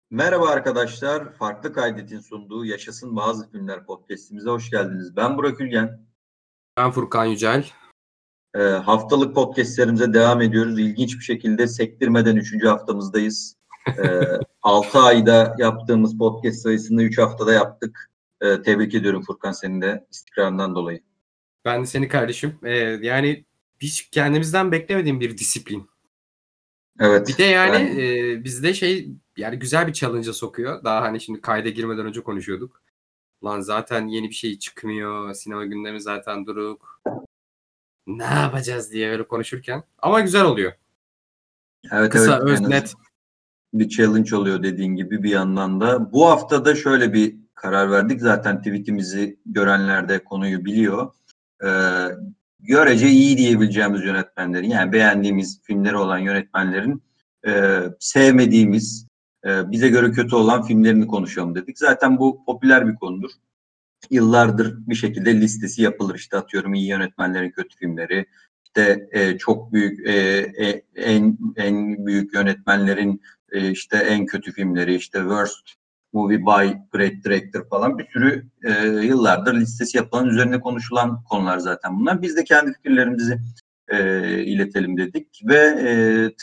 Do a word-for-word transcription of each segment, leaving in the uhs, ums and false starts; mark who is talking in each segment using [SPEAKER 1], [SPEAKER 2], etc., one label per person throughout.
[SPEAKER 1] Merhaba arkadaşlar, Farklı Kaydet'in sunduğu Yaşasın Bazı Filmler podcast'imize hoş geldiniz. Ben Burak Ülgen.
[SPEAKER 2] Ben Furkan Yücel.
[SPEAKER 1] Ee, haftalık podcastlerimize devam ediyoruz. İlginç bir şekilde sektirmeden üçüncü haftamızdayız. Ee, altı ayda yaptığımız podcast sayısını üç haftada yaptık. Ee, tebrik ediyorum Furkan, seni de istikrarından dolayı.
[SPEAKER 2] Ben de seni kardeşim. Ee, yani hiç kendimizden beklemediğim bir disiplin.
[SPEAKER 1] Evet.
[SPEAKER 2] Bir de yani
[SPEAKER 1] ben...
[SPEAKER 2] e, bizde şey yani güzel bir challenge'a sokuyor. Daha hani şimdi kayda girmeden önce konuşuyorduk. Lan zaten yeni bir şey çıkmıyor. Sinema gündemi zaten duruk. Ne yapacağız diye böyle konuşurken. Ama güzel oluyor.
[SPEAKER 1] Evet,
[SPEAKER 2] Kısa,
[SPEAKER 1] evet,
[SPEAKER 2] öz,
[SPEAKER 1] en
[SPEAKER 2] net.
[SPEAKER 1] bir challenge oluyor dediğin gibi bir yandan da. Bu haftada şöyle bir karar verdik. Zaten tweetimizi görenler de konuyu biliyor. Ee, görece iyi diyebileceğimiz yönetmenlerin, yani beğendiğimiz filmleri olan yönetmenlerin e, sevmediğimiz, e, bize göre kötü olan filmlerini konuşalım dedik. Zaten bu popüler bir konudur. Yıllardır bir şekilde listesi yapılır. İşte atıyorum iyi yönetmenlerin kötü filmleri, işte e, çok büyük e, e, en en büyük yönetmenlerin e, işte en kötü filmleri, işte worst movie by great director falan, bir sürü e, yıllardır listesi yapılan, üzerine konuşulan konular zaten bunlar. Biz de kendi fikirlerimizi e, iletelim dedik ve e,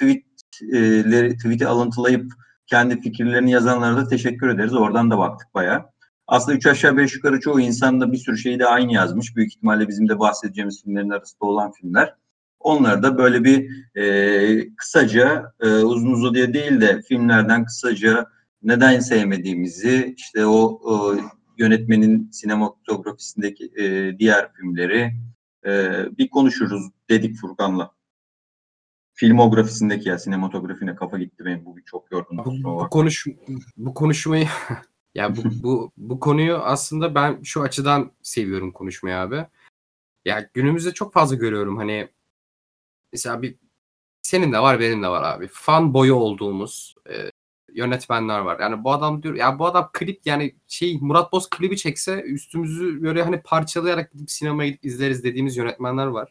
[SPEAKER 1] tweetleri tweet'i alıntılayıp kendi fikirlerini yazanlara da teşekkür ederiz. Oradan da baktık bayağı. Aslında üç aşağı beş yukarı çoğu insan da bir sürü şeyi de aynı yazmış. Büyük ihtimalle bizim de bahsedeceğimiz filmlerin arasında olan filmler. Onları da böyle bir e, kısaca, e, uzun uzadıya değil de filmlerden kısaca neden sevmediğimizi, işte o, o yönetmenin sinematografisindeki e, diğer filmleri e, bir konuşuruz dedik Furkan'la. Filmografisindeki, ya sinematografine kafa gitti benim, bugün çok yorgunum.
[SPEAKER 2] Bu, bu, konuş, bu konuşmayı ya bu, bu, bu konuyu aslında ben şu açıdan seviyorum konuşmayı abi. Ya günümüzde çok fazla görüyorum hani mesela bir senin de var benim de var abi. Fan boyu olduğumuz e, yönetmenler var. Yani bu adam diyor ya bu adam klip yani şey Murat Boz klibi çekse üstümüzü böyle hani parçalayarak gidip sinemaya gidip izleriz dediğimiz yönetmenler var.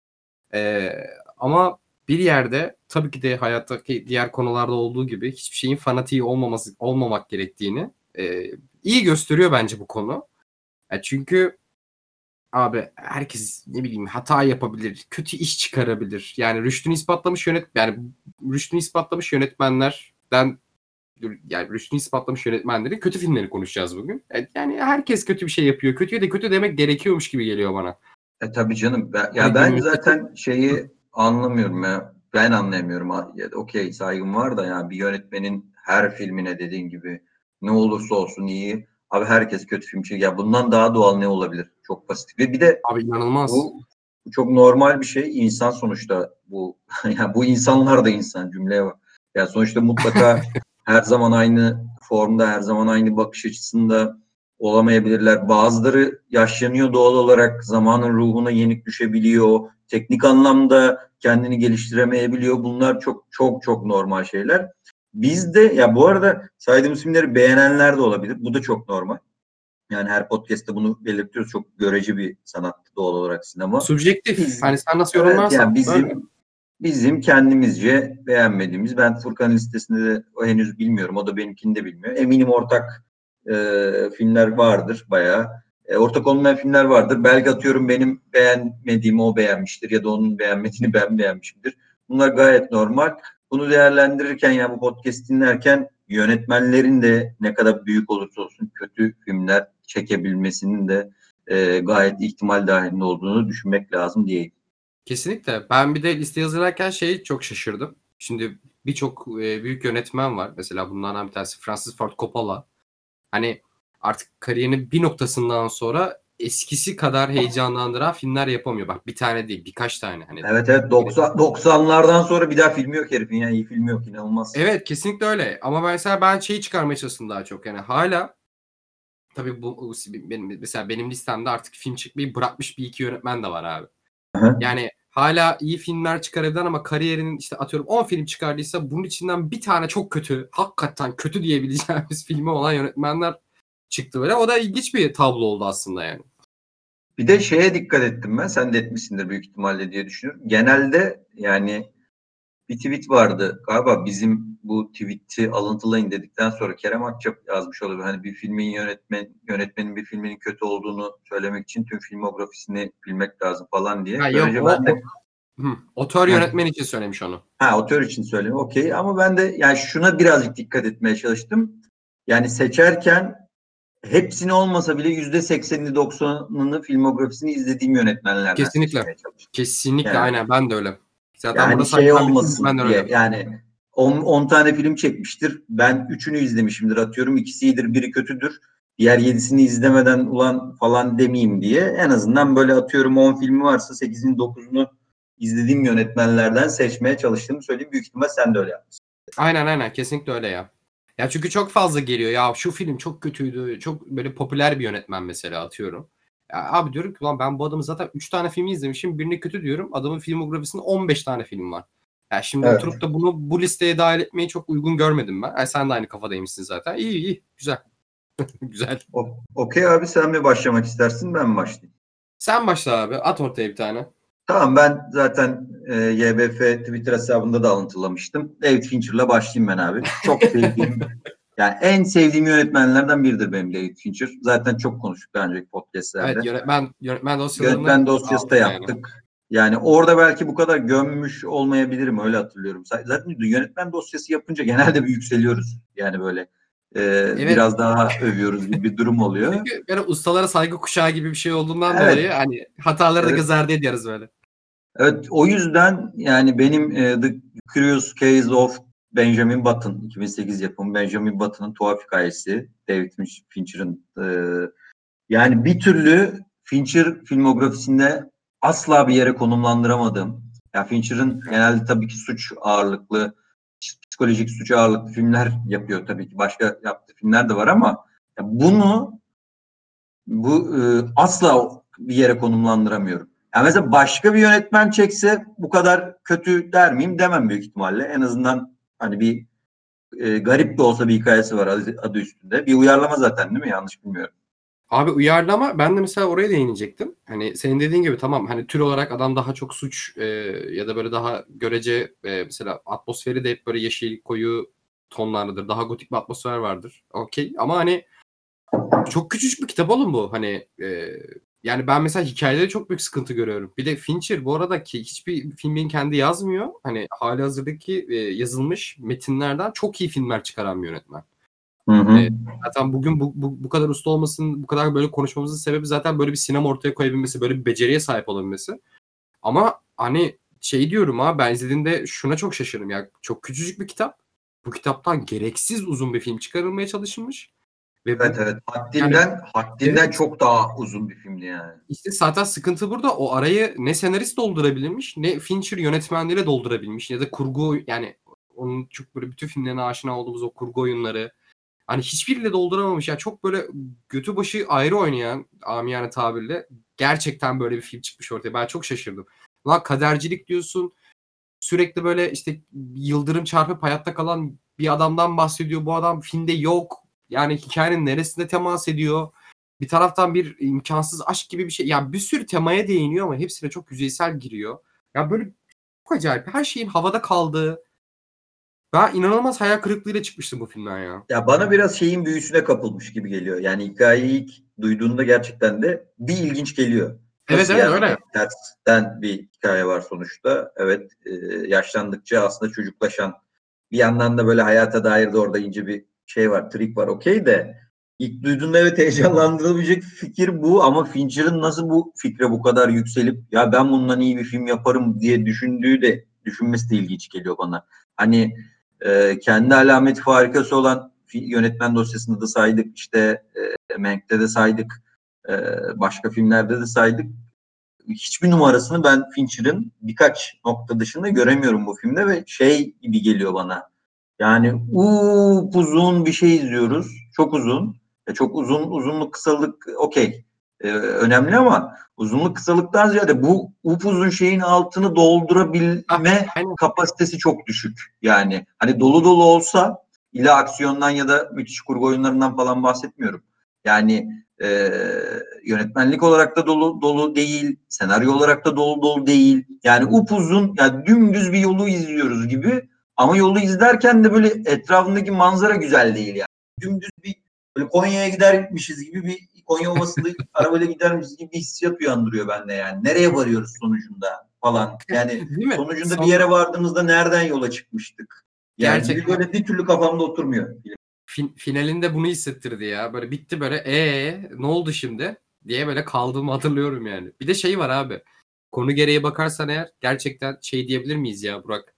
[SPEAKER 2] E, ama bir yerde tabii ki de hayattaki diğer konularda olduğu gibi hiçbir şeyin fanatiği olmaması olmamak gerektiğini e, iyi gösteriyor bence bu konu. Ya çünkü abi herkes ne bileyim hata yapabilir, kötü iş çıkarabilir. Yani rüştünü ispatlamış yönet yani rüştünü ispatlamış yönetmenlerden yani rüştünü ispatlamış yönetmenlerin kötü filmleri konuşacağız bugün. Yani herkes kötü bir şey yapıyor. Kötüye de kötü demek gerekiyormuş gibi geliyor bana.
[SPEAKER 1] E tabii canım. Ben, ya
[SPEAKER 2] Hani
[SPEAKER 1] ben
[SPEAKER 2] günümüzde
[SPEAKER 1] zaten şeyi anlamıyorum ya. Ben anlayamıyorum. Ya, okey, saygım var da ya bir yönetmenin her filmine dediğin gibi ne olursa olsun iyi. Abi herkes kötü film çekiyor. Ya bundan daha doğal ne olabilir? Çok basit. Ve bir de
[SPEAKER 2] abi inanılmaz.
[SPEAKER 1] bu, bu çok normal bir şey. İnsan sonuçta bu. Ya bu insanlar da insan, cümleye bak. Ya sonuçta mutlaka her zaman aynı formda, her zaman aynı bakış açısında olamayabilirler. Bazıları yaşlanıyor doğal olarak, zamanın ruhuna yenik düşebiliyor. Teknik anlamda kendini geliştiremeyebiliyor. Bunlar çok çok çok normal şeyler. Bizde ya bu arada saydığımız filmleri beğenenler de olabilir. Bu da çok normal. Yani her podcast'te bunu belirtiyoruz. Çok görece bir sanat doğal olarak sinema.
[SPEAKER 2] Subjektif.
[SPEAKER 1] Biz,
[SPEAKER 2] Hani sen nasıl
[SPEAKER 1] evet,
[SPEAKER 2] yorumlarsan
[SPEAKER 1] yani
[SPEAKER 2] öyle.
[SPEAKER 1] bizim bizim kendimizce beğenmediğimiz, ben Furkan listesinde de o henüz bilmiyorum. O da benimkini de bilmiyor. Eminim ortak e, filmler vardır bayağı. E, ortak olmayan filmler vardır. Belki atıyorum benim beğenmediğimi o beğenmiştir ya da onun beğenmediğini ben beğenmişimdir. Bunlar gayet normal. Bunu değerlendirirken, yani bu podcast dinlerken, yönetmenlerin de ne kadar büyük olursa olsun kötü filmler çekebilmesinin de e, gayet ihtimal dahilinde olduğunu düşünmek lazım diyeyim.
[SPEAKER 2] Kesinlikle. Ben bir de liste hazırlarken şeyi çok şaşırdım. Şimdi birçok e, büyük yönetmen var. Mesela bunlardan bir tanesi Francis Ford Coppola. Hani artık kariyerinin bir noktasından sonra eskisi kadar heyecanlandıran filmler yapamıyor. Bak bir tane değil, birkaç tane. Hani
[SPEAKER 1] Evet, evet, doksan doksanlardan sonra bir daha filmi yok herifin, yani iyi filmi yok, inanılmaz.
[SPEAKER 2] evet kesinlikle öyle. Ama mesela ben şeyi çıkarmaya çalıştım daha çok. Yani hala tabii bu benim mesela benim listemde artık film çıkmayı bırakmış bir iki yönetmen de var abi.
[SPEAKER 1] Hı-hı.
[SPEAKER 2] Yani hala iyi filmler çıkarabilen ama kariyerinin işte atıyorum on film çıkardıysa bunun içinden bir tane çok kötü, hakikaten kötü diyebileceğimiz filmi olan yönetmenler çıktı böyle. O da ilginç bir tablo oldu aslında yani.
[SPEAKER 1] Bir de şeye dikkat ettim ben. Sen de etmişsindir büyük ihtimalle diye düşünüyorum. Genelde yani bir tweet vardı galiba, bizim bu tweet'i alıntılayın dedikten sonra Kerem Akçap yazmış olabilir. Hani bir filmin yönetmen yönetmenin bir filmin kötü olduğunu söylemek için tüm filmografisini bilmek lazım falan diye.
[SPEAKER 2] Ha, yok
[SPEAKER 1] Böylece
[SPEAKER 2] o,
[SPEAKER 1] ben de
[SPEAKER 2] o hı, otör
[SPEAKER 1] Heh.
[SPEAKER 2] yönetmen için söylemiş onu.
[SPEAKER 1] Ha, otör için söyleyeyim. Okey. Ama ben de yani şuna birazcık dikkat etmeye çalıştım. Yani seçerken hepsini olmasa bile yüzde seksenini doksanını filmografisini izlediğim yönetmenlerden
[SPEAKER 2] Kesinlikle.
[SPEAKER 1] seçmeye çalıştım.
[SPEAKER 2] Kesinlikle
[SPEAKER 1] Yani,
[SPEAKER 2] aynen ben de öyle. Zaten
[SPEAKER 1] yani
[SPEAKER 2] burada
[SPEAKER 1] şey
[SPEAKER 2] sayacağım bütün
[SPEAKER 1] olmasın
[SPEAKER 2] benden
[SPEAKER 1] diye.
[SPEAKER 2] öyle.
[SPEAKER 1] Yani on tane film çekmiştir. Ben üçünü izlemişimdir atıyorum. İkisi iyidir, biri kötüdür. Diğer yedisini izlemeden ulan falan demeyeyim diye. En azından böyle atıyorum on filmi varsa sekizini dokuzunu izlediğim yönetmenlerden seçmeye çalıştığımı söyleyeyim. Büyük ihtimal sen de öyle yapmışsın.
[SPEAKER 2] Aynen aynen kesinlikle öyle ya. Ya çünkü çok fazla geliyor. Ya şu film çok kötüydü. Çok böyle popüler bir yönetmen mesela atıyorum. Ya abi diyorum ki lan ben bu adamın zaten üç tane filmi izlemişim. Birini kötü diyorum. Adamın filmografisinde on beş tane film var. Ya şimdi
[SPEAKER 1] Evet.
[SPEAKER 2] oturup da bunu bu listeye dahil etmeyi çok uygun görmedim ben. Yani sen de aynı kafadaymışsın zaten. İyi iyi güzel. Güzel.
[SPEAKER 1] O- Okey abi, sen mi başlamak istersin, ben mi başlayayım?
[SPEAKER 2] Sen başla abi. At ortaya bir tane.
[SPEAKER 1] Tamam, ben zaten e, Y B F Twitter hesabında da alıntılamıştım. David Fincher'la başlayayım ben abi. Çok sevdiğim, yani en sevdiğim yönetmenlerden biridir benim David Fincher. Zaten çok konuştuk daha önceki podcastlerde.
[SPEAKER 2] Evet yönetmen, yönetmen dosyalarını
[SPEAKER 1] Yönetmen dosyası da
[SPEAKER 2] aldım yani.
[SPEAKER 1] yaptık. Yani orada belki bu kadar gömmüş olmayabilirim, öyle hatırlıyorum. Zaten yönetmen dosyası yapınca genelde bir yükseliyoruz. Yani böyle e,
[SPEAKER 2] Evet.
[SPEAKER 1] biraz daha övüyoruz gibi bir durum oluyor.
[SPEAKER 2] Çünkü böyle ustalara saygı kuşağı gibi bir şey olduğundan
[SPEAKER 1] Evet.
[SPEAKER 2] dolayı hani hataları da
[SPEAKER 1] Evet.
[SPEAKER 2] göz ardı ediyoruz böyle.
[SPEAKER 1] Evet, o yüzden yani benim e, The Curious Case of Benjamin Button, iki bin sekiz yapımı Benjamin Button'ın tuhaf hikayesi, David Fincher'ın e, yani bir türlü Fincher filmografisinde asla bir yere konumlandıramadığım, ya Fincher'ın genelde tabii ki suç ağırlıklı, psikolojik suç ağırlıklı filmler yapıyor tabii ki, başka yaptığı filmler de var ama ya bunu bu e, asla bir yere konumlandıramıyorum. Yani mesela başka bir yönetmen çekse bu kadar kötü der miyim? Demem büyük ihtimalle. En azından hani bir e, garip de olsa bir hikayesi var adı, adı üstünde. Bir uyarlama zaten değil mi? Yanlış bilmiyorum.
[SPEAKER 2] Abi uyardı ama ben de mesela oraya değinecektim. Hani senin dediğin gibi tamam hani tür olarak adam daha çok suç e, ya da böyle daha görece e, mesela atmosferi de hep böyle yeşil koyu tonlardadır. Daha gotik bir atmosfer vardır. Okey ama hani çok küçücük bir kitap oğlum bu. Hani e, yani ben mesela hikayede çok büyük sıkıntı görüyorum. Bir de Fincher bu arada ki hiçbir filmin kendi yazmıyor. Hani hali hazırdaki e, yazılmış metinlerden çok iyi filmler çıkaran bir yönetmen.
[SPEAKER 1] Hı hı.
[SPEAKER 2] E, zaten bugün bu, bu, bu kadar usta olmasının, bu kadar böyle konuşmamızın sebebi zaten böyle bir sinema ortaya koyabilmesi, böyle bir beceriye sahip olabilmesi. Ama hani şey diyorum ha ben izlediğimde şuna çok şaşırdım ya. Çok küçücük bir kitap. Bu kitaptan gereksiz uzun bir film çıkarılmaya çalışılmış. Ve
[SPEAKER 1] Evet
[SPEAKER 2] bu
[SPEAKER 1] evet.
[SPEAKER 2] yani
[SPEAKER 1] Haddinden, haddinden
[SPEAKER 2] evet.
[SPEAKER 1] çok daha uzun bir filmdi yani.
[SPEAKER 2] İşte zaten sıkıntı burada. O arayı ne senarist doldurabilmiş, ne Fincher yönetmenliğiyle doldurabilmiş ya da kurgu yani onun çok böyle bütün filmlerine aşina olduğumuz o kurgu oyunları. Hani hiçbiriyle dolduramamış. Yani çok böyle götü başı ayrı oynayan amiyane tabirle gerçekten böyle bir film çıkmış ortaya. Ben çok şaşırdım. Lan kadercilik diyorsun. Sürekli böyle işte yıldırım çarpıp hayatta kalan bir adamdan bahsediyor. Bu adam filmde yok. Yani hikayenin neresinde temas ediyor. Bir taraftan bir imkansız aşk gibi bir şey. Yani bir sürü temaya değiniyor ama hepsine çok yüzeysel giriyor. Ya böyle çok acayip. Her şeyin havada kaldığı. Ben inanılmaz hayal kırıklığıyla çıkmıştım bu filmden ya.
[SPEAKER 1] Ya bana biraz şeyin büyüsüne kapılmış gibi geliyor. Yani hikayeyi ilk duyduğunda gerçekten de bir ilginç geliyor.
[SPEAKER 2] Evet
[SPEAKER 1] Nasıl
[SPEAKER 2] evet
[SPEAKER 1] yani?
[SPEAKER 2] öyle.
[SPEAKER 1] Tersten bir hikaye var sonuçta. Evet, e, yaşlandıkça aslında çocuklaşan, bir yandan da böyle hayata dair de orada ince bir şey var, trik var, okey de ilk duyduğunda evet heyecanlandırılabilecek fikir bu, ama Fincher'ın nasıl bu fikre bu kadar yükselip ya ben bundan iyi bir film yaparım diye düşündüğü de düşünmesi de ilginç geliyor bana. Hani e, kendi alameti farikası olan yönetmen dosyasında da saydık, işte e, Mank'te de saydık, e, başka filmlerde de saydık. Hiçbir numarasını ben Fincher'ın birkaç nokta dışında göremiyorum bu filmde ve şey gibi geliyor bana. Yani uzun bir şey izliyoruz. Çok uzun. E, çok uzun, uzunluk kısalık okey. E, önemli ama uzunluk kısalıktan ziyade bu upuzun şeyin altını
[SPEAKER 2] Ah,
[SPEAKER 1] doldurabilme
[SPEAKER 2] aynen.
[SPEAKER 1] kapasitesi çok düşük. Yani hani dolu dolu olsa, illa aksiyondan ya da müthiş kurgu oyunlarından falan bahsetmiyorum. Yani e, yönetmenlik olarak da dolu dolu değil, senaryo olarak da dolu dolu değil. Yani upuzun, yani dümdüz bir yolu izliyoruz gibi. Ama yolu izlerken de böyle etrafındaki manzara güzel değil yani. Dümdüz bir böyle Konya'ya gidermişiz gibi bir Konya Ovası'nda arabayla gidermişiz gibi bir hissiyat uyandırıyor bende yani. Nereye varıyoruz sonucunda falan. Yani
[SPEAKER 2] Değil mi?
[SPEAKER 1] sonucunda bir
[SPEAKER 2] Sonra
[SPEAKER 1] yere vardığımızda nereden yola çıkmıştık? Yani bir
[SPEAKER 2] gerçekten
[SPEAKER 1] böyle bir türlü kafamda oturmuyor.
[SPEAKER 2] fin- finalinde bunu hissettirdi ya. Böyle bitti böyle ee ne oldu şimdi diye böyle kaldığımı hatırlıyorum yani. Bir de şey var abi. Konu gereği bakarsan eğer gerçekten şey diyebilir miyiz ya Burak?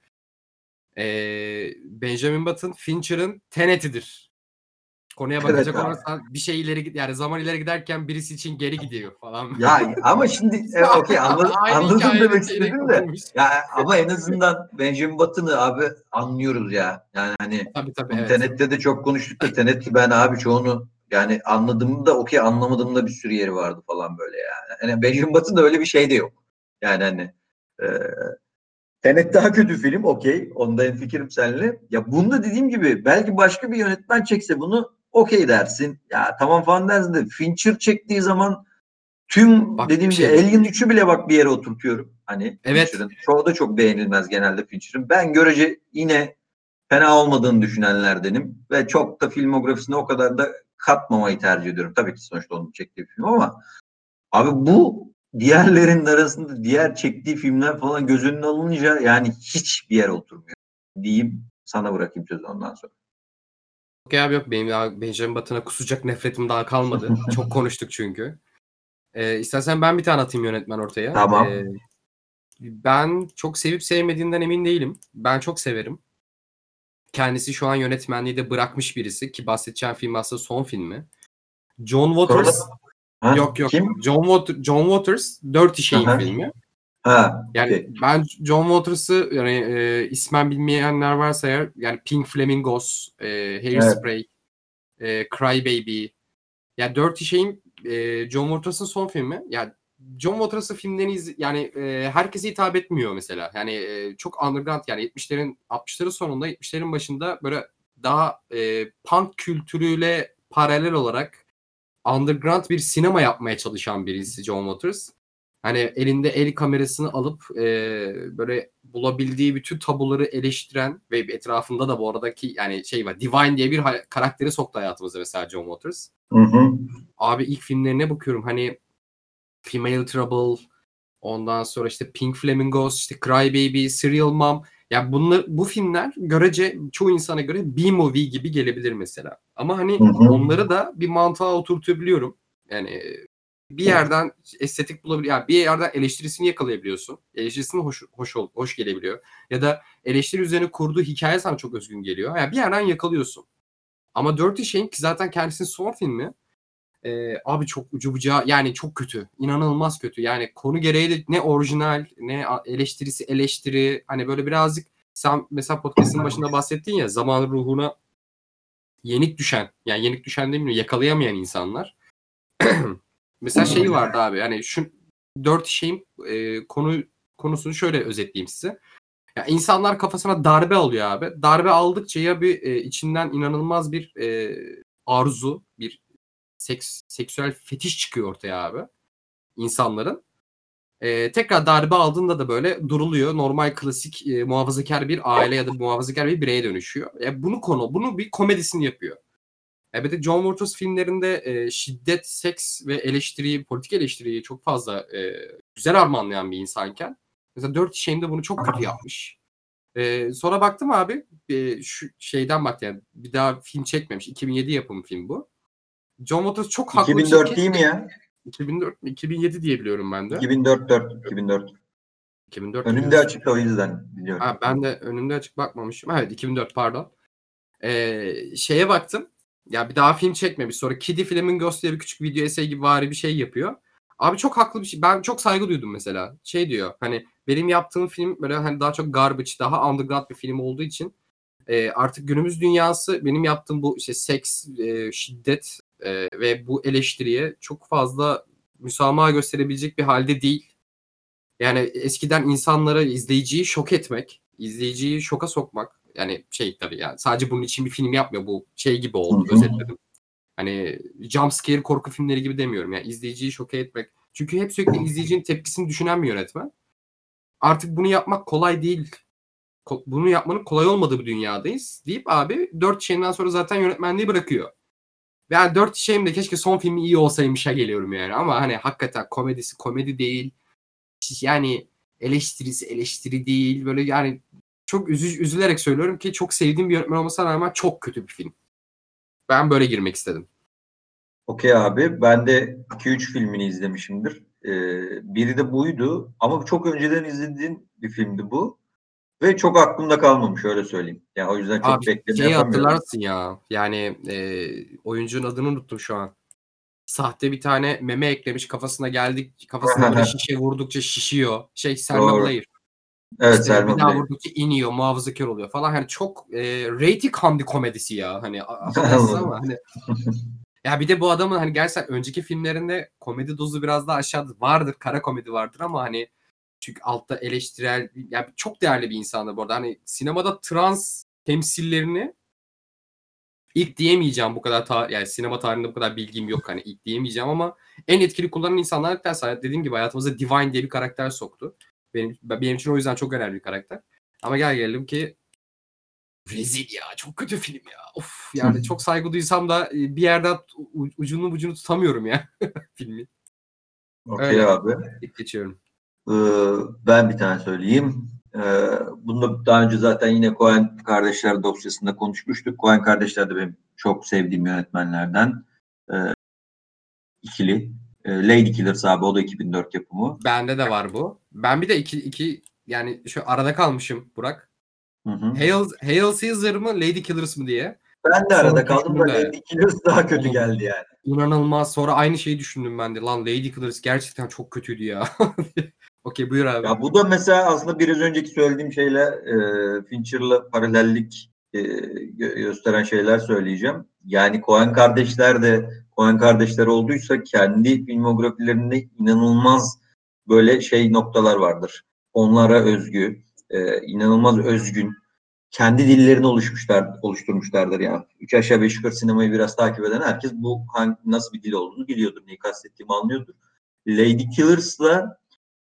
[SPEAKER 2] Ee, Benjamin Button Fincher'ın Tenet'idir. Konuya
[SPEAKER 1] Evet
[SPEAKER 2] bakacak
[SPEAKER 1] abi.
[SPEAKER 2] olursan bir şey ileri gid- yani zaman ileri giderken birisi için geri gidiyor falan.
[SPEAKER 1] Ya ama şimdi evet, okey anladım,
[SPEAKER 2] Aynı
[SPEAKER 1] anladım
[SPEAKER 2] hikayenin
[SPEAKER 1] demek
[SPEAKER 2] çeyrek
[SPEAKER 1] istedim de
[SPEAKER 2] okumuş.
[SPEAKER 1] ya ama en azından Benjamin Button'ı abi anlıyoruz ya. Yani hani
[SPEAKER 2] Tabii tabii
[SPEAKER 1] bunu
[SPEAKER 2] evet.
[SPEAKER 1] Tenet'te de çok konuştuk da Tenet'i ben abi çoğunu yani anladığımda okey anlamadığımda bir sürü yeri vardı falan böyle yani. Yani Benjamin Button'da öyle bir şey de yok. Yani hani e, Tenet daha kötü film okey. Onda hemfikirim seninle. Ya bunda dediğim gibi belki başka bir yönetmen çekse bunu okey dersin. Ya tamam falan dersin de Fincher çektiği zaman tüm
[SPEAKER 2] Bak bir
[SPEAKER 1] dediğim gibi
[SPEAKER 2] şey diyeyim.
[SPEAKER 1] Alien üçü bile bak bir yere oturtuyorum. Hani
[SPEAKER 2] Evet.
[SPEAKER 1] Fincher'ın. Çoğu da çok beğenilmez genelde Fincher'ın. Ben görece yine fena olmadığını düşünenlerdenim. Ve çok da filmografisine o kadar da katmamayı tercih ediyorum. Tabii ki sonuçta onun çektiği bir film ama abi bu diğerlerinin arasında diğer çektiği filmler falan göz önüne alınınca yani hiçbir yere oturmuyor. Diyeyim sana bırakayım sözü ondan sonra.
[SPEAKER 2] Yok ya yok benim ya Benjamin Button'a kusacak nefretim daha kalmadı. Çok konuştuk çünkü. Ee, istersen ben bir tane atayım yönetmen ortaya. Ee,
[SPEAKER 1] Tamam.
[SPEAKER 2] ben çok sevip sevmediğinden emin değilim. Ben çok severim. Kendisi şu an yönetmenliği de bırakmış birisi ki bahsedeceğim film aslında son filmi. John
[SPEAKER 1] Sonra
[SPEAKER 2] Waters.
[SPEAKER 1] ha,
[SPEAKER 2] Yok yok.
[SPEAKER 1] kim?
[SPEAKER 2] John, Wat- John Waters Dirty Shame
[SPEAKER 1] Aha.
[SPEAKER 2] filmi.
[SPEAKER 1] Ha,
[SPEAKER 2] Yani
[SPEAKER 1] okey.
[SPEAKER 2] ben John Waters'ı yani e, ismen bilmeyenler varsa eğer yani Pink Flamingos, e,
[SPEAKER 1] Evet.
[SPEAKER 2] Hairspray, e, Cry Baby. Ya Dirty Shame e, John Waters'ın son filmi. Yani John Waters'ın filmlerini iz, yani e, herkese hitap etmiyor mesela. Yani e, çok underground yani yetmişlerin altmışların sonunda yetmişlerin başında böyle daha e, punk kültürüyle paralel olarak underground bir sinema yapmaya çalışan birisi John Waters. Hani elinde el kamerasını alıp e, böyle bulabildiği bütün tabuları eleştiren ve etrafında da bu aradaki yani şey var. Divine diye bir ha- karakteri soktu hayatımıza mesela John Waters.
[SPEAKER 1] Hı hı.
[SPEAKER 2] Abi ilk filmlerine bakıyorum hani Female Trouble, ondan sonra işte Pink Flamingos, işte Cry Baby, Serial Mom. Yani bunlar, bu filmler görece çoğu insana göre B-movie gibi gelebilir mesela. Ama
[SPEAKER 1] Hı
[SPEAKER 2] hani
[SPEAKER 1] hı.
[SPEAKER 2] onları da bir mantığa oturtabiliyorum. Yani bir yerden estetik bulabiliyor. Yani bir yerden eleştirisini yakalayabiliyorsun. Eleştirisinin hoş, hoş, ol- hoş gelebiliyor. Ya da eleştiri üzerine kurduğu hikaye sana çok özgün geliyor. Yani bir yerden yakalıyorsun. Ama Dirty Shame ki zaten kendisinin son filmi. Ee, abi çok ucu bucağı yani çok kötü. İnanılmaz kötü. Yani konu gereği de ne orijinal ne eleştirisi eleştiri. Hani böyle birazcık sen mesela podcast'ın başında bahsettin ya zaman ruhuna yenik düşen yani yenik düşen demiyorum yakalayamayan insanlar. Mesela şey vardı abi hani şu dört şeyin e, konu konusunu şöyle özetleyeyim size. Ya insanlar kafasına darbe alıyor abi. Darbe aldıkça ya bir e, içinden inanılmaz bir e, arzu, bir seks, seksüel fetiş çıkıyor ortaya abi insanların. Ee, tekrar darbe aldığında da böyle duruluyor. Normal klasik e, muhafazakar bir aile ya da muhafazakar bir bireye dönüşüyor. E, bunu konu, bunu bir komedisini yapıyor. E, bir de John Waters filmlerinde e, şiddet, seks ve eleştiriyi, politik eleştiriyi çok fazla e, güzel harmanlayan bir insanken mesela Dirty Shame'de bunu çok kötü yapmış. E, sonra baktım abi e, şu şeyden bak yani bir daha film çekmemiş. iki bin yedi yapımı film bu. John Waters çok haklı bir şey.
[SPEAKER 1] iki bin dört değil mi
[SPEAKER 2] Keşke
[SPEAKER 1] ya?
[SPEAKER 2] iki bin dört iki bin yedi diye biliyorum ben de.
[SPEAKER 1] iki bin dört dört iki bin dört.
[SPEAKER 2] iki bin dört mü
[SPEAKER 1] Önümde
[SPEAKER 2] diyorsun?
[SPEAKER 1] açıkta o yüzden biliyorum.
[SPEAKER 2] Ha, ben de önümde açık bakmamışım. Evet iki bin dört pardon. Ee, şeye baktım. Ya bir daha film çekmemiş. Sonra Kiddy Flamingos diye bir küçük video essay gibi vari bir şey yapıyor. Abi çok haklı bir şey. Ben çok saygı duydum mesela. Şey diyor hani benim yaptığım film böyle hani daha çok garbage, daha underground bir film olduğu için e, artık günümüz dünyası benim yaptığım bu işte seks, e, şiddet e, ve bu eleştiriye çok fazla müsamaha gösterebilecek bir halde değil. Yani eskiden insanları, izleyiciyi şok etmek, izleyiciyi şoka sokmak yani şey tabii yani sadece bunun için bir film yapmıyor. Bu şey gibi
[SPEAKER 1] Hı
[SPEAKER 2] oldu
[SPEAKER 1] hı.
[SPEAKER 2] özetledim. Hani jump scare korku filmleri gibi demiyorum. Yani izleyiciyi şoke etmek. Çünkü hep sürekli izleyicinin tepkisini düşünen bir yönetmen. Artık bunu yapmak kolay değil. ko- bunu yapmanın kolay olmadığı bir dünyadayız deyip abi dört şeyinden sonra zaten yönetmenliği bırakıyor. Ve yani dört şeyim de keşke son filmi iyi olsaymışa geliyorum yani. Ama hani hakikaten komedisi komedi değil. Yani eleştirisi eleştiri değil. Böyle yani çok üzü- üzülerek söylüyorum ki çok sevdiğim bir yönetmen olmasına rağmen çok kötü bir film. Ben böyle girmek istedim.
[SPEAKER 1] Okey abi. Ben de iki üç filmini izlemişimdir. Ee, biri de buydu. Ama çok önceden izlediğim bir filmdi bu. Ve çok aklımda kalmamış öyle söyleyeyim. Yani o yüzden
[SPEAKER 2] Abi
[SPEAKER 1] çok bekleme
[SPEAKER 2] şeyi
[SPEAKER 1] yapamıyorum.
[SPEAKER 2] hatırlarsın ya. Yani e, oyuncunun adını unuttum şu an. Sahte bir tane meme eklemiş kafasına geldik. Kafasına böyle şişe vurdukça şişiyor. Şey Selma
[SPEAKER 1] Doğru.
[SPEAKER 2] Blair.
[SPEAKER 1] Evet,
[SPEAKER 2] İşte bir
[SPEAKER 1] Selma
[SPEAKER 2] daha
[SPEAKER 1] Blair.
[SPEAKER 2] vurdukça iniyor, muhafazakar oluyor falan. Hani çok e, rating hamdi komedisi ya. Hani a- affedersin
[SPEAKER 1] Anladım.
[SPEAKER 2] ama hani ya bir de bu adamın hani gerçekten önceki filmlerinde komedi dozu biraz daha aşağıda vardır. Kara komedi vardır ama hani çünkü altta eleştirel yani çok değerli bir insandı bu arada. Hani sinemada trans temsillerini ilk diyemeyeceğim bu kadar ta- yani sinema tarihinde bu kadar bilgim yok hani ilk diyemeyeceğim ama en etkili kullanan insanlar bir tanesi. Dediğim gibi hayatımıza Divine diye bir karakter soktu. Benim, benim için o yüzden çok önemli bir karakter. Ama gel gelelim ki rezil ya. Çok kötü film ya. Of yani çok saygı duysam da bir yerden u- ucunu ucunu tutamıyorum ya filmi.
[SPEAKER 1] Okey
[SPEAKER 2] Öyle.
[SPEAKER 1] abi.
[SPEAKER 2] İlk geçiyorum.
[SPEAKER 1] Ee, ben bir tane söyleyeyim. Ee, bunu da daha önce zaten yine Coen kardeşler dosyasında konuşmuştuk. Coen kardeşler de benim çok sevdiğim yönetmenlerden. Ee, ikili. Ee, Lady Killers abi, o da iki bin dört yapımı.
[SPEAKER 2] Bende de var bu. Ben bir de iki, iki yani şu arada kalmışım Burak.
[SPEAKER 1] Hı hı.
[SPEAKER 2] Hail, Hail Caesar mı Lady Killers mı diye.
[SPEAKER 1] Ben de
[SPEAKER 2] Sonra
[SPEAKER 1] arada kaldım da
[SPEAKER 2] düşündüm de
[SPEAKER 1] Lady Killers daha kötü
[SPEAKER 2] oğlum
[SPEAKER 1] geldi yani.
[SPEAKER 2] inanılmaz. Sonra aynı şeyi düşündüm ben de. Lan Lady Killers gerçekten çok kötüydü ya. Okey buyur abi.
[SPEAKER 1] Ya bu da mesela aslında biraz önceki söylediğim şeyle e, Fincher'la paralellik e, gö- gösteren şeyler söyleyeceğim. Yani Coen kardeşler de Coen kardeşler olduysa kendi filmografilerinde inanılmaz böyle şey noktalar vardır. Onlara özgü, e, inanılmaz özgün, kendi dillerini oluşmuşlar, oluşturmuşlardır yani. Üç aşağı beş yukarı sinemayı biraz takip eden herkes bu hangi, nasıl bir dil olduğunu biliyordur. Neyi kastettiğimi anlıyordur. Lady Killers'la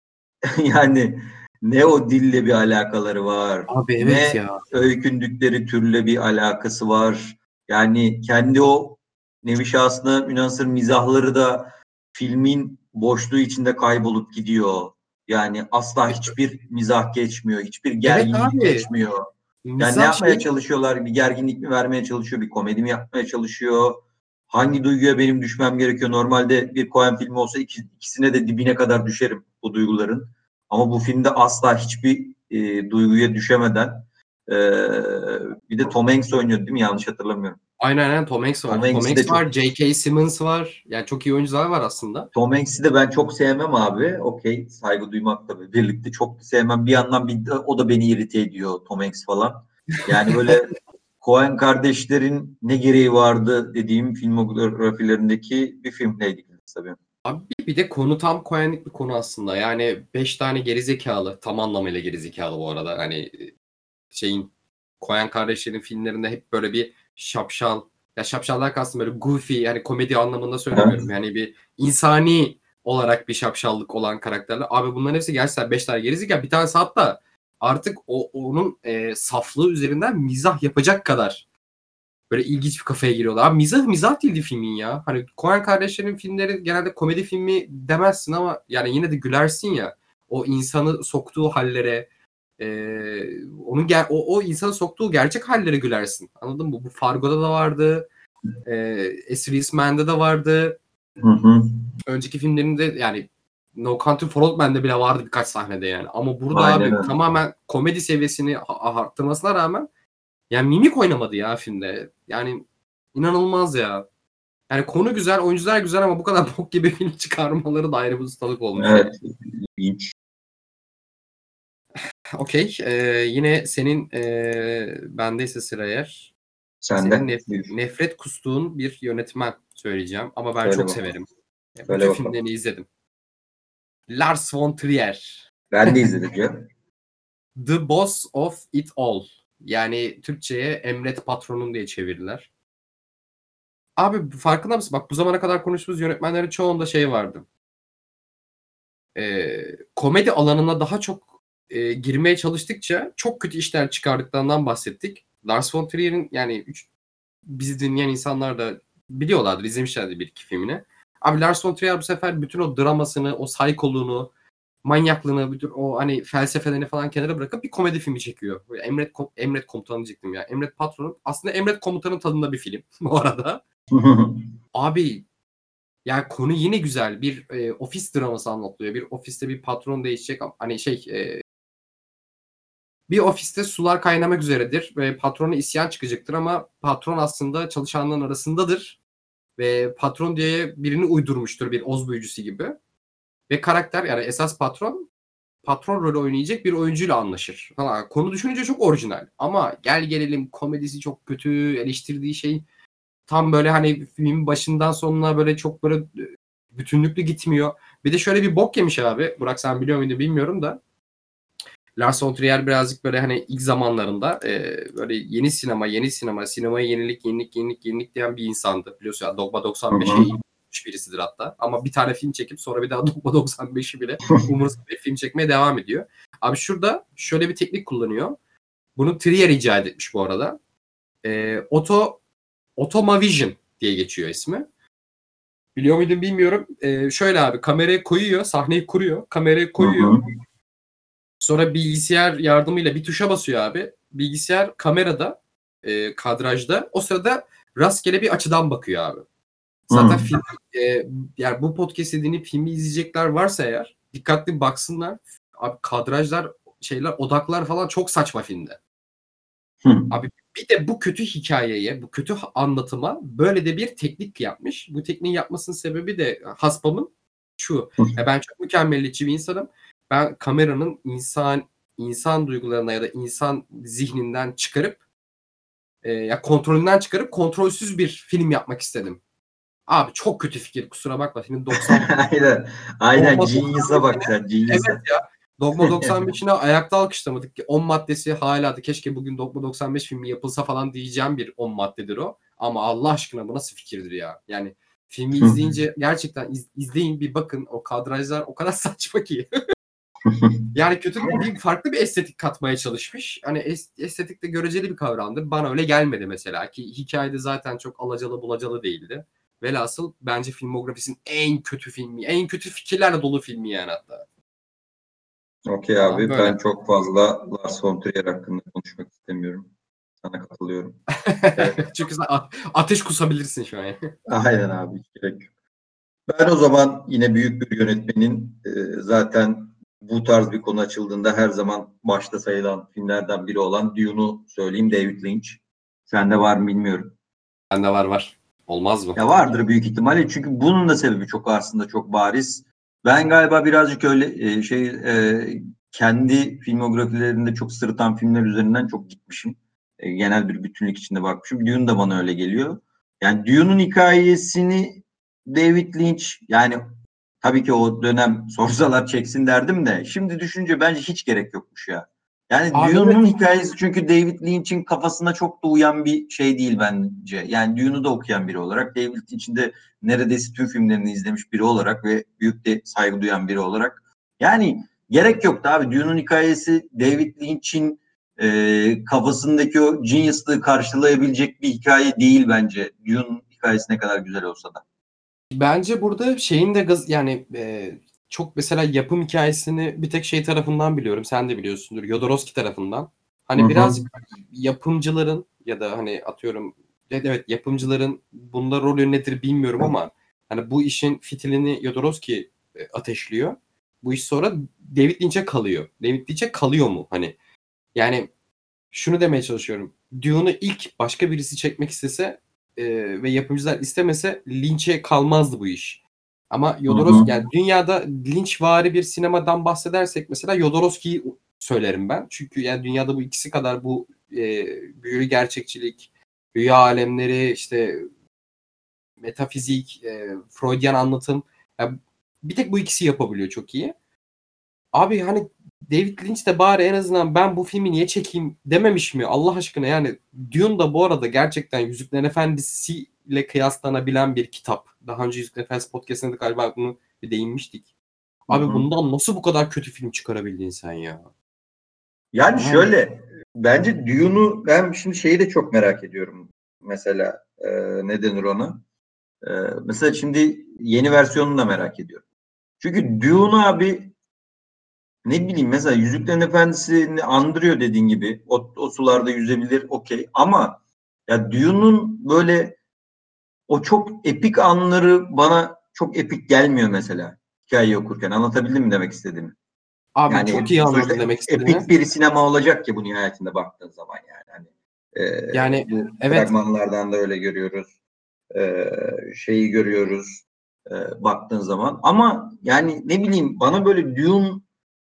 [SPEAKER 1] yani ne o dille bir alakaları var,
[SPEAKER 2] Abi evet
[SPEAKER 1] ne
[SPEAKER 2] ya.
[SPEAKER 1] öykündükleri türle bir alakası var. Yani kendi o nevi şahsına münhasır mizahları da filmin boşluğu içinde kaybolup gidiyor. Yani asla hiçbir mizah geçmiyor, hiçbir
[SPEAKER 2] Evet
[SPEAKER 1] gerginlik
[SPEAKER 2] abi.
[SPEAKER 1] geçmiyor. Yani ne
[SPEAKER 2] Mizah
[SPEAKER 1] yapmaya
[SPEAKER 2] şey
[SPEAKER 1] çalışıyorlar? Bir gerginlik mi vermeye çalışıyor, bir komedi mi yapmaya çalışıyor? Hangi duyguya benim düşmem gerekiyor? Normalde bir Coen filmi olsa iki, ikisine de dibine kadar düşerim bu duyguların. Ama bu filmde asla hiçbir e, duyguya düşemeden e, bir de Tom Hanks oynuyor değil mi? Yanlış hatırlamıyorum.
[SPEAKER 2] aynen aynen Tom Hanks
[SPEAKER 1] Tom
[SPEAKER 2] var. Tom
[SPEAKER 1] Hanks'i de
[SPEAKER 2] Hanks
[SPEAKER 1] çok
[SPEAKER 2] var. J K. Simmons var. Yani çok iyi oyuncular var aslında.
[SPEAKER 1] Tom Hanks'i de ben çok sevmem abi. Okey, saygı duymakla birlikte çok da sevmem. Bir yandan bir de, o da beni irite ediyor, Tom Hanks falan. Yani böyle Coen kardeşlerin ne gereği vardı dediğim filmografilerindeki bir film Lady Killers tabii.
[SPEAKER 2] Abi bir de konu tam Coen'lik bir konu aslında. Yani beş tane gerizekalı. Tam anlamıyla gerizekalı bu arada. Hani şeyin Coen kardeşlerin filmlerinde hep böyle bir şapşal ya şapşallar kastım böyle goofy yani komedi anlamında
[SPEAKER 1] Aha.
[SPEAKER 2] söylemiyorum. Yani bir insani olarak bir şapşallık olan karakterler. Abi bunların hepsi gerçekten beş tane gerizekalı. Bir tanesi hatta artık o onun e, saflığı üzerinden mizah yapacak kadar böyle ilginç bir kafaya giriyorlar. Abi mizah mizah değildi filmin ya. Hani Coen kardeşlerin filmleri genelde komedi filmi demezsin ama yani yine de gülersin ya. O insanı soktuğu hallere, ee, onun ger o, o insanı soktuğu gerçek hallere gülersin. Anladın mı? Bu Fargo'da da vardı. E, A Serious Man'de de vardı.
[SPEAKER 1] Hı hı.
[SPEAKER 2] Önceki filmlerinde yani No Country for Old Men'de bile vardı birkaç sahnede yani. Ama burada
[SPEAKER 1] Aynen
[SPEAKER 2] abi
[SPEAKER 1] öyle.
[SPEAKER 2] tamamen komedi seviyesini arttırmasına rağmen yani mimik oynamadı ya filmde. Yani inanılmaz ya. Yani konu güzel, oyuncular güzel ama bu kadar bok gibi film çıkarmaları da ayrı bir ustalık olmuş yani.
[SPEAKER 1] Evet. İlginç.
[SPEAKER 2] Okey. Ee, yine senin ee, bendeyse sıra eğer. Senin
[SPEAKER 1] Sende.
[SPEAKER 2] nef-
[SPEAKER 1] Buyur.
[SPEAKER 2] nefret kustuğun bir yönetmen söyleyeceğim. Ama ben
[SPEAKER 1] Söyle
[SPEAKER 2] çok
[SPEAKER 1] bakalım.
[SPEAKER 2] severim. Ya,
[SPEAKER 1] Söyle
[SPEAKER 2] bütün
[SPEAKER 1] bakalım.
[SPEAKER 2] filmlerini izledim. Lars von Trier.
[SPEAKER 1] Ben de izledim canım.
[SPEAKER 2] The Boss of It All. Yani Türkçe'ye Emret Patronum diye çevirdiler. Abi farkında mısın? Bak bu zamana kadar konuştuğumuz yönetmenlerin çoğunda şey vardı. Ee, komedi alanına daha çok e, girmeye çalıştıkça çok kötü işler çıkardıklarından bahsettik. Lars von Trier'in yani üç, bizi dinleyen insanlar da biliyorlardır, izlemişlerdi bir iki filmini. Abi Lars von Trier bu sefer bütün o dramasını, o psikoluğunu, manyaklığını, bütün o hani felsefelerini falan kenara bırakıp bir komedi filmi çekiyor. Böyle Emret, Emret Komutanı diyecektim ya. Emret Patron'un aslında Emret Komutan'ın tadında bir film bu arada. Abi yani konu yine güzel. Bir e, ofis draması anlatılıyor. Bir ofiste bir patron değişecek. Hani şey e, bir ofiste sular kaynamak üzeredir ve patrona isyan çıkacaktır ama patron aslında çalışanların arasındadır ve patron diye birini uydurmuştur, bir oz büyücüsü gibi. Ve karakter yani esas patron patron rolü oynayacak bir oyuncuyla anlaşır. Falan. Konu düşününce çok orijinal ama gel gelelim komedisi çok kötü, eleştirdiği şey tam böyle hani filmin başından sonuna böyle çok böyle bütünlüklü gitmiyor. Bir de şöyle bir bok yemiş abi. Burak sen biliyor muydun bilmiyorum da. Lars von Trier birazcık böyle hani ilk zamanlarında e, böyle yeni sinema, yeni sinema, sinemaya yenilik, yenilik, yenilik, yenilik diyen bir insandı. Biliyorsun ya Dogma doksan beşe ilginç birisidir hatta. Ama bir tane film çekip sonra bir daha Dogma doksan beşi bile umursamıyor film çekmeye devam ediyor. Abi şurada şöyle bir teknik kullanıyor. Bunu Trier icat etmiş bu arada. E, Auto Automavision diye geçiyor ismi. Biliyor muydun bilmiyorum. E, şöyle abi kamerayı koyuyor, sahneyi kuruyor, kamerayı koyuyor. Sonra bilgisayar yardımıyla bir tuşa basıyor abi. Bilgisayar kamerada, e, kadrajda. O sırada rastgele bir açıdan bakıyor abi. Zaten
[SPEAKER 1] Hmm.
[SPEAKER 2] film, e, yani bu podcast dinleyip filmi izleyecekler varsa eğer dikkatli baksınlar. Abi kadrajlar, şeyler, odaklar falan çok saçma filmde. Abi bir de bu kötü hikayeye, bu kötü anlatıma böyle de bir teknik yapmış. Bu tekniği yapmasının sebebi de hasbamın şu. Ya ben çok mükemmeliyetçi bir insanım. Ben kameranın insan insan duygularına ya da insan zihninden çıkarıp e, ya kontrolünden çıkarıp kontrolsüz bir film yapmak istedim. Abi çok kötü fikir. Kusura bakma. Senin doksan
[SPEAKER 1] Aynen. Aynen.
[SPEAKER 2] Dogma
[SPEAKER 1] Genius'a bak sen.
[SPEAKER 2] Evet
[SPEAKER 1] Genius'a.
[SPEAKER 2] ya. Dogma doksan beşine ayakta alkışlamadık. on maddesi hala da keşke bugün Dogma doksan beş filmi yapılsa falan diyeceğim bir on maddedir o. Ama Allah aşkına bu nasıl fikirdir ya? Yani filmi izleyince gerçekten iz, izleyin bir bakın o kadrajlar o kadar saçma ki. Yani kötü bir farklı bir estetik katmaya çalışmış. Hani estetik de göreceli bir kavramdır. Bana öyle gelmedi mesela ki hikayede zaten çok alacalı bulacalı değildi. Velhasıl bence filmografisinin en kötü filmi, en kötü fikirlerle dolu filmi yani hatta.
[SPEAKER 1] Okey abi. Ben çok fazla Lars von Trier hakkında konuşmak istemiyorum. Sana katılıyorum. Evet.
[SPEAKER 2] Çünkü sen ateş kusabilirsin şu an.
[SPEAKER 1] Aynen abi. Hiç gerek yok. Ben o zaman yine büyük bir yönetmenin e, zaten bu tarz bir konu açıldığında her zaman başta sayılan filmlerden biri olan Dune'u söyleyeyim. David Lynch. Sende var mı bilmiyorum.
[SPEAKER 2] Bende var var. Olmaz mı?
[SPEAKER 1] Ya vardır büyük ihtimalle çünkü bunun da sebebi çok aslında çok bariz. Ben galiba birazcık öyle e, şey e, kendi filmografilerinde çok sırıtan filmler üzerinden çok gitmişim. E, genel bir bütünlük içinde bakmışım. Dune da bana öyle geliyor. Yani Dune'un hikayesini David Lynch yani tabii ki o dönem sorsalar çeksin derdim de şimdi düşünce bence hiç gerek yokmuş ya. Yani
[SPEAKER 2] Abi
[SPEAKER 1] Dune'un
[SPEAKER 2] evet.
[SPEAKER 1] hikayesi çünkü David Lynch'in kafasına çok da uyan bir şey değil bence. Yani Dune'u da okuyan biri olarak, David Lynch'in de neredeyse tüm filmlerini izlemiş biri olarak ve büyük de saygı duyan biri olarak. Yani gerek yoktu abi. Dune'un hikayesi David Lynch'in e, kafasındaki o genius'lığı karşılayabilecek bir hikaye değil bence. Dune'un hikayesi ne kadar güzel olsa da.
[SPEAKER 2] Bence burada şeyin de gaz yani e, çok mesela yapım hikayesini bir tek şey tarafından biliyorum. Sen de biliyorsundur. Jodorowsky tarafından. Hani
[SPEAKER 1] Hı hı.
[SPEAKER 2] birazcık yapımcıların ya da hani atıyorum evet, evet yapımcıların bunda rolü nedir bilmiyorum ama hani bu işin fitilini Jodorowsky e, ateşliyor. Bu iş sonra David Lynch'e kalıyor. David Lynch'e kalıyor mu? Hani yani şunu demeye çalışıyorum. Dune'u ilk başka birisi çekmek istese e, ve yapımcılar istemese Lynch'e kalmazdı bu iş. Ama
[SPEAKER 1] Hı hı.
[SPEAKER 2] Jodorowsky yani dünyada Lynchvari bir sinemadan bahsedersek mesela Jodorowsky'yi söylerim ben. Çünkü yani dünyada bu ikisi kadar bu e, büyülü gerçekçilik, rüya alemleri, işte metafizik, e, Freudian anlatım yani bir tek bu ikisi yapabiliyor çok iyi. Abi hani David Lynch de bari en azından ben bu filmi niye çekeyim dememiş mi? Allah aşkına yani Dune da bu arada gerçekten Yüzüklerin Efendisi ile kıyaslanabilen bir kitap. Daha önce Yüzüklerin Efendisi podcast'ında da galiba bunu bir değinmiştik.
[SPEAKER 1] Hı
[SPEAKER 2] Abi
[SPEAKER 1] hı.
[SPEAKER 2] bundan nasıl bu kadar kötü film çıkarabildin sen ya?
[SPEAKER 1] Yani
[SPEAKER 2] Yani
[SPEAKER 1] şöyle, bence Dune'u ben şimdi şeyi de çok merak ediyorum. Mesela e, ne denir ona? E, mesela şimdi yeni versiyonunu da merak ediyorum. Çünkü Dune abi ne bileyim mesela Yüzüklerin Efendisi'ni andırıyor dediğin gibi. O, o sularda yüzebilir okey. Ama ya Dune'un böyle o çok epik anları bana çok epik gelmiyor mesela. Hikayeyi okurken. Anlatabildim mi demek istediğimi?
[SPEAKER 2] abi çok
[SPEAKER 1] Yani
[SPEAKER 2] iyi
[SPEAKER 1] sonuçta
[SPEAKER 2] anladım demek
[SPEAKER 1] epik
[SPEAKER 2] istediğini.
[SPEAKER 1] bir sinema olacak ki bu nihayetinde baktığın zaman yani. Hani, e,
[SPEAKER 2] Yani
[SPEAKER 1] bu
[SPEAKER 2] evet,
[SPEAKER 1] fragmanlardan da öyle görüyoruz. E, şeyi görüyoruz e, baktığın zaman. Ama yani ne bileyim bana böyle Dune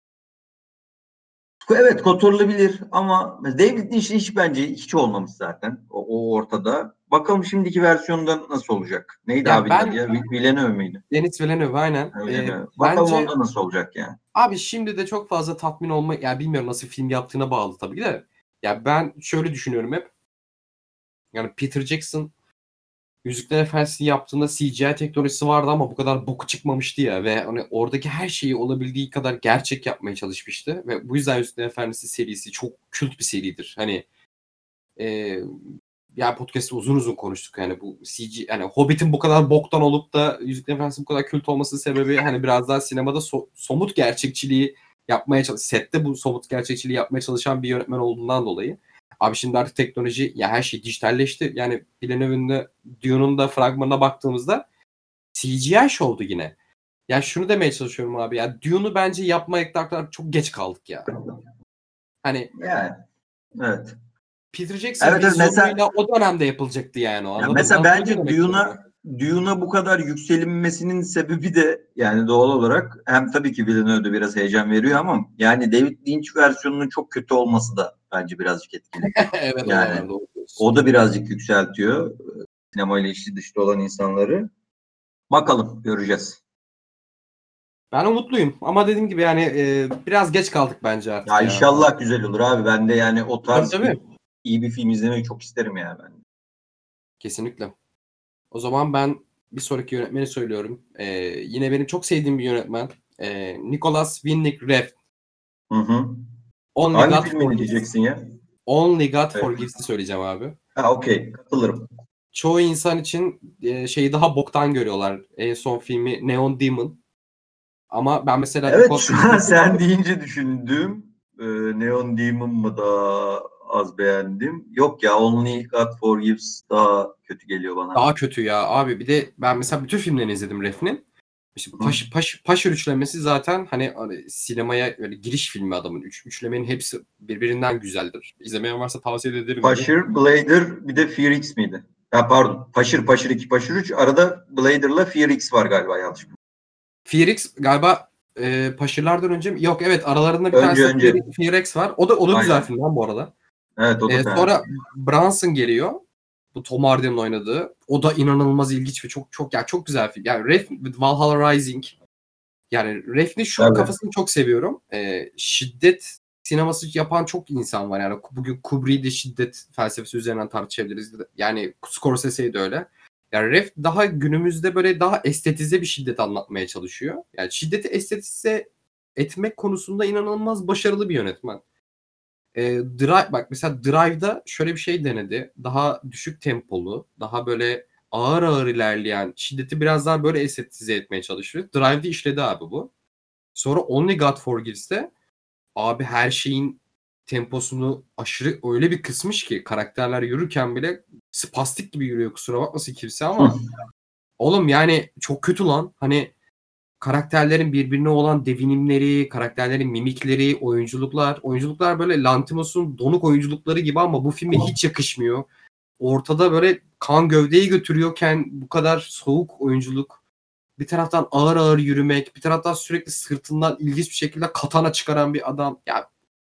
[SPEAKER 1] evet kotarılabilir ama David Lynch hiç bence hiç olmamış zaten. O, o ortada. Bakalım şimdiki versiyonda nasıl olacak? Neydi
[SPEAKER 2] ya
[SPEAKER 1] abinin adı
[SPEAKER 2] ben
[SPEAKER 1] ya? Villeneuve müydü?
[SPEAKER 2] Denis Villeneuve aynen.
[SPEAKER 1] Öyle
[SPEAKER 2] Ee,
[SPEAKER 1] mi? Bakalım
[SPEAKER 2] bence
[SPEAKER 1] onda nasıl olacak yani.
[SPEAKER 2] abi şimdi de çok fazla tatmin olma, ya bilmiyorum nasıl film yaptığına bağlı tabii de. Ya ben şöyle düşünüyorum hep. Yani Peter Jackson Yüzüklerin Efendisi'ni yaptığında C G I teknolojisi vardı ama bu kadar boku çıkmamıştı ya ve hani oradaki her şeyi olabildiği kadar gerçek yapmaya çalışmıştı ve bu yüzden Yüzüklerin Efendisi serisi çok kült bir seridir. Hani e, ya podcast'te uzun uzun konuştuk yani bu C G yani Hobbit'in bu kadar boktan olup da Yüzüklerin Efendisi'nin bu kadar kült olmasının sebebi hani biraz daha sinemada so- somut gerçekçiliği yapmaya çalış sette bu somut gerçekçiliği yapmaya çalışan bir yönetmen olduğundan dolayı. Abi şimdi artık teknoloji ya her şey dijitalleşti. Yani Villeneuve'ün de Dune'un da fragmanına baktığımızda C G I şovdu yine. Ya şunu demeye çalışıyorum abi ya Dune'u bence yapmakta çok geç kaldık ya. Hani
[SPEAKER 1] Yani evet.
[SPEAKER 2] Peter Jackson
[SPEAKER 1] Evet, evet mesela
[SPEAKER 2] vizyonuyla o dönemde yapılacaktı yani o.
[SPEAKER 1] ya
[SPEAKER 2] Anladım.
[SPEAKER 1] mesela
[SPEAKER 2] Anlatabiliyor muyum
[SPEAKER 1] bence
[SPEAKER 2] demek istediğimi?
[SPEAKER 1] Dune'a Dune'a bu kadar yükselinmesinin sebebi de yani doğal olarak hem tabii ki Villeneuve'de biraz heyecan veriyor ama yani David Lynch versiyonunun çok kötü olması da bence birazcık etkili.
[SPEAKER 2] Evet o da
[SPEAKER 1] Yani
[SPEAKER 2] var. Doğru diyorsun.
[SPEAKER 1] o da birazcık yükseltiyor e, sinemayla içli dışlı olan insanları. Bakalım göreceğiz.
[SPEAKER 2] Ben umutluyum. Ama dediğim gibi yani e, biraz geç kaldık bence
[SPEAKER 1] Ya
[SPEAKER 2] artık ya.
[SPEAKER 1] inşallah güzel olur abi. Ben de yani o
[SPEAKER 2] Tabii
[SPEAKER 1] tarz
[SPEAKER 2] tabii.
[SPEAKER 1] bir iyi bir film izlemeyi çok isterim yani ben.
[SPEAKER 2] Kesinlikle. O zaman ben bir sonraki yönetmeni söylüyorum. E, yine benim çok sevdiğim bir yönetmen. E, Nicolas Winding Refn.
[SPEAKER 1] Hı hı.
[SPEAKER 2] Only
[SPEAKER 1] Hangi
[SPEAKER 2] God
[SPEAKER 1] filmini
[SPEAKER 2] Forgives.
[SPEAKER 1] diyeceksin ya?
[SPEAKER 2] Only God
[SPEAKER 1] Evet.
[SPEAKER 2] Forgives'i söyleyeceğim abi.
[SPEAKER 1] Ha okey. Katılırım.
[SPEAKER 2] Çoğu insan için e, şeyi daha boktan görüyorlar. En son filmi Neon Demon. Ama ben mesela
[SPEAKER 1] Evet
[SPEAKER 2] Nicolas
[SPEAKER 1] şu an
[SPEAKER 2] Winding
[SPEAKER 1] sen
[SPEAKER 2] Refn'i
[SPEAKER 1] deyince düşündüm. Ee, Neon Demon mı daha az beğendim? Yok ya Only God Forgives daha kötü geliyor bana.
[SPEAKER 2] daha kötü ya abi. Bir de ben mesela bütün filmlerini izledim Refn'in. İşte
[SPEAKER 1] Hı.
[SPEAKER 2] Paş, Paş, Paşır üçlemesi zaten hani, hani sinemaya öyle giriş filmi adamın. Üç, üçlemenin hepsi birbirinden güzeldir. İzlemeyen varsa tavsiye ederim direkt.
[SPEAKER 1] Paşır, Blader bir de Fear X miydi? Ha pardon. Paşır, Paşır iki, Paşır üç. Arada Blader'la Fear X var galiba yanlış mı?
[SPEAKER 2] Fear X galiba e, Paşırlardan önce mi? Yok evet aralarında bir
[SPEAKER 1] Önce
[SPEAKER 2] tanesi Fear,
[SPEAKER 1] önce.
[SPEAKER 2] Fear X var. O da o da güzel
[SPEAKER 1] Aynen.
[SPEAKER 2] film lan bu arada.
[SPEAKER 1] Evet o da
[SPEAKER 2] E,
[SPEAKER 1] fena
[SPEAKER 2] sonra
[SPEAKER 1] değil.
[SPEAKER 2] Bronson geliyor. Bu Tom Hardy'nin oynadığı. O da inanılmaz ilginç ve çok çok ya çok güzel film. Yani Ref, Valhalla Rising. Yani Refn'in şu
[SPEAKER 1] Tabii.
[SPEAKER 2] kafasını çok seviyorum. Ee, şiddet sineması yapan çok insan var. Yani bugün Kubrick'i de şiddet felsefesi üzerinden tartışabiliriz. Yani Scorsese'yi de öyle. Yani Ref daha günümüzde böyle daha estetize bir şiddet anlatmaya çalışıyor. Yani şiddeti estetize etmek konusunda inanılmaz başarılı bir yönetmen. Ee, Drive, bak mesela Drive'da şöyle bir şey denedi. Daha düşük tempolu, daha böyle ağır ağır ilerleyen şiddeti biraz daha böyle estetize etmeye çalışıyor. Drive'da işledi abi bu. Sonra Only God Forgives'te abi her şeyin temposunu aşırı öyle bir kısmış ki karakterler yürürken bile spastik gibi yürüyor kusura bakmasın kimse ama oğlum yani çok kötü lan. Hani karakterlerin birbirine olan devinimleri, karakterlerin mimikleri, oyunculuklar. Oyunculuklar böyle Lanthimos'un donuk oyunculukları gibi ama bu filme hiç yakışmıyor. Ortada böyle kan gövdeyi götürüyorken bu kadar soğuk oyunculuk. Bir taraftan ağır ağır yürümek, bir taraftan sürekli sırtından ilginç bir şekilde katana çıkaran bir adam. Ya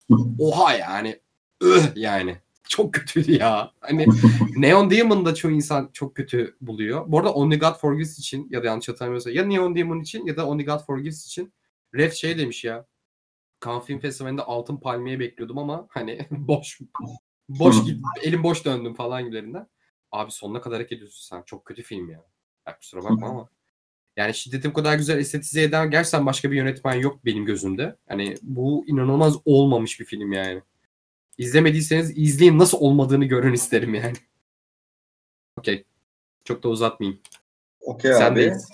[SPEAKER 2] oha yani. Üh yani. Çok kötüydü ya. Hani Neon Demon'da çoğu insan çok kötü buluyor. Bu arada Only God Forgives için ya da yanlış hatırlamıyorsam ya Neon Demon için ya da Only God Forgives için Ref şey demiş ya. Cannes Film Festivali'nde altın palmiye bekliyordum ama hani boş boş git elim boş döndüm falan gibilerinden. Abi sonuna kadar hak ediyorsun sen. Çok kötü film ya. Ya kusura bakma ama. Yani Şiddet'i bu kadar güzel estetize eden gerçekten başka bir yönetmen yok benim gözümde. Hani bu inanılmaz olmamış bir film yani. İzlemediyseniz izleyin, nasıl olmadığını görün isterim yani. Okey. Çok da uzatmayayım.
[SPEAKER 1] Okey abi.
[SPEAKER 2] Sendeyiz.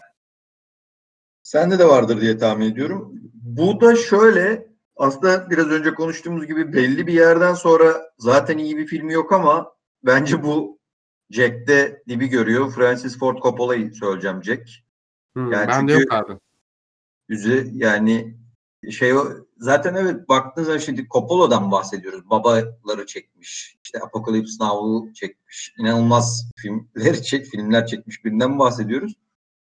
[SPEAKER 1] Sende de vardır diye tahmin ediyorum. Bu da şöyle, aslında biraz önce konuştuğumuz gibi belli bir yerden sonra zaten iyi bir filmi yok ama bence bu Jack'te dibi görüyor. Francis Ford Coppola'yı söyleyeceğim Jack.
[SPEAKER 2] Hmm,
[SPEAKER 1] Yani
[SPEAKER 2] bende
[SPEAKER 1] çünkü
[SPEAKER 2] yok abi.
[SPEAKER 1] yüzü yani şey o zaten evet baktığınız zaman şimdi Coppola'dan bahsediyoruz. Babaları çekmiş. İşte Apocalypse Now'u çekmiş. İnanılmaz filmler çek filmler çekmiş birinden bahsediyoruz.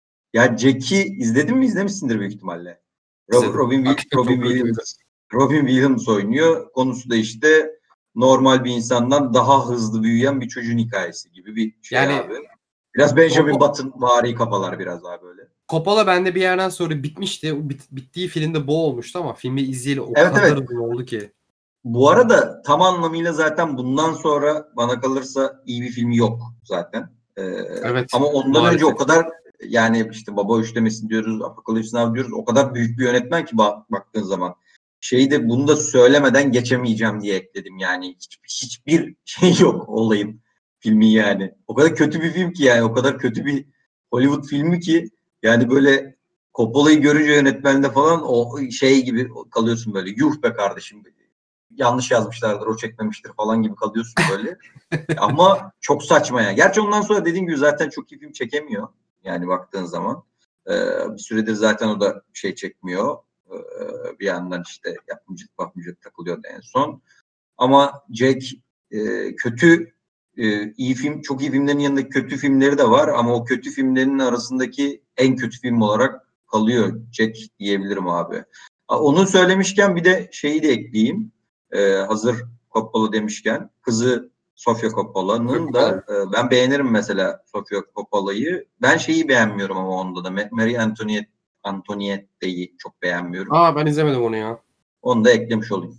[SPEAKER 1] Ya Jack'i izledin mi? İzlemişsindir büyük ihtimalle.
[SPEAKER 2] İzledim.
[SPEAKER 1] Robin,
[SPEAKER 2] Hakikaten
[SPEAKER 1] Robin
[SPEAKER 2] çok kötüydü.
[SPEAKER 1] Williams Robin Williams oynuyor. Konusu da işte normal bir insandan daha hızlı büyüyen bir çocuğun hikayesi gibi bir şey
[SPEAKER 2] Yani
[SPEAKER 1] abi. Biraz Benjamin
[SPEAKER 2] Coppola,
[SPEAKER 1] Button vari kafalar biraz daha böyle.
[SPEAKER 2] Coppola bende bir yerden sonra bitmişti. O bit, bittiği filmde bu olmuştu ama filmi izleyeli o
[SPEAKER 1] Evet
[SPEAKER 2] kadar
[SPEAKER 1] evet.
[SPEAKER 2] uzun oldu ki.
[SPEAKER 1] Bu arada tam anlamıyla zaten bundan sonra bana kalırsa iyi bir filmi yok zaten. Ee,
[SPEAKER 2] Evet.
[SPEAKER 1] ama ondan önce o
[SPEAKER 2] Maalesef.
[SPEAKER 1] kadar yani işte Baba Üçlemesi diyoruz, Apocalypse Now diyoruz. O kadar büyük bir yönetmen ki bak, baktığın zaman. Şeyi de bunu da söylemeden geçemeyeceğim diye ekledim yani. Hiç, hiçbir şey yok olayın filmi yani. O kadar kötü bir film ki yani. O kadar kötü bir Hollywood filmi ki yani böyle Coppola'yı görünce yönetmende falan o şey gibi kalıyorsun böyle. Yuh be kardeşim, yanlış yazmışlardır, o çekmemiştir falan gibi kalıyorsun böyle. Ama çok saçma ya. Gerçi ondan sonra dediğim gibi zaten çok iyi film çekemiyor. Yani baktığın zaman. Ee, bir süredir zaten o da şey çekmiyor. Ee, bir yandan işte yapımcılık bakımcılık takılıyordu en son. Ama Jack e, kötü e, iyi film, çok iyi filmlerin yanında kötü filmleri de var ama o kötü filmlerin arasındaki en kötü film olarak kalıyor Jack diyebilirim abi. Onu söylemişken bir de şeyi de ekleyeyim. Ee, hazır Coppola demişken kızı Sofia Coppola'nın da e, ben beğenirim mesela Sofia Coppola'yı. Ben şeyi beğenmiyorum ama onda da Marie Antoinette Antoniette'yi çok beğenmiyorum.
[SPEAKER 2] Aa, ben izlemedim onu ya.
[SPEAKER 1] Onu da eklemiş olayım.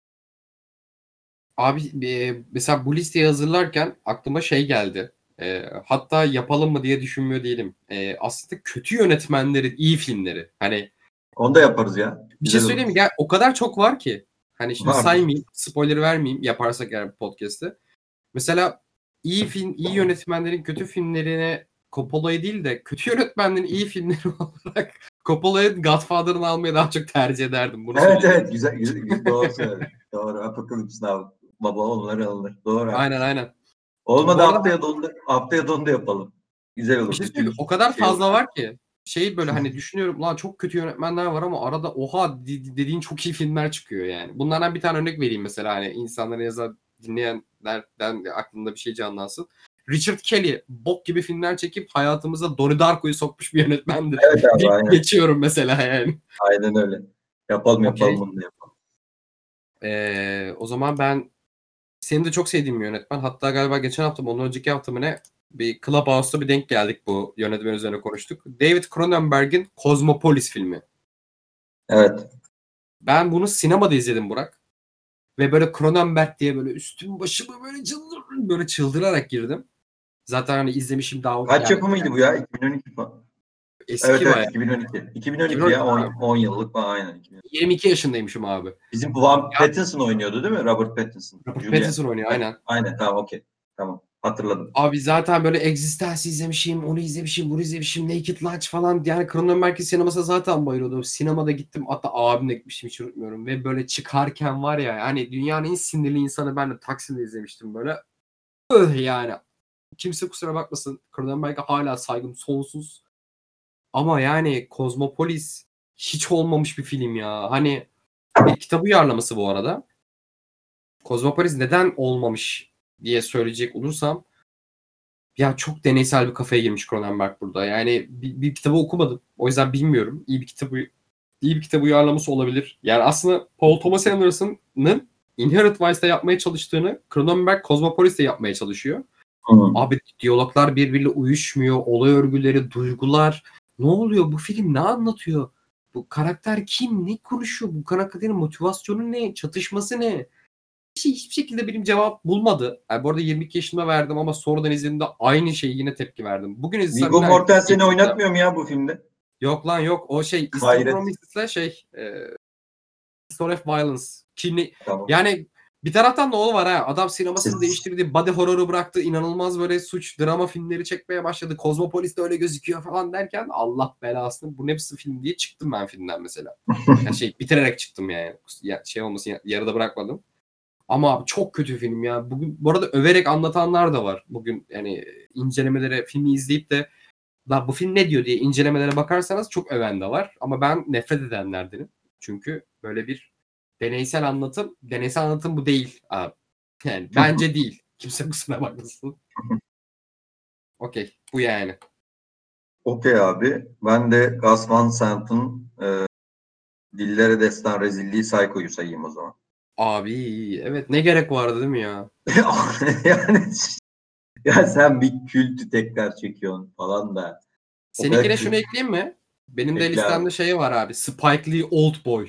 [SPEAKER 2] Abi e, mesela bu listeyi hazırlarken aklıma şey geldi. E, hatta yapalım mı diye düşünmüyor değilim. E, aslında kötü yönetmenlerin iyi filmleri. Hani
[SPEAKER 1] Onu da yaparız ya.
[SPEAKER 2] bir şey
[SPEAKER 1] Güzel
[SPEAKER 2] söyleyeyim mi?
[SPEAKER 1] olur.
[SPEAKER 2] Gel, o kadar çok var ki. Hani şimdi
[SPEAKER 1] Vardır.
[SPEAKER 2] saymayayım, spoiler vermeyeyim yaparsak eğer podcast'te. Mesela iyi film, iyi yönetmenlerin kötü filmlerine Coppola'yı değil de kötü yönetmenlerin iyi filmleri olarak Coppola'yı Godfather'ını almayı daha çok tercih ederdim. Bunu
[SPEAKER 1] Evet
[SPEAKER 2] söyleyeyim.
[SPEAKER 1] evet güzel, güzel doğru söyledin. Doğru. Apocalypse Now. Baba onları alınır. Doğru
[SPEAKER 2] Aynen
[SPEAKER 1] haklısın.
[SPEAKER 2] aynen.
[SPEAKER 1] Olmadı
[SPEAKER 2] Bu arada
[SPEAKER 1] haftaya donda haftaya donda yapalım. Güzel
[SPEAKER 2] bir
[SPEAKER 1] olur.
[SPEAKER 2] şey söyleyeyim mi?
[SPEAKER 1] Bütün
[SPEAKER 2] O kadar
[SPEAKER 1] şey olur.
[SPEAKER 2] fazla var ki. Şey böyle hani düşünüyorum lan çok kötü yönetmenler var ama arada oha dediğin çok iyi filmler çıkıyor yani. Bunlardan bir tane örnek vereyim mesela hani insanların ya da dinleyenlerden aklında bir şey canlansın. Richard Kelly bok gibi filmler çekip hayatımıza Donnie Darko'yu sokmuş bir yönetmendir.
[SPEAKER 1] Evet abi
[SPEAKER 2] Bir
[SPEAKER 1] aynen.
[SPEAKER 2] geçiyorum mesela yani.
[SPEAKER 1] Aynen öyle. Yapalım yapalım
[SPEAKER 2] Okey.
[SPEAKER 1] bunu da yapalım.
[SPEAKER 2] Ee, o zaman ben senin de çok sevdiğim bir yönetmen. Hatta galiba geçen hafta mı ondan önceki hafta mı ne bir Clubhouse'da bir denk geldik, bu yönetmen üzerine konuştuk. David Cronenberg'in Cosmopolis filmi.
[SPEAKER 1] Evet.
[SPEAKER 2] Ben bunu sinemada izledim Burak. Ve böyle Cronenberg diye böyle üstüm başımı böyle çıldır, böyle çıldırarak girdim. Zaten hani izlemişim daha
[SPEAKER 1] Kaç
[SPEAKER 2] yani
[SPEAKER 1] yapımıydı bu ya? iki bin on iki falan. Evet
[SPEAKER 2] eski
[SPEAKER 1] evet
[SPEAKER 2] bayağı.
[SPEAKER 1] iki bin on iki. iki bin on iki ya
[SPEAKER 2] iki bin on iki
[SPEAKER 1] on,
[SPEAKER 2] abi.
[SPEAKER 1] on yıllık falan aynen. iki bin on iki.
[SPEAKER 2] yirmi iki yaşındaymışım abi.
[SPEAKER 1] Bizim Van
[SPEAKER 2] Ya
[SPEAKER 1] Pattinson oynuyordu değil mi? Robert Pattinson.
[SPEAKER 2] Robert
[SPEAKER 1] Julia.
[SPEAKER 2] Pattinson oynuyor aynen.
[SPEAKER 1] Aynen tamam okey. Tamam. Hatırladım.
[SPEAKER 2] Abi zaten böyle Existence izlemişim, onu izlemişim, bunu izlemişim, Naked Lunch falan. Yani Cronenberg'in sinemasına zaten bayılıyordum. Sinemada gittim, hatta abimle gitmiştim, hiç unutmuyorum. Ve böyle çıkarken var ya, yani dünyanın en sinirli insanı ben de Taksim'de izlemiştim böyle. Öh yani. Kimse kusura bakmasın. Cronenberg'e hala saygım sonsuz. Ama yani Cosmopolis hiç olmamış bir film ya. Hani bir kitap uyarlaması bu arada. Cosmopolis neden olmamış diye söyleyecek olursam, ya çok deneysel bir kafaya girmiş Cronenberg burada. Yani bir, bir kitabı okumadım. O yüzden bilmiyorum. İyi bir kitabı iyi bir kitap uyarlaması olabilir. Yani aslında Paul Thomas Anderson'ın Inherent Vice'da yapmaya çalıştığını Cronenberg Cosmopolis'te yapmaya çalışıyor.
[SPEAKER 1] Hmm.
[SPEAKER 2] Abi diyaloglar birbiriyle uyuşmuyor. Olay örgüleri, duygular. Ne oluyor? Bu film ne anlatıyor? Bu karakter kim? Ne konuşuyor? Bu karakterin motivasyonu ne? Çatışması ne? Şey, hiçbir şekilde benim cevap bulmadı. Yani bu arada yirmi iki yaşında verdim ama sonradan izlediğimde aynı şeyi yine tepki verdim. Bugün izlesem
[SPEAKER 1] Viggo
[SPEAKER 2] yine aynı
[SPEAKER 1] Mortensen'i
[SPEAKER 2] tepki verdim.
[SPEAKER 1] oynatmıyor mu ya bu filmde?
[SPEAKER 2] Yok lan yok. O şey Eastern
[SPEAKER 1] Hayret.
[SPEAKER 2] Promises'le şey e, Story of Violence. Kinli,
[SPEAKER 1] Tamam.
[SPEAKER 2] yani bir taraftan da o var ha. Adam sinemasını
[SPEAKER 1] Siz-
[SPEAKER 2] değiştirdi. Body horror'u bıraktı. İnanılmaz böyle suç, drama filmleri çekmeye başladı. Cosmopolis de öyle gözüküyor falan derken Allah belasını bu ne biçim film diye çıktım ben filmden mesela. Yani şey bitirerek çıktım yani. Ya, şey olmasın yarıda bırakmadım. Ama abi çok kötü film ya. Bugün bu arada överek anlatanlar da var. Bugün yani incelemelere filmi izleyip de la bu film ne diyor diye incelemelere bakarsanız çok öven de var. Ama ben nefret edenlerdenim. Çünkü böyle bir deneysel anlatım, deneysel anlatım bu değil abi. Yani bence değil. Kimse kusura bakmasın. Okey. Bu yani.
[SPEAKER 1] Okey abi. Ben de Gus Van Sant'ın e, Dillere Destan Rezilliği Psycho'yu sayayım o zaman.
[SPEAKER 2] Abi evet ne gerek vardı değil mi ya?
[SPEAKER 1] Yani ya sen bir kültü tekrar çekiyorsun falan da. O kadar
[SPEAKER 2] Seninkine
[SPEAKER 1] kült-
[SPEAKER 2] şunu ekleyeyim mi? Benim de
[SPEAKER 1] Ekle
[SPEAKER 2] listemde
[SPEAKER 1] abi.
[SPEAKER 2] şey var abi. Spike Lee Oldboy.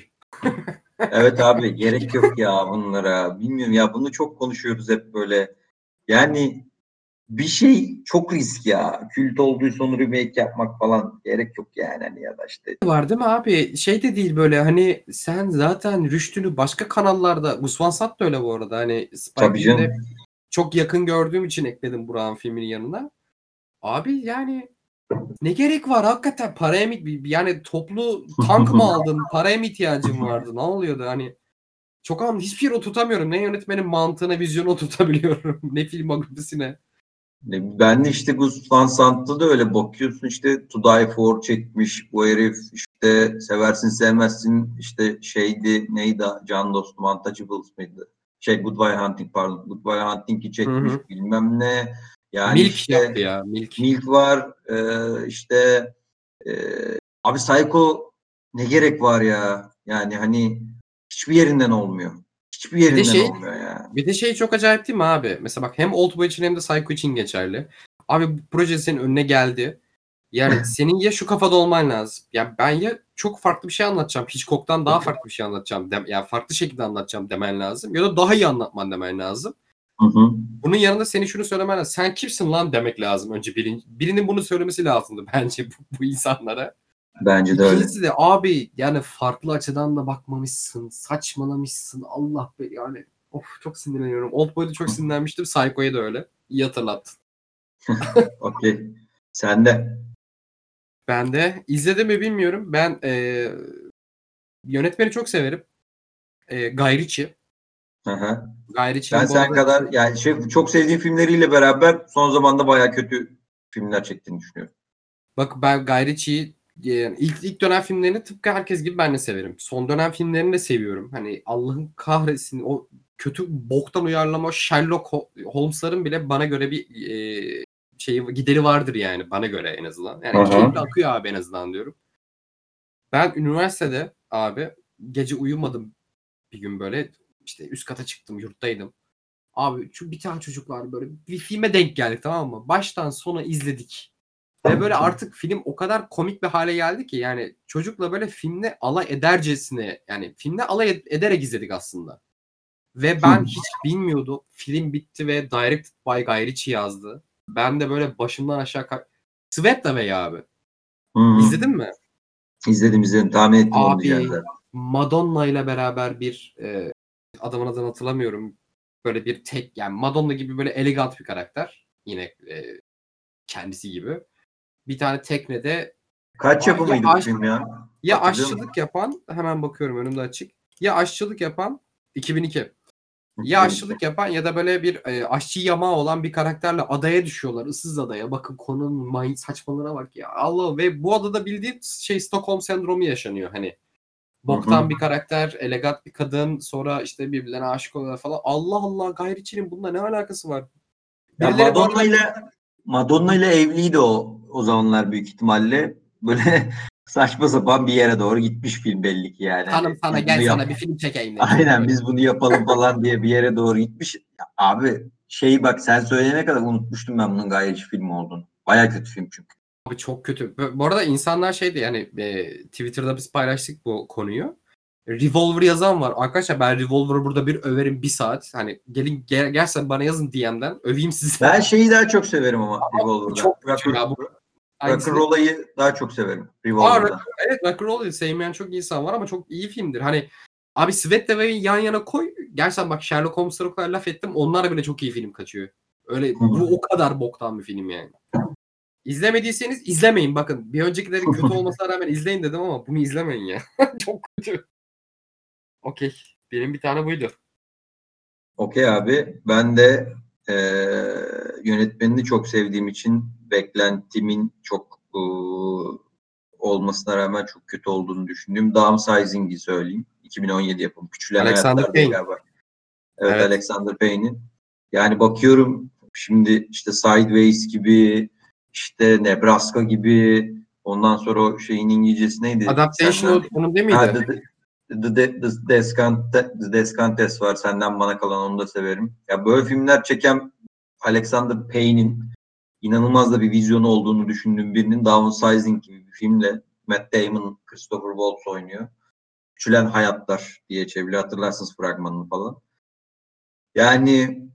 [SPEAKER 1] Evet abi gerek yok ya bunlara. Bilmiyorum ya bunu çok konuşuyoruz hep böyle. Yani bir şey çok risk ya. Kült olduysa onu remake yapmak falan gerek yok yani hani ya da işte.
[SPEAKER 2] Var değil mi abi? Şey de değil böyle hani sen zaten rüştünü başka kanallarda Gus Van Sant da öyle bu arada hani Spike
[SPEAKER 1] Tabii
[SPEAKER 2] Lee'yi de
[SPEAKER 1] canım.
[SPEAKER 2] çok yakın gördüğüm için ekledim Burak'ın filminin yanına. Abi yani ne gerek var hakikaten paraya mı yani toplu tank mı aldın paraya mı ihtiyacın vardı ne oluyordu hani çok anladım hiçbir yere oturtamıyorum ne yönetmenin mantığına vizyonu oturtabiliyorum ne filmografisine.
[SPEAKER 1] Ben de işte Gus Van Sant'ta da öyle bakıyorsun işte To Die For çekmiş bu herif işte seversin sevmezsin işte şeydi neydi Can Dostum Untouchables mıydı? Şey Goodbye Hunting pardon Goodbye Hunting'i
[SPEAKER 2] Hı
[SPEAKER 1] çekmiş
[SPEAKER 2] hı.
[SPEAKER 1] bilmem ne yani
[SPEAKER 2] Milk
[SPEAKER 1] işte
[SPEAKER 2] yaptı ya Milk.
[SPEAKER 1] Milk var e, işte e, abi Psycho ne gerek var ya yani hani hiçbir yerinden olmuyor. Hiçbir
[SPEAKER 2] Bir de
[SPEAKER 1] yerinden
[SPEAKER 2] şey
[SPEAKER 1] olmuyor ya.
[SPEAKER 2] Bir de şey çok acayip değil mi abi? Mesela bak hem Oldboy için hem de Psycho için geçerli. Abi bu proje senin önüne geldi. Yani senin ya şu kafada olman lazım. Ya ben ya çok farklı bir şey anlatacağım. Hitchcock'tan daha farklı bir şey anlatacağım. Dem yani farklı şekilde anlatacağım demen lazım. Ya da daha iyi anlatman demen lazım.
[SPEAKER 1] Hı hı.
[SPEAKER 2] Bunun yanında senin şunu söylemen lazım. Sen kimsin lan demek lazım önce birin, birinin bunu söylemesi lazımdı bence bu, bu insanlara.
[SPEAKER 1] Bence de öyle.
[SPEAKER 2] İkincisi de abi yani farklı açıdan da bakmamışsın. Saçmalamışsın. Allah be yani. Of çok sinirleniyorum. Oldboy'da çok sinirlenmiştim. Psycho'ya da öyle. İyi hatırlattın.
[SPEAKER 1] Okey. Sen de.
[SPEAKER 2] Ben de izledim mi bilmiyorum. Ben e, yönetmeni çok severim. E, Guy Ritchie.
[SPEAKER 1] Hı hı.
[SPEAKER 2] Guy
[SPEAKER 1] Ben
[SPEAKER 2] Ritchie'nin bu
[SPEAKER 1] sen
[SPEAKER 2] arada
[SPEAKER 1] kadar yani şey, çok sevdiğim filmleriyle beraber son zamanda bayağı kötü filmler çektiğini düşünüyorum.
[SPEAKER 2] bak ben Guy Ritchie'yi yani ilk ilk dönem filmlerini tıpkı herkes gibi ben de severim. Son dönem filmlerini de seviyorum. Hani Allah'ın kahretsin o kötü boktan uyarlama Sherlock Holmes'ların bile bana göre bir e, şeyi gideri vardır yani bana göre en azından.
[SPEAKER 1] Hı
[SPEAKER 2] Yani
[SPEAKER 1] hı.
[SPEAKER 2] keyifli akıyor abi en azından diyorum. Ben üniversitede abi gece uyumadım bir gün böyle işte üst kata çıktım yurttaydım. Abi şu bir tane çocuk vardı böyle bir filme denk geldik tamam mı? Baştan sona izledik. Ve böyle artık film o kadar komik bir hale geldi ki yani çocukla böyle filmde alay edercesine yani filmde alay ederek izledik aslında. Ve ben hiç bilmiyordum. Film bitti ve Directed by Guy Ritchie yazdı. Ben de böyle başımdan aşağı kay... Sweataway abi.
[SPEAKER 1] Hı hı.
[SPEAKER 2] İzledin mi?
[SPEAKER 1] İzledim izledim. Tahmin ettim onu diyeceğini
[SPEAKER 2] Abi
[SPEAKER 1] zaten.
[SPEAKER 2] Madonna ile beraber bir e, adamın adını hatırlamıyorum. Böyle bir tek yani Madonna gibi böyle elegant bir karakter. Yine e, kendisi gibi. Bir tane teknede
[SPEAKER 1] Kaç
[SPEAKER 2] ya
[SPEAKER 1] yapımıydı bu
[SPEAKER 2] aş,
[SPEAKER 1] film ya?
[SPEAKER 2] ya
[SPEAKER 1] Hatırlıyor musun?
[SPEAKER 2] aşçılık yapan hemen bakıyorum önümde açık. Ya aşçılık yapan iki bin iki. Ya
[SPEAKER 1] iki bin iki.
[SPEAKER 2] aşçılık yapan ya da böyle bir e, aşçı yamağı olan bir karakterle adaya düşüyorlar. Issız adaya. Bakın konunun manyak saçmalığına bak ya. Allah ve bu adada bildiğin şey Stockholm sendromu yaşanıyor hani.
[SPEAKER 1] Hı hı.
[SPEAKER 2] Boktan bir karakter, elegant bir kadın, sonra işte birbirlerine aşık oluyorlar falan. Allah Allah Guy Ritchie'nin bununla ne alakası var?
[SPEAKER 1] Ya
[SPEAKER 2] Birileri bu
[SPEAKER 1] Madonna
[SPEAKER 2] arada
[SPEAKER 1] ile Madonna ile evliydi o o zamanlar büyük ihtimalle. Böyle saçma sapan bir yere doğru gitmiş film belli ki yani.
[SPEAKER 2] hanım
[SPEAKER 1] Hani
[SPEAKER 2] sana
[SPEAKER 1] biz bunu
[SPEAKER 2] gel
[SPEAKER 1] yap
[SPEAKER 2] sana bir film çekeyim demiş böyle.
[SPEAKER 1] Aynen biz bunu yapalım falan diye bir yere doğru gitmiş. Ya abi şey bak sen söyleyene kadar unutmuştum ben bunun gayet film olduğunu. Baya kötü film çünkü.
[SPEAKER 2] Abi çok kötü. Bu bu arada insanlar şeydi yani e, Twitter'da biz paylaştık bu konuyu. Revolver yazan var. Arkadaşlar ben Revolver'ı burada bir överim bir saat. Hani gelin gel, gelsen bana yazın D M'den öveyim sizi.
[SPEAKER 1] Ben şeyi daha çok severim ama
[SPEAKER 2] Bu
[SPEAKER 1] Revolver'da.
[SPEAKER 2] çok
[SPEAKER 1] Bırak
[SPEAKER 2] kötü ya. Bu,
[SPEAKER 1] bırak.
[SPEAKER 2] Hangisini?
[SPEAKER 1] Rock'n'Roll'u daha çok severim.
[SPEAKER 2] Aa,
[SPEAKER 1] Revolver'dan.
[SPEAKER 2] Rock, evet Rock'n'Roll'u sevmeyen çok insan var ama çok iyi filmdir. Hani abi Svet ve yan yana koy. Gerçekten bak Sherlock Holmes'lara o kadar laf ettim. Onlar bile çok iyi film kaçıyor. Öyle bu o kadar boktan bir film yani. İzlemediyseniz izlemeyin bakın. Bir öncekileri kötü olmasına rağmen izleyin dedim ama bunu izlemeyin ya. Çok kötü. Okey. Benim bir tane buydu.
[SPEAKER 1] Okey abi. Ben de e, yönetmenini çok sevdiğim için beklentimin çok e, olmasına rağmen çok kötü olduğunu düşündüğüm Downsizing'i söyleyeyim. iki bin on yedi yapımı. Küçülen
[SPEAKER 2] Alexander
[SPEAKER 1] Hayatlar diye
[SPEAKER 2] Payne.
[SPEAKER 1] galiba. Evet,
[SPEAKER 2] Evet.
[SPEAKER 1] Alexander Payne'in. Yani bakıyorum şimdi işte Sideways gibi, işte Nebraska gibi, ondan sonra o şeyin İngilizcesi neydi?
[SPEAKER 2] Adaptation
[SPEAKER 1] Senden
[SPEAKER 2] onun değil
[SPEAKER 1] ha,
[SPEAKER 2] miydi?
[SPEAKER 1] The, The, The, The, Descante, The Descantes var. Senden Bana Kalan, onu da severim. Ya böyle filmler çeken Alexander Payne'in inanılmaz da bir vizyonu olduğunu düşündüğüm birinin Downsizing gibi bir filmle Matt Damon, Christopher Waltz oynuyor. Küçülen Hayatlar diye çeviriyor. Hatırlarsınız fragmanını falan. Yani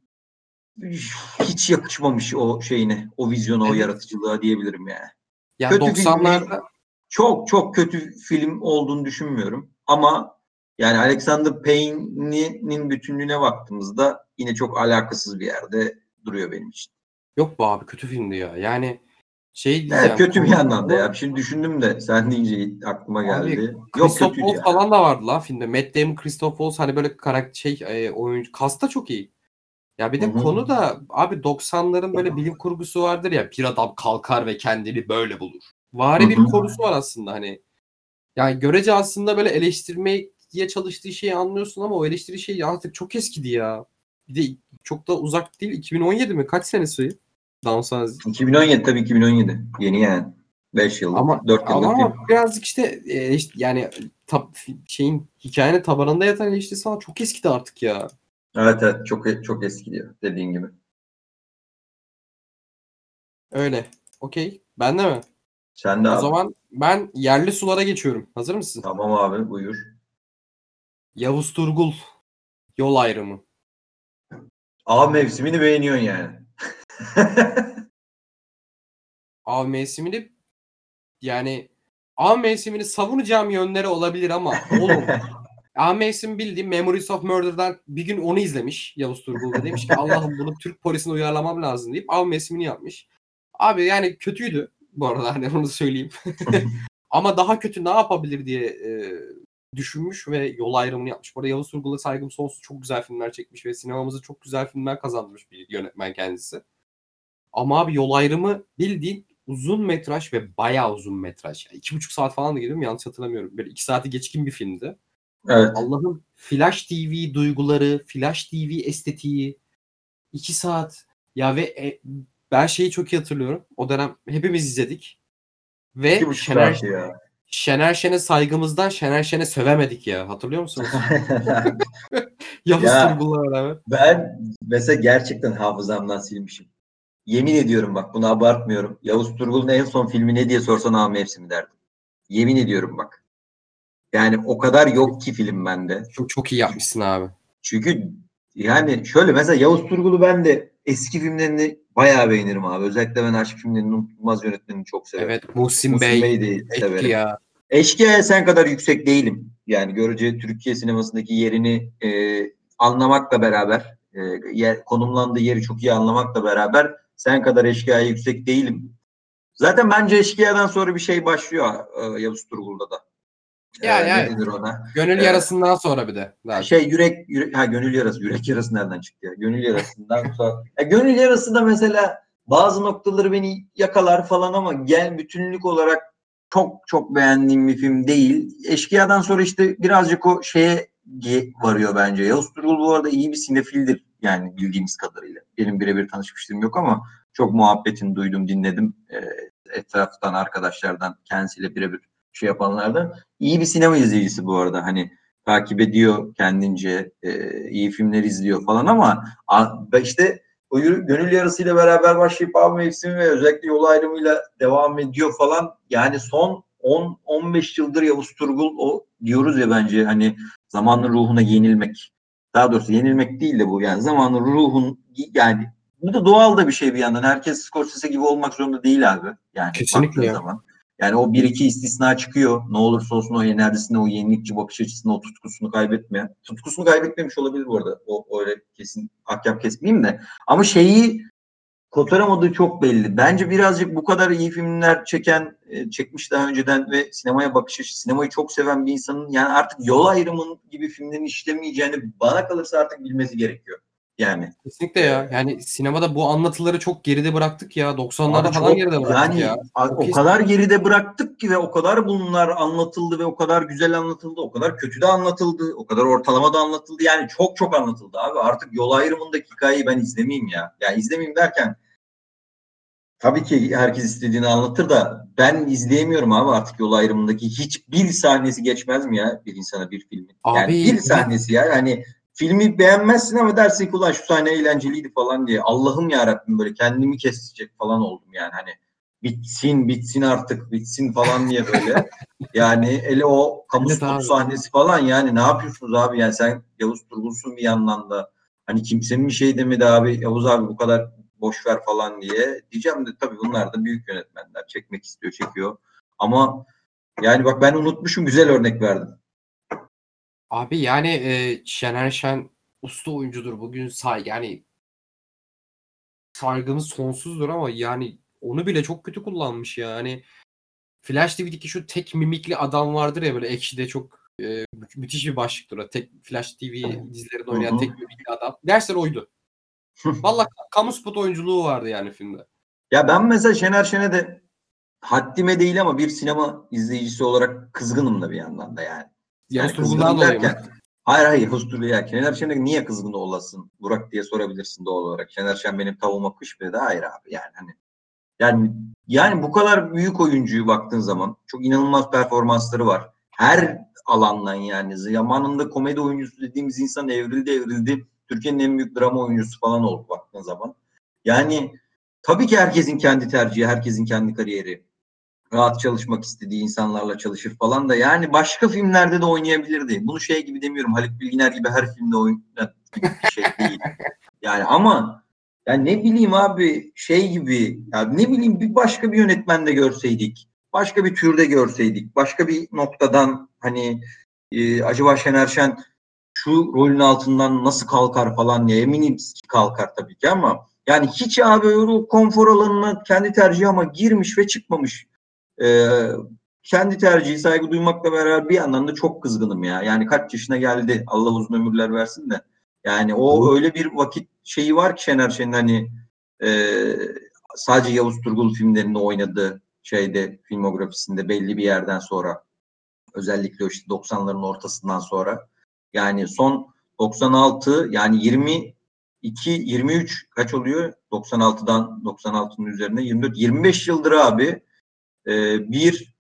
[SPEAKER 1] hiç yakışmamış o şeyine, o vizyona, o
[SPEAKER 2] Evet.
[SPEAKER 1] yaratıcılığa diyebilirim yani.
[SPEAKER 2] Ya
[SPEAKER 1] Kötü
[SPEAKER 2] doksanlarda
[SPEAKER 1] filmi, çok çok kötü film olduğunu düşünmüyorum. Ama yani Alexander Payne'in bütünlüğüne baktığımızda yine çok alakasız bir yerde duruyor benim için.
[SPEAKER 2] yok bu abi kötü filmdi ya. Yani şey
[SPEAKER 1] Evet,
[SPEAKER 2] diyeceğim.
[SPEAKER 1] kötü bir
[SPEAKER 2] Konu,
[SPEAKER 1] yandan da
[SPEAKER 2] konu
[SPEAKER 1] ya. Şimdi düşündüm de sen deyince aklıma
[SPEAKER 2] abi
[SPEAKER 1] geldi. Yok,
[SPEAKER 2] Christoph
[SPEAKER 1] kötüydü
[SPEAKER 2] Waltz
[SPEAKER 1] yani.
[SPEAKER 2] falan da vardı lan filmde. Matt Damon, Christoph Waltz hani böyle karakter şey e, oyuncu kast da çok iyi. Ya bir
[SPEAKER 1] Hı
[SPEAKER 2] de
[SPEAKER 1] hı.
[SPEAKER 2] konu da abi doksanların böyle bilim kurgusu vardır ya. Bir adam kalkar ve kendini böyle bulur.
[SPEAKER 1] Hı
[SPEAKER 2] Vari bir
[SPEAKER 1] hı.
[SPEAKER 2] konusu var aslında hani. Yani görece aslında böyle eleştirmeye çalıştığı şeyi anlıyorsun ama o eleştiri şeyi artık çok eskidi ya. Bir de çok da uzak değil. iki bin on yedi mi? Kaç senesi? Downsizing.
[SPEAKER 1] iki bin on yedi, tabii iki bin on yedi. Yeni yani. beş
[SPEAKER 2] Ama
[SPEAKER 1] yıllık, dört
[SPEAKER 2] ama
[SPEAKER 1] yıllık film.
[SPEAKER 2] ama birazcık işte e, işte yani tab, şeyin hikayenin tabanında yatan eleştirisi falan çok eskidi artık ya.
[SPEAKER 1] Evet evet, çok çok eski diyor dediğin gibi.
[SPEAKER 2] Öyle. Okey. Ben de mi?
[SPEAKER 1] Sen de
[SPEAKER 2] O
[SPEAKER 1] abi.
[SPEAKER 2] zaman ben yerli sulara geçiyorum. Hazır mısın?
[SPEAKER 1] Tamam abi, buyur.
[SPEAKER 2] Yavuz Turgul. Yol ayrımı.
[SPEAKER 1] Av mevsimini beğeniyorsun yani.
[SPEAKER 2] Av mevsimini yani av mevsimini savunacağım yönleri olabilir ama oğlum av mevsimi bildiğim Memories of Murder'dan bir gün onu izlemiş Yavuz Turgul ve demiş ki Allah'ım bunu Türk polisine uyarlamam lazım deyip av mevsimini yapmış. Abi yani kötüydü bu arada hani onu söyleyeyim. Ama daha kötü ne yapabilir diye e, düşünmüş ve yol ayrımını yapmış. Bu arada Yavuz Turgul'a saygım sonsuz, çok güzel filmler çekmiş ve sinemamızı çok güzel filmler kazandırmış bir yönetmen kendisi. Ama abi yol ayrımı bildiğin uzun metraj ve bayağı uzun metraj. Yani iki buçuk saat falan da gidiyorum, yanlış hatırlamıyorum. Böyle iki saati geçkin bir filmdi.
[SPEAKER 1] Evet.
[SPEAKER 2] Allah'ım Flash T V duyguları, Flash T V estetiği, iki saat. Ya ve e, ben şeyi çok iyi hatırlıyorum. O dönem hepimiz izledik.
[SPEAKER 1] İki
[SPEAKER 2] Ve
[SPEAKER 1] buçuk
[SPEAKER 2] Şener
[SPEAKER 1] saat ya.
[SPEAKER 2] Şener Şen'e saygımızdan Şener Şen'e sövemedik ya. Hatırlıyor musunuz? Yavuz
[SPEAKER 1] Ya
[SPEAKER 2] Turgul'la beraber.
[SPEAKER 1] ben mesela gerçekten hafızamdan silmişim. Yemin ediyorum, bak bunu abartmıyorum. Yavuz Turgul'un en son filmi ne diye sorsan Av Mevsimi derdim. Yemin ediyorum bak. Yani o kadar yok ki film bende.
[SPEAKER 2] Çok çok iyi yapmışsın abi.
[SPEAKER 1] Çünkü yani şöyle, mesela Yavuz Turgul'u ben de eski filmlerini bayağı beğenirim abi. Özellikle ben aşk filmlerinin unutulmaz yönetmenini çok severim.
[SPEAKER 2] Evet, Muhsin
[SPEAKER 1] Muhsin
[SPEAKER 2] Bey,
[SPEAKER 1] Bey'i de severim.
[SPEAKER 2] Eşkıya.
[SPEAKER 1] Eşkıya'ya sen kadar yüksek değilim. Yani görece Türkiye sinemasındaki yerini e, anlamakla beraber, e, yer, konumlandığı yeri çok iyi anlamakla beraber sen kadar Eşkıya'ya yüksek değilim. Zaten bence Eşkıya'dan sonra bir şey başlıyor e, Yavuz Turgul'da da.
[SPEAKER 2] Yani
[SPEAKER 1] E, ne
[SPEAKER 2] evet.
[SPEAKER 1] denir ona?
[SPEAKER 2] Gönül
[SPEAKER 1] E,
[SPEAKER 2] yarasından sonra bir de daha çok.
[SPEAKER 1] şey yürek, yürek ha gönül yarası. Yürek yarası nereden çıktı ya? Gönül yarasından sonra. Ya, gönül yarası da mesela bazı noktaları beni yakalar falan ama gel bütünlük olarak çok çok beğendiğim bir film değil. Eşkıya'dan sonra işte birazcık o şeye varıyor bence. Yavuz Turgul bu arada iyi bir sinefildir. Yani bildiğimiz kadarıyla. Benim birebir tanışmışlığım yok ama çok muhabbetini duydum, dinledim. E, etraftan, arkadaşlardan, kendisiyle birebir şey yapanlardan. İyi bir sinema izleyicisi bu arada. Hani takip ediyor kendince, e, iyi filmler izliyor falan ama a, işte o yürü, gönül yarısıyla beraber başlayıp Av Mevsimi ve özellikle Yol Ayrımı'yla devam ediyor falan. Yani son on on beş yıldır Yavuz Turgul, o diyoruz ya, bence hani zamanın ruhuna yenilmek. Daha doğrusu yenilmek değil de bu, yani zamanın ruhun, yani Bu da doğal da bir şey bir yandan. Herkes Scorsese gibi olmak zorunda değil abi. Yani
[SPEAKER 2] Kesinlikle
[SPEAKER 1] baktığın
[SPEAKER 2] ya.
[SPEAKER 1] zaman. Yani o bir iki istisna çıkıyor. Ne olursa olsun o enerjisini, o yenilikçi bakış açısını, o tutkusunu kaybetmeyen. Tutkusunu kaybetmemiş olabilir bu arada. O öyle kesin hakem kesmeyeyim de. Ama şeyi kotaramadığı çok belli. Bence birazcık bu kadar iyi filmler çeken, e, çekmiş daha önceden ve sinemaya bakış açısı, sinemayı çok seven bir insanın yani artık Yol Ayrımı gibi filmlerin işlemeyeceğini bana kalırsa artık bilmesi gerekiyor. Yani.
[SPEAKER 2] Kesinlikle
[SPEAKER 1] E,
[SPEAKER 2] ya. Yani sinemada bu anlatıları çok geride bıraktık ya. doksanlarda
[SPEAKER 1] Abi
[SPEAKER 2] falan
[SPEAKER 1] çok
[SPEAKER 2] geride bıraktık ya.
[SPEAKER 1] yani
[SPEAKER 2] Çok
[SPEAKER 1] o
[SPEAKER 2] iyi.
[SPEAKER 1] kadar geride bıraktık ki ve o kadar bunlar anlatıldı ve o kadar güzel anlatıldı, o kadar kötü de anlatıldı, o kadar ortalama da anlatıldı. Yani çok çok anlatıldı abi. Artık Yol Ayrımı'ndaki hikayeyi ben izlemeyeyim ya. Ya izlemeyeyim derken tabii ki herkes istediğini anlatır da ben izleyemiyorum abi artık Yol Ayrımı'ndaki hiçbir sahnesi geçmez mi ya bir insana bir filmin? Yani bir
[SPEAKER 2] Abi bir de
[SPEAKER 1] sahnesi ya yani filmi beğenmezsin ama dersin ki ulan şu sahne eğlenceliydi falan diye. Allah'ım yarabbim böyle kendimi kesecek falan oldum yani hani bitsin bitsin artık bitsin falan diye böyle. Yani ele o kamu
[SPEAKER 2] evet
[SPEAKER 1] spotu
[SPEAKER 2] abi.
[SPEAKER 1] sahnesi falan yani ne yapıyorsunuz abi yani sen Yavuz Turgul'sun bir yandan da. Hani kimsenin bir şey demedi abi Yavuz abi bu kadar boş ver falan diye. Diyeceğim de tabii bunlar da büyük yönetmenler. Çekmek istiyor, çekiyor. Ama yani bak ben unutmuşum güzel örnek verdim.
[SPEAKER 2] Abi yani e, Şener Şen usta oyuncudur. Bugün say yani saygımız sonsuzdur ama yani onu bile çok kötü kullanmış ya. Hani Flash T V'deki şu tek mimikli adam vardır ya böyle Ekşi'de çok e, mü- müthiş bir başlıktır o. Tek Flash T V dizilerinde
[SPEAKER 1] Hı
[SPEAKER 2] oynayan
[SPEAKER 1] hı.
[SPEAKER 2] tek mimikli adam. Dersler oydu. Vallahi ka- kamu spot oyunculuğu vardı yani filmde.
[SPEAKER 1] Ya ben mesela Şener Şen'e de haddime değil ama bir sinema izleyicisi olarak kızgınım da bir yandan da yani.
[SPEAKER 2] Yavuz
[SPEAKER 1] Yani
[SPEAKER 2] Turgul'dan
[SPEAKER 1] kızgınım
[SPEAKER 2] dolayı mı?
[SPEAKER 1] derken hayır hayır Yavuz Turgul ya. Şener Şen'e niye kızgın olasın Burak diye sorabilirsin doğal olarak. Şener Şen benim tavuğuma kuş dedi. Hayır abi yani hani yani yani bu kadar büyük oyuncuyu baktığın zaman çok inanılmaz performansları var. Her alandan yani zamanında komedi oyuncusu dediğimiz insan evrildi evrildi. Türkiye'nin en büyük drama oyuncusu falan oldu baktığın zaman. Yani tabii ki herkesin kendi tercihi, herkesin kendi kariyeri. Rahat çalışmak istediği insanlarla çalışır falan da yani başka filmlerde de oynayabilirdi. Bunu şey gibi demiyorum. Haluk Bilginer gibi her filmde oynayan bir şey değil. Yani ama yani ne bileyim abi şey gibi yani ne bileyim bir başka bir yönetmende görseydik. Başka bir türde görseydik. Başka bir noktadan hani e, acaba Şener Şen şu rolün altından nasıl kalkar falan diye eminim ki kalkar tabii ki ama yani hiç abi öyle o konfor alanına kendi tercihi ama girmiş ve çıkmamış. Ee, kendi tercihi saygı duymakla beraber bir yandan da çok kızgınım ya. Yani kaç yaşına geldi Allah uzun ömürler versin de. Yani o öyle bir vakit şeyi var ki Şener Şen'in hani e, sadece Yavuz Turgul filmlerinde oynadığı şeyde filmografisinde belli bir yerden sonra özellikle işte doksanların ortasından sonra yani son doksan altı yani yirmi iki yirmi üç kaç oluyor? doksan altıdan doksan altının üzerine yirmi dört yirmi beş yıldır abi e, bir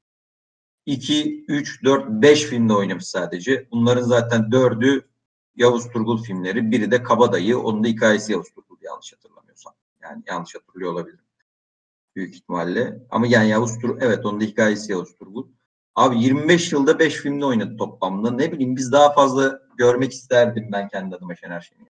[SPEAKER 1] iki üç dört beş filmde oynamış sadece. Bunların zaten dördü Yavuz Turgul filmleri. Biri de Kabadayı. Onun da hikayesi Yavuz Turgul yanlış hatırlamıyorsam. Yani yanlış hatırlıyor olabilirim. Büyük ihtimalle. Ama yani Yavuz Turgul evet onun da hikayesi Yavuz Turgul. Abi yirmi beş yılda beş filmde oynadı toplamda. Ne bileyim biz daha fazla görmek isterdim ben kendi adıma Şener Şen'i.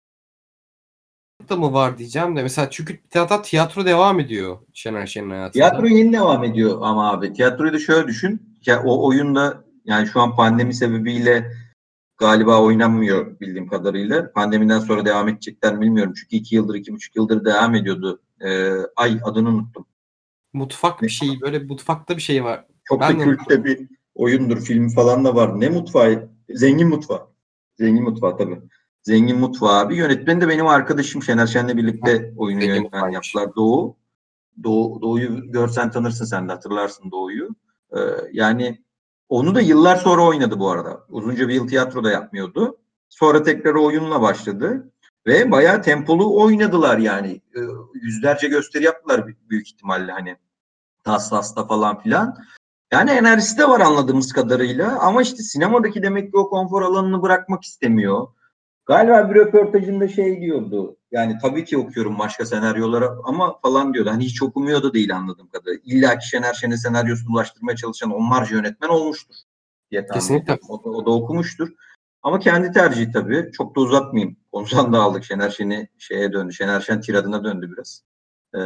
[SPEAKER 2] Da mı var diyeceğim de mesela çünkü hatta tiyatro devam ediyor Şener Şen'in
[SPEAKER 1] Tiyatro
[SPEAKER 2] hayatında.
[SPEAKER 1] yeni devam ediyor ama abi. Tiyatroyu da şöyle düşün. Ya o oyunda yani şu an pandemi sebebiyle galiba oynanmıyor bildiğim kadarıyla. Pandemiden sonra devam edecekler mi bilmiyorum. Çünkü iki yıldır, iki buçuk yıldır devam ediyordu. Ee, ay adını unuttum.
[SPEAKER 2] Mutfak bir şeyi böyle mutfakta bir şey var.
[SPEAKER 1] Çok da
[SPEAKER 2] Ben de unuttum.
[SPEAKER 1] kültte bir oyundur, film falan da var. Ne mutfağı? Zengin Mutfağı. Zengin Mutfağı tabii. Zengin Mutfağı abi. Yönetmeni de benim arkadaşım Şener Şen'le birlikte oyunu
[SPEAKER 2] Zengin
[SPEAKER 1] yönetmen
[SPEAKER 2] mutfakmış.
[SPEAKER 1] yaptılar. Doğu. Doğu, Doğu'yu görsen tanırsın sen de hatırlarsın Doğu'yu. Ee, yani onu da yıllar sonra oynadı bu arada. Uzunca bir yıl tiyatroda yapmıyordu. Sonra tekrar oyunla başladı. Ve bayağı tempolu oynadılar yani. Ee, yüzlerce gösteri yaptılar büyük ihtimalle hani. Taslas'ta falan filan. Yani enerjisi de var anladığımız kadarıyla. Ama işte sinemadaki demek ki o konfor alanını bırakmak istemiyor. Galiba bir röportajında şey diyordu. Yani tabii ki okuyorum başka senaryolara ama falan diyordu. Hani hiç okumuyor da değil anladığım kadarıyla. İlla ki Şener Şen'e senaryosunu ulaştırmaya çalışan onlarca yönetmen olmuştur diye tahmin
[SPEAKER 2] Kesinlikle.
[SPEAKER 1] ediyorum. O da, o da okumuştur. Ama kendi tercihi tabii. Çok da uzatmayayım. Konudan da aldık. Şener Şen'i şeye döndü. Şener Şen tiradına döndü biraz. Ee,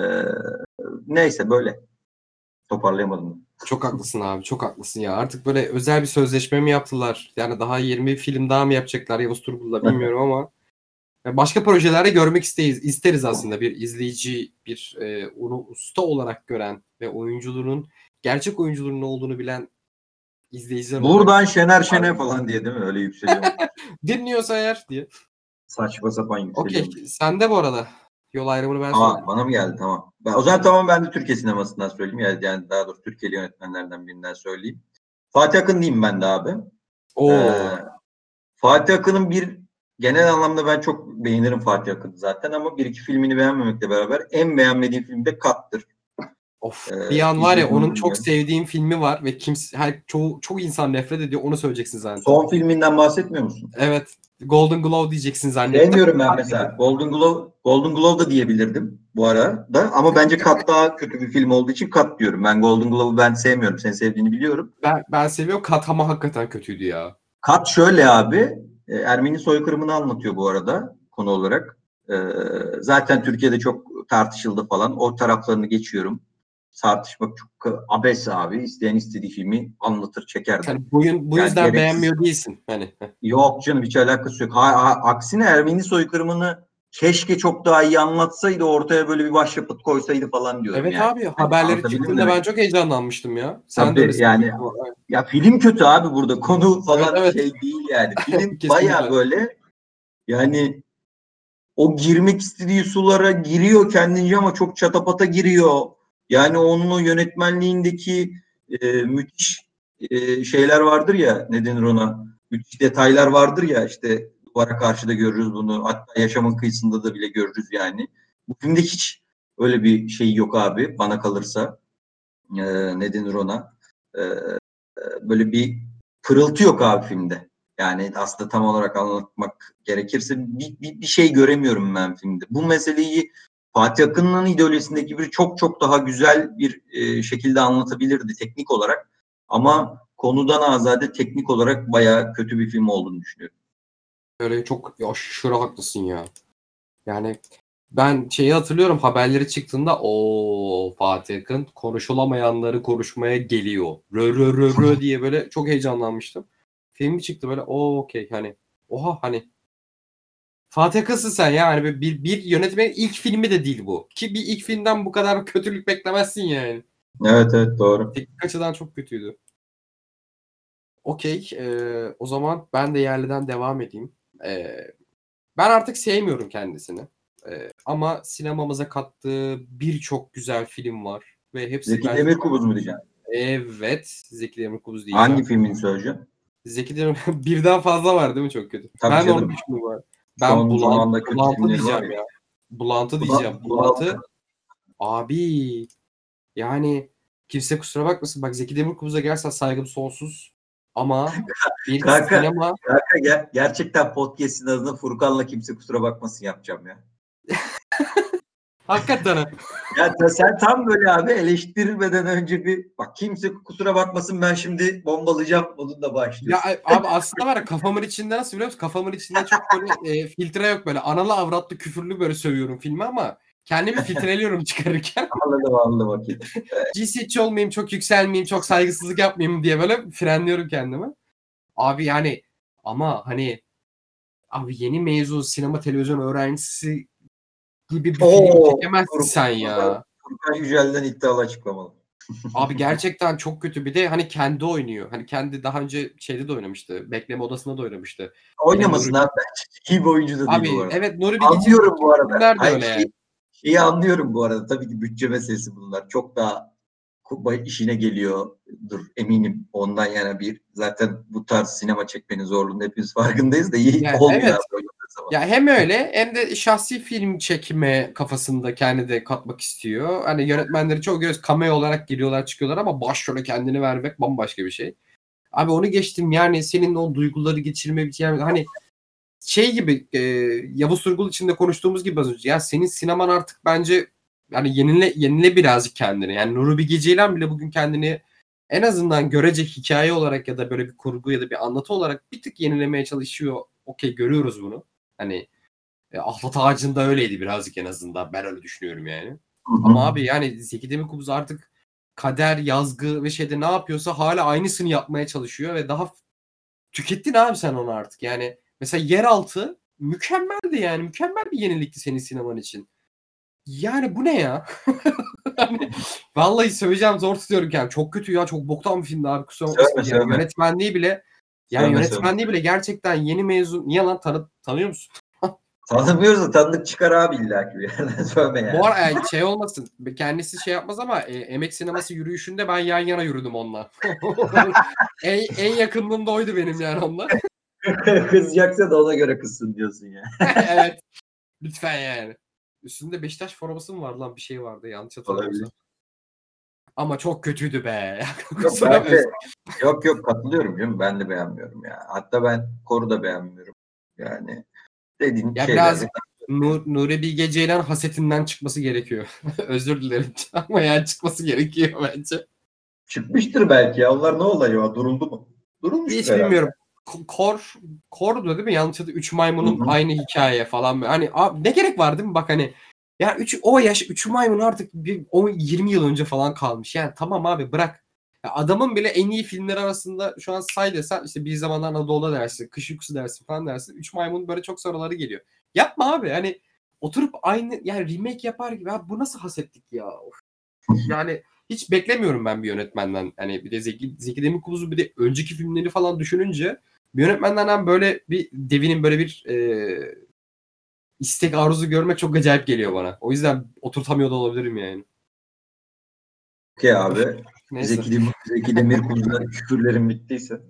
[SPEAKER 1] neyse böyle. Toparlayamadım.
[SPEAKER 2] Çok haklısın abi. Çok haklısın ya. Artık böyle özel bir sözleşme mi yaptılar? Yani daha yirmi film daha mı yapacaklar Yavuz Turgul'la bilmiyorum ama başka projelerde görmek isteyiz, isteriz aslında bir izleyici, bir e, onu usta olarak gören ve oyunculuğunun gerçek oyunculuğunun ne olduğunu bilen izleyiciler olarak.
[SPEAKER 1] Buradan Şener Şen'e falan diye değil mi? Öyle yükseliyor.
[SPEAKER 2] Dinliyorsa eğer diye.
[SPEAKER 1] Saçma sapan yükseliyor.
[SPEAKER 2] Okey. Sende bu arada. Yol ayrımını ben
[SPEAKER 1] Aa,
[SPEAKER 2] söyleyeyim.
[SPEAKER 1] bana mı geldi? Tamam. Ben, o zaman tamam ben de Türkiye sinemasından söyleyeyim. Yani, yani daha doğrusu Türkiye'li yönetmenlerden birinden söyleyeyim. Fatih Akın diyeyim ben de abi.
[SPEAKER 2] Oo.
[SPEAKER 1] Ee, Fatih Akın'ın bir genel anlamda ben çok beğenirim Fatih Akın'ı zaten ama bir iki filmini beğenmemekle beraber en beğenmediğim film de Kat'tır.
[SPEAKER 2] Of.
[SPEAKER 1] Ee,
[SPEAKER 2] Bir an var ya onun çok
[SPEAKER 1] bilmiyorum.
[SPEAKER 2] sevdiğim filmi var ve kimse her çoğu çok insan nefret ediyor. Onu söyleyeceksin zaten.
[SPEAKER 1] Son filminden bahsetmiyor musun?
[SPEAKER 2] Evet. Golden Globe diyeceksin zannettim.
[SPEAKER 1] Sevmiyorum ben mesela. Golden Globe, Golden Globe da diyebilirdim bu arada ama bence Kat daha kötü bir film olduğu için Kat diyorum. Ben Golden Globe'u ben sevmiyorum. Sen sevdiğini biliyorum.
[SPEAKER 2] Ben ben seviyorum. Kat ama hakikaten kötüydü ya.
[SPEAKER 1] Kat şöyle abi. Ermeni soykırımını anlatıyor bu arada konu olarak. Ee, zaten Türkiye'de çok tartışıldı falan. O taraflarını geçiyorum. Tartışmak çok abes abi. İsteyen istediği filmi anlatır, çeker de.
[SPEAKER 2] Yani bu, bu
[SPEAKER 1] Yani
[SPEAKER 2] yüzden
[SPEAKER 1] gereksiz.
[SPEAKER 2] beğenmiyor değilsin. Hani.
[SPEAKER 1] Yok canım hiç alakası yok. Ha, ha, aksine Ermeni soykırımını keşke çok daha iyi anlatsaydı ortaya böyle bir başyapıt koysaydı falan diyorum
[SPEAKER 2] Evet
[SPEAKER 1] yani.
[SPEAKER 2] abi
[SPEAKER 1] Yani
[SPEAKER 2] haberleri
[SPEAKER 1] anlatabildim mi
[SPEAKER 2] çıktığında
[SPEAKER 1] demek?
[SPEAKER 2] ben çok heyecanlanmıştım ya. Sen de
[SPEAKER 1] Tabii
[SPEAKER 2] öylesin.
[SPEAKER 1] yani ya film kötü abi burada konu falan
[SPEAKER 2] Evet, evet.
[SPEAKER 1] şey değil yani. Film
[SPEAKER 2] Kesinlikle.
[SPEAKER 1] baya böyle yani o girmek istediği sulara giriyor kendince ama çok çatapata giriyor. Yani onun o yönetmenliğindeki e, müthiş e, şeyler vardır ya ne denir ona? Müthiş detaylar vardır ya işte duvara karşı da görürüz bunu. Hatta yaşamın kıyısında da bile görürüz yani. Bu filmde hiç öyle bir şey yok abi bana kalırsa. E, ne denir ona? E, böyle bir pırıltı yok abi filmde. Yani aslında tam olarak anlatmak gerekirse bir, bir, bir şey göremiyorum ben filmde. Bu meseleyi Fatih Akın'ın ideolojisindeki biri çok çok daha güzel bir e, şekilde anlatabilirdi teknik olarak. Ama konudan azade teknik olarak bayağı kötü bir film olduğunu düşünüyorum.
[SPEAKER 2] Öyle çok aşırı haklısın ya. Yani ben şeyi hatırlıyorum haberleri çıktığında o Fatih Akın konuşulamayanları konuşmaya geliyor. Rö rö rö rö diye böyle çok heyecanlanmıştım. Filmi çıktı böyle o okey hani oha hani Fatih Akınsın sen ya hani bir, bir yönetmenin ilk filmi de değil bu. Ki bir ilk filmden bu kadar kötülük beklemezsin yani.
[SPEAKER 1] Evet evet doğru.
[SPEAKER 2] Teknik açıdan çok kötüydü. Okey. Ee, o zaman ben de yerliden devam edeyim. Ee, ben artık sevmiyorum kendisini. Ee, ama sinemamıza kattığı birçok güzel film var. Ve hepsi
[SPEAKER 1] Zeki
[SPEAKER 2] bence...
[SPEAKER 1] Demirkubuz mu diyeceksin?
[SPEAKER 2] Evet. Zeki Demirkubuz diyeceğim.
[SPEAKER 1] Hangi filmini söyleyeceksin?
[SPEAKER 2] Zeki Demir birden fazla var değil mi çok kötü?
[SPEAKER 1] Tabii
[SPEAKER 2] Ben de onu
[SPEAKER 1] canım.
[SPEAKER 2] düşündüm var. Ben
[SPEAKER 1] Son
[SPEAKER 2] Bulant,
[SPEAKER 1] zamanda kötü
[SPEAKER 2] Bulant'ı
[SPEAKER 1] filmleri var
[SPEAKER 2] diyeceğim
[SPEAKER 1] ya.
[SPEAKER 2] ya. Bulant'ı diyeceğim.
[SPEAKER 1] Bulan-
[SPEAKER 2] Bulant'ı
[SPEAKER 1] Bulan-
[SPEAKER 2] abi yani kimse kusura bakmasın. Bak Zeki Demirkubuz'a gerçekten saygım sonsuz. Ama bir
[SPEAKER 1] Kanka,
[SPEAKER 2] sinema...
[SPEAKER 1] kanka ger- gerçekten podcast'in adına Furkan'la kimse kusura bakmasın yapacağım ya.
[SPEAKER 2] Hakikaten ha.
[SPEAKER 1] Ya ta- sen tam böyle abi eleştirilmeden önce bir bak kimse kusura bakmasın ben şimdi bombalayacağım modunda
[SPEAKER 2] Ya
[SPEAKER 1] başlıyorsun.
[SPEAKER 2] abi aslında var ya kafamın içinde nasıl biliyor musun? Kafamın içinde çok böyle e, filtre yok böyle. Analı avratlı küfürlü böyle sövüyorum filmi ama kendimi filtreliyorum çıkarırken.
[SPEAKER 1] Anladım anladım okey.
[SPEAKER 2] Cinsiyetçi olmayayım, çok yükselmeyeyim, çok saygısızlık yapmayayım diye böyle frenliyorum kendimi. Abi yani ama hani abi yeni mezun sinema televizyon öğrencisi gibi bir film
[SPEAKER 1] Oo,
[SPEAKER 2] çekemezsin
[SPEAKER 1] Fur-
[SPEAKER 2] sen
[SPEAKER 1] Furkan,
[SPEAKER 2] ya.
[SPEAKER 1] Furkan Yücel'den iddialı açıklamalı.
[SPEAKER 2] Abi gerçekten çok kötü. Bir de hani kendi oynuyor. Hani kendi daha önce şeyde de oynamıştı. Bekleme odasında da oynamıştı. Yine
[SPEAKER 1] Oynamasın
[SPEAKER 2] Nuri
[SPEAKER 1] abi bence. İyi bir oyuncu da değil bu
[SPEAKER 2] Abi
[SPEAKER 1] arada.
[SPEAKER 2] evet Nuri Bilge'nin
[SPEAKER 1] Anlıyorum bu
[SPEAKER 2] çektiği
[SPEAKER 1] arada.
[SPEAKER 2] filmler de
[SPEAKER 1] Hayır
[SPEAKER 2] öyle
[SPEAKER 1] şey,
[SPEAKER 2] yani.
[SPEAKER 1] şeyi anlıyorum bu arada. Tabii ki bütçe meselesi bunlar. Çok daha kupa işine geliyordur eminim. Ondan yana bir zaten bu tarz sinema çekmenin zorluğunu hepimiz farkındayız da iyi
[SPEAKER 2] Yani
[SPEAKER 1] olmuyor
[SPEAKER 2] evet.
[SPEAKER 1] abi oynadığı zaman.
[SPEAKER 2] Ya hem öyle hem de şahsi film çekme kafasında kendi de katmak istiyor. Hani yönetmenleri çok göz cameo olarak giriyorlar çıkıyorlar ama başrole kendini vermek bambaşka bir şey. Abi onu geçtim yani senin o duyguları geçirme bir yani hani şey gibi e, Yavuz Turgul içinde konuştuğumuz gibi az önce ya senin sineman artık bence yani yenile yenile birazcık kendini. Yani Nuri Bilge Ceylan bile bugün kendini en azından görecek hikaye olarak ya da böyle bir kurgu ya da bir anlatı olarak bir tık yenilemeye çalışıyor. Okey, görüyoruz bunu. Hani e, Ahlat Ağacı'nda öyleydi birazcık en azından. Ben öyle düşünüyorum yani.
[SPEAKER 1] Hı hı.
[SPEAKER 2] Ama abi yani Zeki Demirkubuz artık kader, yazgı ve şeyde ne yapıyorsa hala aynısını yapmaya çalışıyor ve daha tükettin abi sen onu artık. Yani mesela Yeraltı mükemmeldi yani. Mükemmel bir yenilikti senin sineman için. Yani bu ne ya? Hani vallahi söyleyeceğim zor tutuyorum kendimi. Çok kötü ya. Çok boktan bir filmdi abi. Kusura bakmasın.
[SPEAKER 1] Sövme
[SPEAKER 2] Yani
[SPEAKER 1] sövme.
[SPEAKER 2] yönetmenliği bile yani
[SPEAKER 1] Sövme sövme.
[SPEAKER 2] yönetmenliği bile gerçekten yeni mezun. Niye lan tanı, tanıyor musun?
[SPEAKER 1] Tanımıyoruz da tanıdık çıkar abi illaki bir yerden. Sövme yani.
[SPEAKER 2] Bu ara yani şey olmasın. Kendisi şey yapmaz ama e, emek sineması yürüyüşünde ben yan yana yürüdüm onunla. en, en yakınlığımda oydu benim yani onunla.
[SPEAKER 1] Kızacaksa da ona göre kızsın diyorsun ya.
[SPEAKER 2] Evet. Lütfen yani. Üstünde Beşiktaş forması mı vardı lan? Bir şey vardı yanlış hatırlamıyorsam.
[SPEAKER 1] Olabilir.
[SPEAKER 2] Ama çok kötüydü be.
[SPEAKER 1] Yok, ben de, yok yok katılıyorum canım. Ben de beğenmiyorum ya. Hatta ben Koru da beğenmiyorum. Yani dediğin
[SPEAKER 2] Ya
[SPEAKER 1] şeyler.
[SPEAKER 2] biraz Nur, Nuri Bilge Ceylan hasetinden çıkması gerekiyor. Özür dilerim ama yani çıkması gerekiyor bence.
[SPEAKER 1] Çıkmıştır belki ya. Onlar ne olayı o? Duruldu mu? Durulmuştur
[SPEAKER 2] Hiç
[SPEAKER 1] herhalde.
[SPEAKER 2] bilmiyorum. K- Kor, Kor'du değil mi? Yanlış hatırlamıyorum. Üç maymunun
[SPEAKER 1] Hı hı.
[SPEAKER 2] aynı hikaye falan. Hani abi, ne gerek var değil mi? Bak hani ya üç, o yaş üç maymun artık bir on yirmi yıl önce falan kalmış. Yani tamam abi bırak. Ya adamın bile en iyi filmler arasında şu an say desen işte Bir Zamanlar Anadolu'da dersin, Kış Uykusu dersin falan dersin. Üç maymun böyle çok soruları geliyor. Yapma abi hani oturup aynı yani remake yapar gibi. Abi bu nasıl hasetlik ya? Of. Yani hiç beklemiyorum ben bir yönetmenden. Hani bir de Zeki, Zeki Demirkubuz'un bir de önceki filmleri falan düşününce bir yönetmenden hem böyle bir devinin böyle bir e, istek arzusu görmek çok acayip geliyor bana. O yüzden oturtamıyor da olabilirim yani.
[SPEAKER 1] Okey abi.
[SPEAKER 2] Neyse.
[SPEAKER 1] Zeki, Dem Zeki Demirkubuz'la küfürlerim bittiyse.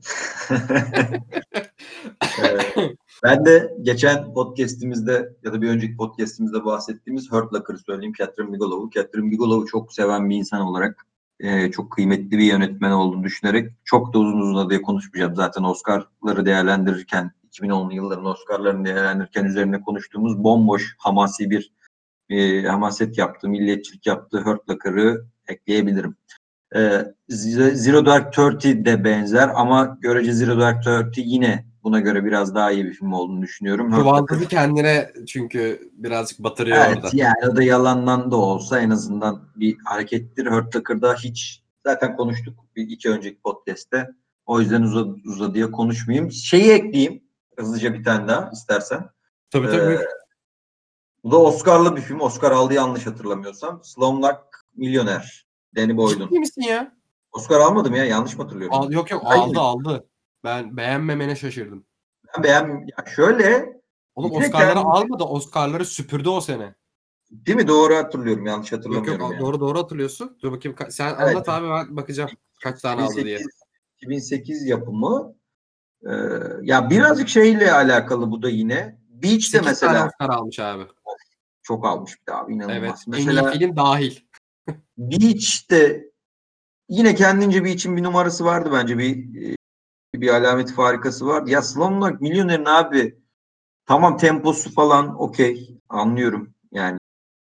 [SPEAKER 1] Ee, ben de geçen podcast'imizde ya da bir önceki podcast'imizde bahsettiğimiz Hurt Locker söyleyeyim. Catherine Bigelow'u. Catherine Bigelow'u çok seven bir insan olarak e, çok kıymetli bir yönetmen olduğunu düşünerek çok da uzun uzun diye konuşmayacağım. Zaten Oscar'ları değerlendirirken iki bin onlu yılların Oscar'larını değerlendirirken üzerine konuştuğumuz bomboş hamasi bir e, hamaset yaptı, milliyetçilik yaptı Hurt Locker'ı ekleyebilirim. Ee, Zero Dark Thirty de benzer ama görece Zero Dark Thirty yine buna göre biraz daha iyi bir film olduğunu düşünüyorum. Hurt Locker,
[SPEAKER 2] Çuvaldızı kendine çünkü birazcık batırıyor
[SPEAKER 1] evet
[SPEAKER 2] orada.
[SPEAKER 1] yani o da yalandan da olsa en azından bir harekettir. Hurt Locker'da hiç zaten konuştuk bir iki önceki podcast'te. O yüzden uzadı, uzadıya konuşmayayım. Şeyi ekleyeyim hızlıca bir tane daha istersen.
[SPEAKER 2] Tabii tabii
[SPEAKER 1] Ee,
[SPEAKER 2] buyur.
[SPEAKER 1] bu da Oscar'lı bir film. Oscar aldı yanlış hatırlamıyorsam. Slumdog Millionaire. Danny Boyle'un.
[SPEAKER 2] Ciddi misin ya?
[SPEAKER 1] Oscar almadım ya. Yanlış mı hatırlıyorum?
[SPEAKER 2] Al, yok yok
[SPEAKER 1] Hayır.
[SPEAKER 2] aldı aldı. Ben beğenmemene şaşırdım.
[SPEAKER 1] Ben beğen ya şöyle
[SPEAKER 2] Oğlum
[SPEAKER 1] yine
[SPEAKER 2] Oscar'ları
[SPEAKER 1] kendi
[SPEAKER 2] almadı. Oscar'ları süpürdü o sene.
[SPEAKER 1] değil mi? Doğru hatırlıyorum. Yanlış
[SPEAKER 2] Yok yok
[SPEAKER 1] hatırlamıyorum yani.
[SPEAKER 2] doğru doğru hatırlıyorsun. Dur bakayım ka- sen
[SPEAKER 1] Evet.
[SPEAKER 2] anlat abi ben bakacağım kaç tane aldı diye.
[SPEAKER 1] iki bin sekiz, iki bin sekiz yapımı. Ee, ya birazcık şeyle alakalı bu da yine. Beach de
[SPEAKER 2] sekiz tane
[SPEAKER 1] mesela
[SPEAKER 2] Oscar almış abi.
[SPEAKER 1] çok almış bir daha
[SPEAKER 2] Evet.
[SPEAKER 1] inanılmaz.
[SPEAKER 2] En iyi
[SPEAKER 1] Mesela
[SPEAKER 2] film dahil.
[SPEAKER 1] Beach de yine kendince Beach'in bir numarası vardı bence. Bir bir alameti farikası vardı. Ya Slumdog Millionaire'in abi tamam temposu falan okey anlıyorum. Yani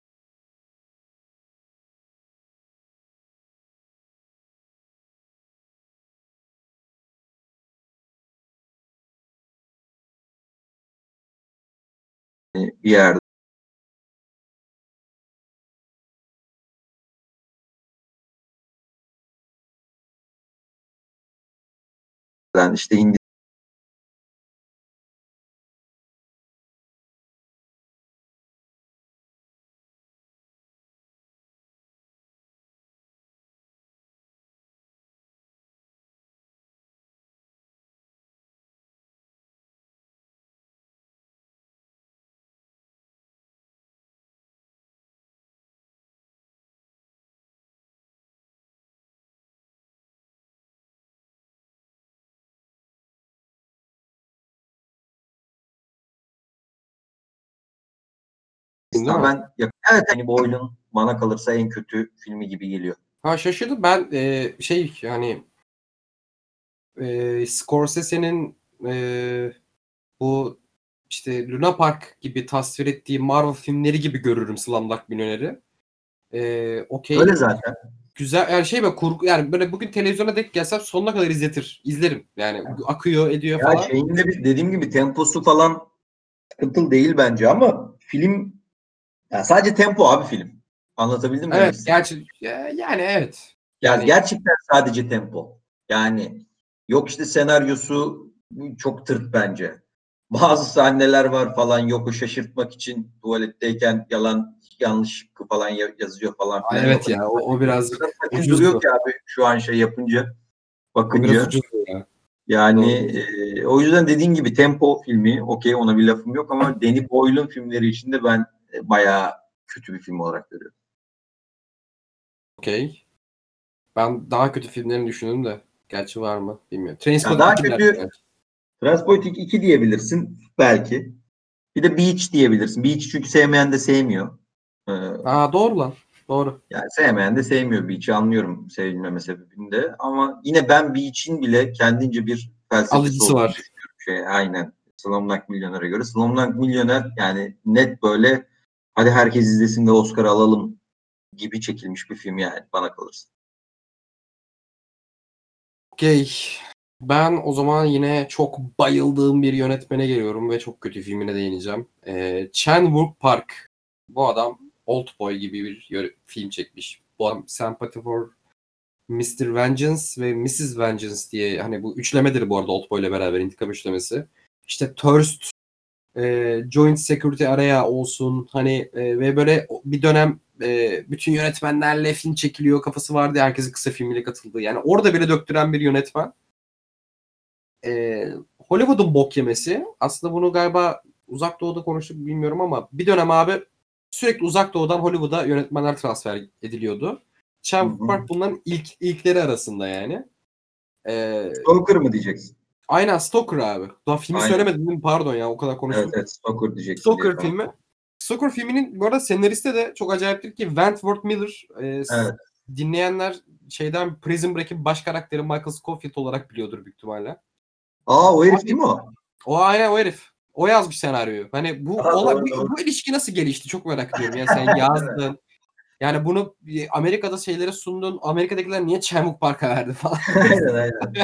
[SPEAKER 1] bir yerde işte
[SPEAKER 2] Değil mi?
[SPEAKER 1] ben evet hani Boyle'un bana kalırsa en kötü filmi gibi geliyor.
[SPEAKER 2] Ha şaşırdım ben e, şey yani e, Scorsese'nin e, bu işte Luna Park gibi tasvir ettiği Marvel filmleri gibi görürüm Slumdog Millionaire'i. E,
[SPEAKER 1] Öyle
[SPEAKER 2] okey
[SPEAKER 1] zaten.
[SPEAKER 2] güzel yani şey böyle kurgu yani böyle bugün televizyona denk gelsem sonuna kadar izletir. İzlerim. Yani akıyor ediyor
[SPEAKER 1] Ya
[SPEAKER 2] falan.
[SPEAKER 1] şeyin de bir- dediğim gibi temposu falan sıkıntılı değil bence ama film ya sadece tempo abi film. Anlatabildim mi demek
[SPEAKER 2] Evet
[SPEAKER 1] istedim?
[SPEAKER 2] gerçi ya- yani evet.
[SPEAKER 1] Ya
[SPEAKER 2] Yani
[SPEAKER 1] gerçekten sadece tempo. Yani yok işte senaryosu çok tırt bence. Bazı sahneler var falan yok o şaşırtmak için tuvaletteyken yalan yanlış şıkkı falan ya- yazıyor falan
[SPEAKER 2] Ay
[SPEAKER 1] filan
[SPEAKER 2] evet
[SPEAKER 1] yok.
[SPEAKER 2] ya o, o
[SPEAKER 1] O kadar
[SPEAKER 2] birazcık
[SPEAKER 1] saçma duruyor
[SPEAKER 2] ucuzdu.
[SPEAKER 1] ki abi şu an şey yapınca
[SPEAKER 2] O biraz
[SPEAKER 1] bakınca
[SPEAKER 2] ucuzdu ya.
[SPEAKER 1] yani
[SPEAKER 2] Doğru.
[SPEAKER 1] e, o yüzden dediğin gibi tempo filmi okey ona bir lafım yok ama Danny Boyle'un filmleri içinde ben e, bayağı kötü bir film olarak görüyorum.
[SPEAKER 2] Okey. Ben daha kötü filmlerini düşündüm de. Gerçi var mı bilmiyorum.
[SPEAKER 1] Ya
[SPEAKER 2] Trainspotting
[SPEAKER 1] daha
[SPEAKER 2] iki nerede
[SPEAKER 1] kötü
[SPEAKER 2] gerçi?
[SPEAKER 1] Transporting iki diyebilirsin belki. Bir de Beach diyebilirsin. Beach çünkü sevmeyen de sevmiyor. Ee,
[SPEAKER 2] Aa doğru lan. Doğru.
[SPEAKER 1] yani sevmeyen de sevmiyor Beach'i anlıyorum sevilmeme sebebini de. Ama yine ben Beach'in bile kendince bir felsefesi
[SPEAKER 2] Alıcısı
[SPEAKER 1] olduğunu
[SPEAKER 2] var.
[SPEAKER 1] düşünüyorum. Şey, aynen. Slumdog Millionaire'e göre. Slumdog Millionaire yani net böyle hadi herkes izlesin de Oscar alalım gibi çekilmiş bir film yani bana kalırsa.
[SPEAKER 2] Okey. Ben o zaman yine çok bayıldığım bir yönetmene geliyorum ve çok kötü filmine değineceğim. Ee, Chan-wook Park. Bu adam Oldboy gibi bir yö- film çekmiş. Bu adam Sympathy for mister Vengeance ve missus Vengeance diye hani bu üçlemedir bu arada Oldboy ile beraber intikam üçlemesi. İşte Thirst, e, Joint Security Area olsun hani e, ve böyle bir dönem e, bütün yönetmenlerle film çekiliyor kafası vardı. Herkesin kısa filmiyle katıldığı. Yani orada bile döktüren bir yönetmen. E, Hollywood'un bok yemesi. Aslında bunu galiba Uzak Doğu'da konuştuk bilmiyorum ama bir dönem abi sürekli Uzak Doğu'dan Hollywood'a yönetmenler transfer ediliyordu.
[SPEAKER 1] Hı
[SPEAKER 2] Chan
[SPEAKER 1] hı.
[SPEAKER 2] Park bunların ilk ilkleri arasında yani. E,
[SPEAKER 1] Stalker mı diyeceksin?
[SPEAKER 2] aynen Stalker abi. Daha filmi
[SPEAKER 1] Aynen.
[SPEAKER 2] söylemedim değil mi? Pardon ya o kadar
[SPEAKER 1] Evet
[SPEAKER 2] konuştum.
[SPEAKER 1] evet Stalker diyeceksin diye
[SPEAKER 2] Stalker
[SPEAKER 1] tamam.
[SPEAKER 2] filmi. Stalker filminin bu arada senaristi de çok acayiptir ki Wentworth Miller. E,
[SPEAKER 1] Evet.
[SPEAKER 2] dinleyenler şeyden Prison Break'in baş karakteri Michael Scofield olarak biliyordur büyük ihtimalle.
[SPEAKER 1] Aa o herif
[SPEAKER 2] Abi
[SPEAKER 1] değil mi o?
[SPEAKER 2] o aynen o herif. O yazmış senaryoyu. Hani bu
[SPEAKER 1] Aha,
[SPEAKER 2] olay bu,
[SPEAKER 1] doğru doğru.
[SPEAKER 2] bu ilişki nasıl gelişti çok merak ediyorum. Yani sen
[SPEAKER 1] Değil mi?
[SPEAKER 2] yazdın. Yani bunu Amerika'da şeylere sundun. Amerika'dakiler niye Chan-wook Park'a verdi falan.
[SPEAKER 1] Aynen aynen.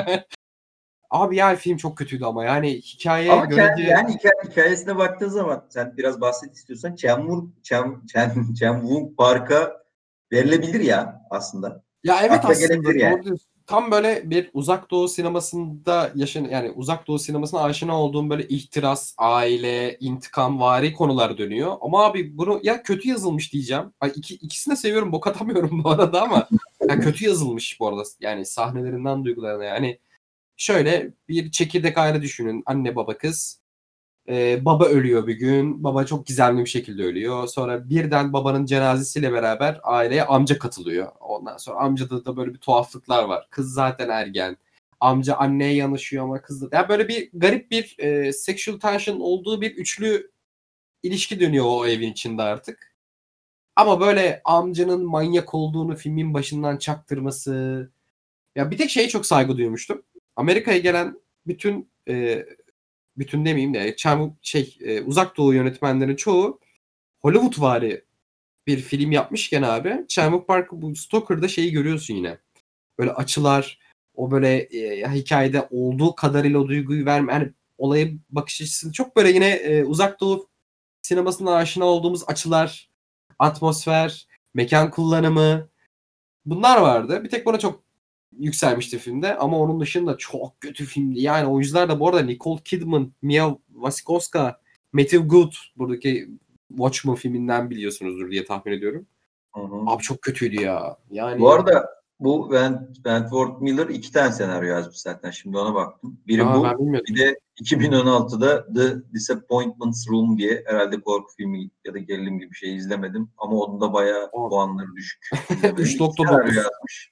[SPEAKER 2] Abi yani film çok kötüydü ama yani hikaye
[SPEAKER 1] Ama Chen,
[SPEAKER 2] görece
[SPEAKER 1] yani hikaye, hikayesine baktığın zaman sen biraz bahset istiyorsan Chenwur, Chen, Chen, Chenwung Park'a verilebilir ya aslında.
[SPEAKER 2] ya evet
[SPEAKER 1] Akla gelebilir
[SPEAKER 2] aslında
[SPEAKER 1] yani.
[SPEAKER 2] doğru diyorsun. Tam böyle bir uzak doğu sinemasında yaşayan yani uzak doğu sinemasına aşina olduğum böyle ihtiras, aile, intikam vari konular dönüyor. Ama abi bunu ya kötü yazılmış diyeceğim. Ay iki, ikisini de seviyorum bok atamıyorum bu arada ama ya kötü yazılmış bu arada yani sahnelerinden duygularına yani. Şöyle bir çekirdek aile düşünün anne baba kız. Ee, baba ölüyor bir gün. Baba çok gizemli bir şekilde ölüyor. Sonra birden babanın cenazesiyle beraber aileye amca katılıyor. Ondan sonra amcada da böyle bir tuhaflıklar var. Kız zaten ergen. Amca anneye yanaşıyor ama kız da... Yani böyle bir garip bir e, sexual tension olduğu bir üçlü ilişki dönüyor o evin içinde artık. Ama böyle amcanın manyak olduğunu filmin başından çaktırması. Ya bir tek şeye çok saygı duymuştum. Amerika'ya gelen bütün e, bütün demeyeyim de Çam şey e, Uzak Doğu yönetmenlerin çoğu Hollywoodvari bir film yapmışken abi Chan-wook Park bu Stalker'da şeyi görüyorsun yine. Böyle açılar o böyle e, hikayede olduğu kadarıyla o duyguyu verme yani olaya bakış açısını çok böyle yine e, Uzak Doğu sinemasına aşina olduğumuz açılar, atmosfer, mekan kullanımı bunlar vardı. Bir tek bana çok yükselmişti filmde ama onun dışında çok kötü filmdi. Yani oyuncular da bu arada Nicole Kidman, Mia Wasikowska, Matthew Good buradaki Watchmen filminden biliyorsunuzdur diye tahmin ediyorum.
[SPEAKER 1] Hı hı.
[SPEAKER 2] Abi çok kötüydü ya.
[SPEAKER 1] Bu
[SPEAKER 2] Yani
[SPEAKER 1] arada bu Went, Wentworth Miller iki tane senaryo yazmış zaten. Şimdi ona baktım. Biri
[SPEAKER 2] aa, ben
[SPEAKER 1] bu.
[SPEAKER 2] bilmiyordum.
[SPEAKER 1] Bir de iki bin on altıda The Disappointments Room diye herhalde korku filmi ya da gerilim gibi bir şey izlemedim. Ama onun da bayağı
[SPEAKER 2] Aa,
[SPEAKER 1] puanları düşük. İzlemedim.
[SPEAKER 2] üç
[SPEAKER 1] İki
[SPEAKER 2] nokta
[SPEAKER 1] senaryo
[SPEAKER 2] dokuz.
[SPEAKER 1] yazmış.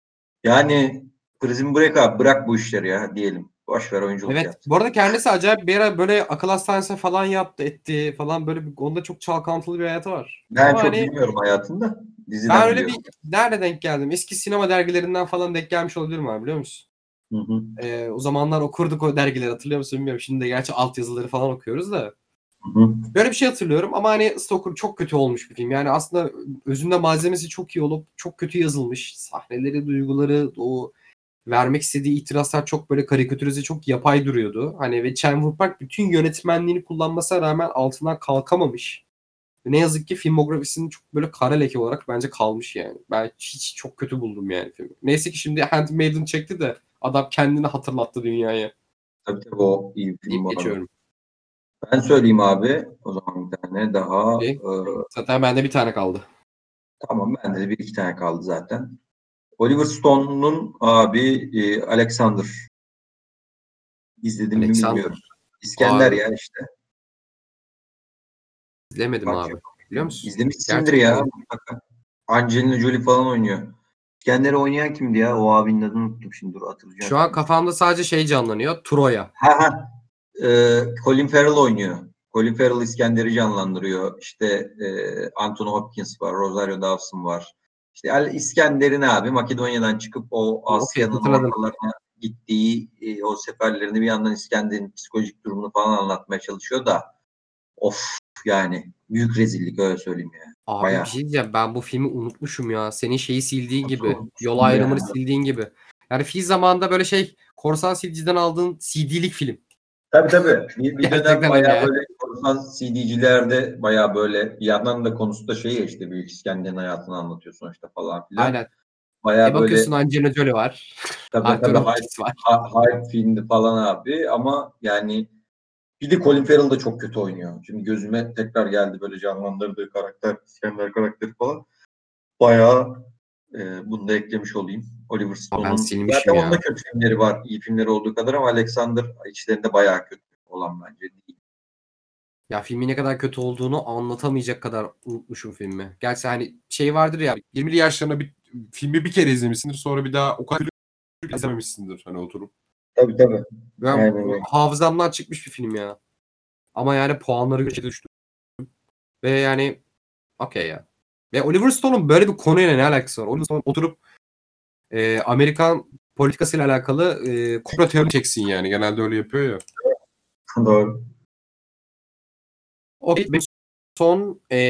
[SPEAKER 1] Yani Prison Break abi bırak bu işleri ya diyelim. Boş ver oyunculuk
[SPEAKER 2] Evet.
[SPEAKER 1] yap.
[SPEAKER 2] Bu arada kendisi acayip bir ara böyle akıl hastanesine falan yaptı etti falan böyle bir, onda çok çalkantılı bir hayatı var.
[SPEAKER 1] Ben
[SPEAKER 2] Ama
[SPEAKER 1] çok
[SPEAKER 2] hani
[SPEAKER 1] bilmiyorum hayatında.
[SPEAKER 2] ben
[SPEAKER 1] Diziden
[SPEAKER 2] öyle
[SPEAKER 1] biliyorum.
[SPEAKER 2] bir nerede denk geldim? Eski sinema dergilerinden falan denk gelmiş olabilirim abi biliyor musun?
[SPEAKER 1] Hı hı.
[SPEAKER 2] Ee, o zamanlar okurduk o dergileri hatırlıyor musun bilmiyorum. Şimdi de gerçi altyazıları falan okuyoruz da.
[SPEAKER 1] Hı hı.
[SPEAKER 2] Böyle bir şey hatırlıyorum ama hani Stalker çok kötü olmuş bir film. Yani aslında özünde malzemesi çok iyi olup çok kötü yazılmış. Sahneleri, duyguları, o vermek istediği itirazlar çok böyle karikatürize, çok yapay duruyordu. Hani ve Chen Wu-Park bütün yönetmenliğini kullanmasına rağmen altından kalkamamış. Ne yazık ki filmografisinin çok böyle kara leke olarak bence kalmış yani. Ben hiç çok kötü buldum yani filmi. Neyse ki şimdi Handmaiden çekti de adam kendini hatırlattı dünyaya.
[SPEAKER 1] Tabii tabii o iyi bir film
[SPEAKER 2] Deyip
[SPEAKER 1] bu arada.
[SPEAKER 2] geçiyorum.
[SPEAKER 1] Ben söyleyeyim abi. O zaman bir tane daha.
[SPEAKER 2] Okey.
[SPEAKER 1] E,
[SPEAKER 2] Zaten bende bir tane kaldı.
[SPEAKER 1] tamam bende de bir iki tane kaldı zaten. Oliver Stone'un abi e, Alexander. İzledim mi bilmiyorum.
[SPEAKER 2] Alexander.
[SPEAKER 1] İskender
[SPEAKER 2] Abi
[SPEAKER 1] ya işte.
[SPEAKER 2] izlemedim
[SPEAKER 1] Bak
[SPEAKER 2] abi.
[SPEAKER 1] çok
[SPEAKER 2] Biliyor musun?
[SPEAKER 1] İzlemişsindir
[SPEAKER 2] Gerçekten
[SPEAKER 1] ya
[SPEAKER 2] mi?
[SPEAKER 1] mutlaka. Angelina Jolie falan oynuyor. İskender'i oynayan kimdi ya? O abinin adını unuttum şimdi. Dur hatırlayacağım
[SPEAKER 2] Şu an
[SPEAKER 1] şimdi.
[SPEAKER 2] kafamda sadece şey canlanıyor. Troya.
[SPEAKER 1] Ha ha. Ee, Colin Farrell oynuyor. Colin Farrell İskender'i canlandırıyor. İşte e, Anthony Hopkins var. Rosario Dawson var. İşte Al- İskender'in abi Makedonya'dan çıkıp o
[SPEAKER 2] Okey,
[SPEAKER 1] Asya'nın
[SPEAKER 2] hatırladım.
[SPEAKER 1] ortalarına gittiği e, o seferlerini bir yandan İskender'in psikolojik durumunu falan anlatmaya çalışıyor da of yani büyük rezillik öyle söyleyeyim yani.
[SPEAKER 2] Abi bir
[SPEAKER 1] Bayağı.
[SPEAKER 2] şey diyeceğim. Ben bu filmi unutmuşum ya. Senin şeyi sildiğin gibi. Yol
[SPEAKER 1] Unutmuşum da
[SPEAKER 2] ayrımını
[SPEAKER 1] yani.
[SPEAKER 2] sildiğin gibi. Yani fi zamanında böyle şey korsan C D'den aldığın C D'lik film.
[SPEAKER 1] Tabii tabii. Bir, bir dönem
[SPEAKER 2] Gerçekten öyle
[SPEAKER 1] bayağı
[SPEAKER 2] yani.
[SPEAKER 1] böyle korsan C D'cilerde bayağı böyle bir yandan da konusu da şey ya işte Büyük İskender'in hayatını anlatıyor sonuçta falan filan.
[SPEAKER 2] Aynen. E
[SPEAKER 1] Bayağı
[SPEAKER 2] bakıyorsun
[SPEAKER 1] böyle
[SPEAKER 2] Angelina Jolie var.
[SPEAKER 1] tabii
[SPEAKER 2] Anthony
[SPEAKER 1] tabii hype,
[SPEAKER 2] Hopkins var.
[SPEAKER 1] hy- hype filmdi falan abi ama yani bir de Colin Farrell da çok kötü oynuyor. Şimdi gözüme tekrar geldi böyle canlandırdığı karakter, İskender karakteri falan. Bayağı e, bunu da eklemiş olayım. Oliver
[SPEAKER 2] Ama ben
[SPEAKER 1] Stone'un zaten
[SPEAKER 2] silmişim
[SPEAKER 1] onun da
[SPEAKER 2] ya.
[SPEAKER 1] kötü filmleri var. İyi filmleri olduğu kadar ama Alexander içlerinde bayağı kötü olan bence değil.
[SPEAKER 2] Ya filmin ne kadar kötü olduğunu anlatamayacak kadar unutmuşum filmi. Gerçi hani şey vardır ya
[SPEAKER 3] yirmili yaşlarında bir filmi bir kere izlemişsindir. Sonra bir daha o kadar izlememişsindir hani oturup.
[SPEAKER 1] Tabii tabii.
[SPEAKER 2] ben
[SPEAKER 1] Aynen öyle.
[SPEAKER 2] hafızamdan çıkmış bir film ya. Ama yani puanları köşede düştü. Ve yani okey ya. Ve Oliver Stone'un böyle bir konuyla ne alakası var? Oliver Stone oturup e, Amerikan politikasıyla alakalı e, komplo teori çeksin yani. Genelde öyle yapıyor ya.
[SPEAKER 1] Doğru.
[SPEAKER 2] Okey. Benim son e,